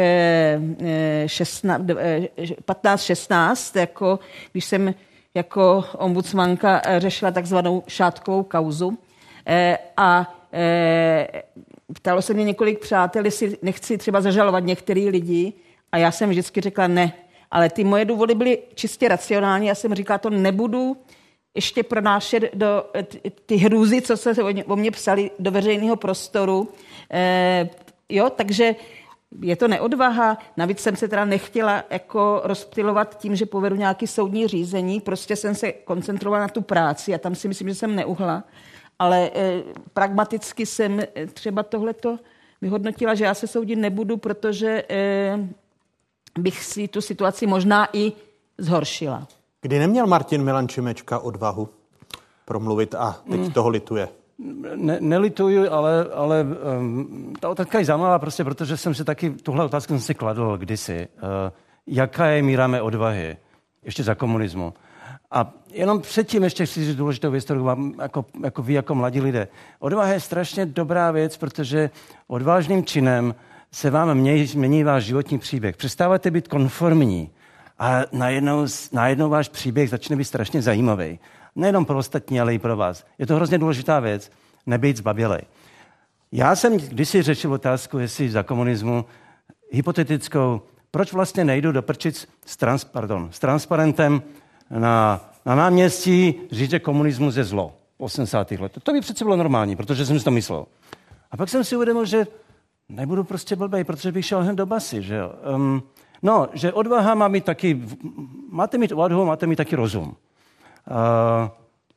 patnáct šestnáct, jako když jsem jako ombudsmanka řešila takzvanou šátkovou kauzu. A ptalo se mě několik přátel, jestli nechci třeba zažalovat některý lidi, a já jsem vždycky řekla ne. Ale ty moje důvody byly čistě racionální. Já jsem říkala, to nebudu ještě pronášet do ty hrůzy, co se o mě psali, do veřejného prostoru. E, jo, takže je to neodvaha. Navíc jsem se teda nechtěla jako rozptylovat tím, že povedu nějaký soudní řízení. Prostě jsem se koncentrovala na tu práci a tam si myslím, že jsem neuhla. Ale e, pragmaticky jsem třeba tohleto vyhodnotila, že já se soudit nebudu, protože e, bych si tu situaci možná i zhoršila. Kdy neměl Martin Milan Šimečka odvahu promluvit a teď mm. toho lituje? Ne, nelituju, ale, ale um, ta otázka je zajímavá prostě, protože jsem si taky, tuhle otázku jsem si kladl kdysi. Uh, jaká je míra mé odvahy? Ještě za komunismu. A jenom předtím ještě chci říct důležitou věc, kterou vám jako, jako vy jako mladí lidé. Odvaha je strašně dobrá věc, protože odvážným činem se vám mění, mění váš životní příběh. Přestáváte být konformní a najednou, najednou váš příběh začne být strašně zajímavý. Nejenom pro ostatní, ale i pro vás. Je to hrozně důležitá věc, nebýt zbabělej. Já jsem kdysi řešil otázku, jestli za komunismu hypotetickou, proč vlastně nejdu do Prčic s, trans, pardon, s transparentem na, na náměstí říct, že komunismus je zlo v osmdesátých letech. To by přece bylo normální, protože jsem si to myslel. A pak jsem si uvědomil, že nebudu prostě blbej, protože bych šel hned do basy, že jo. Um, no, že odvaha má mít taky, máte mít odvahu, máte mít taky rozum. Uh,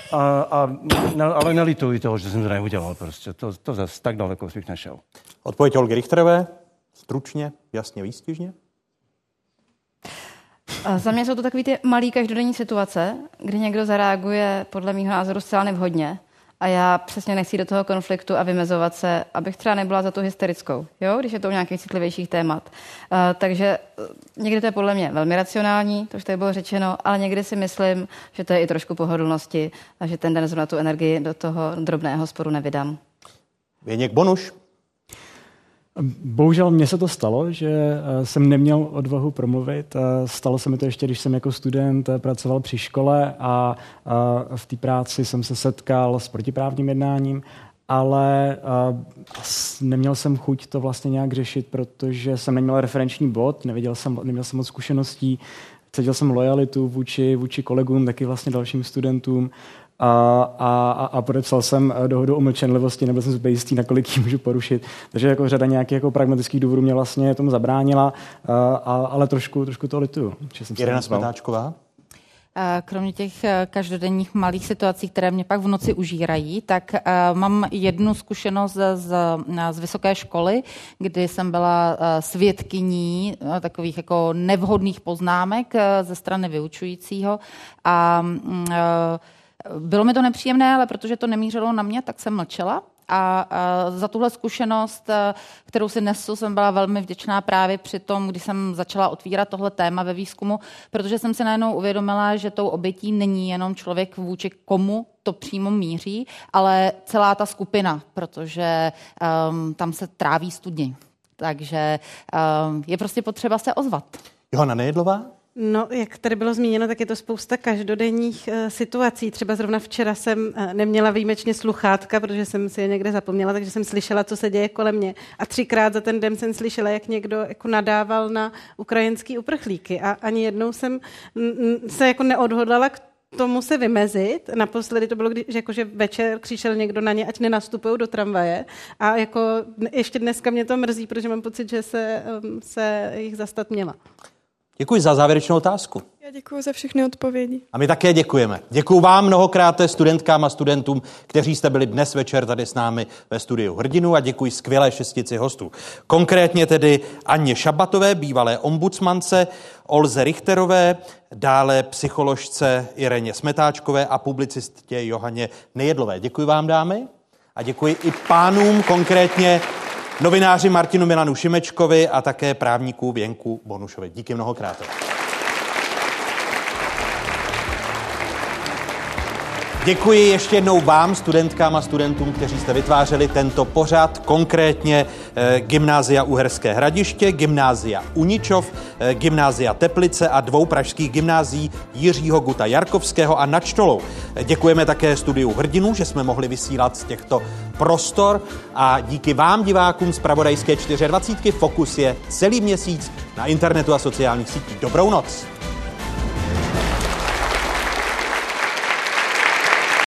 A, a, no, ale nelituji toho, že jsem to neudělal prostě. To, to zase tak daleko bych nešel. Odpověď Olgy Richterové. Stručně, jasně, výstižně. Za mě jsou to takové ty malé každodenní situace, kdy někdo zareaguje podle mého názoru zcela nevhodně a já přesně nechci do toho konfliktu a vymezovat se, abych třeba nebyla za tu hysterickou, jo? Když je to u nějakých citlivějších témat. Uh, takže někdy to je podle mě velmi racionální, to už tady bylo řečeno, ale někdy si myslím, že to je i trošku pohodlnosti a že ten den zrovna tu energii do toho drobného sporu nevydám. Věněk Bonuš. Bohužel mně se to stalo, že jsem neměl odvahu promluvit. Stalo se mi to ještě, když jsem jako student pracoval při škole a v té práci jsem se setkal s protiprávním jednáním, ale neměl jsem chuť to vlastně nějak řešit, protože jsem neměl referenční bod, nevěděl jsem, neměl jsem moc zkušeností, cítil jsem lojalitu vůči, vůči kolegům, taky vlastně dalším studentům. A, a, a podepsal jsem dohodu o mlčenlivosti, nebyl jsem si jistý, nakolik ji můžu porušit. Takže jako řada nějakých jako pragmatických důvodů mě vlastně tomu zabránila, a, ale trošku, trošku to lituju. Irena Smetáčková. Kromě těch každodenních malých situací, které mě pak v noci užírají, tak mám jednu zkušenost z, z vysoké školy, kdy jsem byla svědkyní takových jako nevhodných poznámek ze strany vyučujícího a bylo mi to nepříjemné, ale protože to nemířilo na mě, tak jsem mlčela. A, a za tuhle zkušenost, kterou si nesu, jsem byla velmi vděčná právě při tom, kdy jsem začala otvírat tohle téma ve výzkumu, protože jsem si najednou uvědomila, že tou obětí není jenom člověk, vůči komu to přímo míří, ale celá ta skupina, protože um, tam se tráví studni. Takže um, je prostě potřeba se ozvat. Johana Nejedlová? No, jak tady bylo zmíněno, tak je to spousta každodenních uh, situací. Třeba zrovna včera jsem uh, neměla výjimečně sluchátka, protože jsem si je někde zapomněla, takže jsem slyšela, co se děje kolem mě. A třikrát za ten den jsem slyšela, jak někdo jako nadával na ukrajinský uprchlíky. A ani jednou jsem m, se jako neodhodlala k tomu se vymezit. Naposledy to bylo, když jako, že večer křičel někdo na ně, ať nenastupují do tramvaje. A jako ještě dneska mě to mrzí, protože mám pocit, že se, um, se jich zastat měla. Děkuji za závěrečnou otázku. Já děkuji za všechny odpovědi. A my také děkujeme. Děkuji vám mnohokrát studentkám a studentům, kteří jste byli dnes večer tady s námi ve studiu Hrdinu a děkuji skvělé šestici hostů. Konkrétně tedy Anně Šabatové, bývalé ombudsmance, Olze Richterové, dále psycholožce Ireně Smetáčkové a publicistě Johaně Nejedlové. Děkuji vám, dámy, a děkuji i pánům, konkrétně novináři Martinu Milanu Šimečkovi a také právníků Věnku Bonušovi. Díky mnohokrát. Děkuji ještě jednou vám, studentkám a studentům, kteří jste vytvářeli tento pořad, konkrétně eh, Gymnázia Uherské Hradiště, Gymnázia Uničov, eh, Gymnázia Teplice a dvou pražských gymnázií Jiřího Guta Jarkovského a Nad Štolou. Děkujeme také studiu Hrdinu, že jsme mohli vysílat z těchto prostor a díky vám, divákům z Zpravodajské dvacet čtyři, Fokus je celý měsíc na internetu a sociálních sítích. Dobrou noc.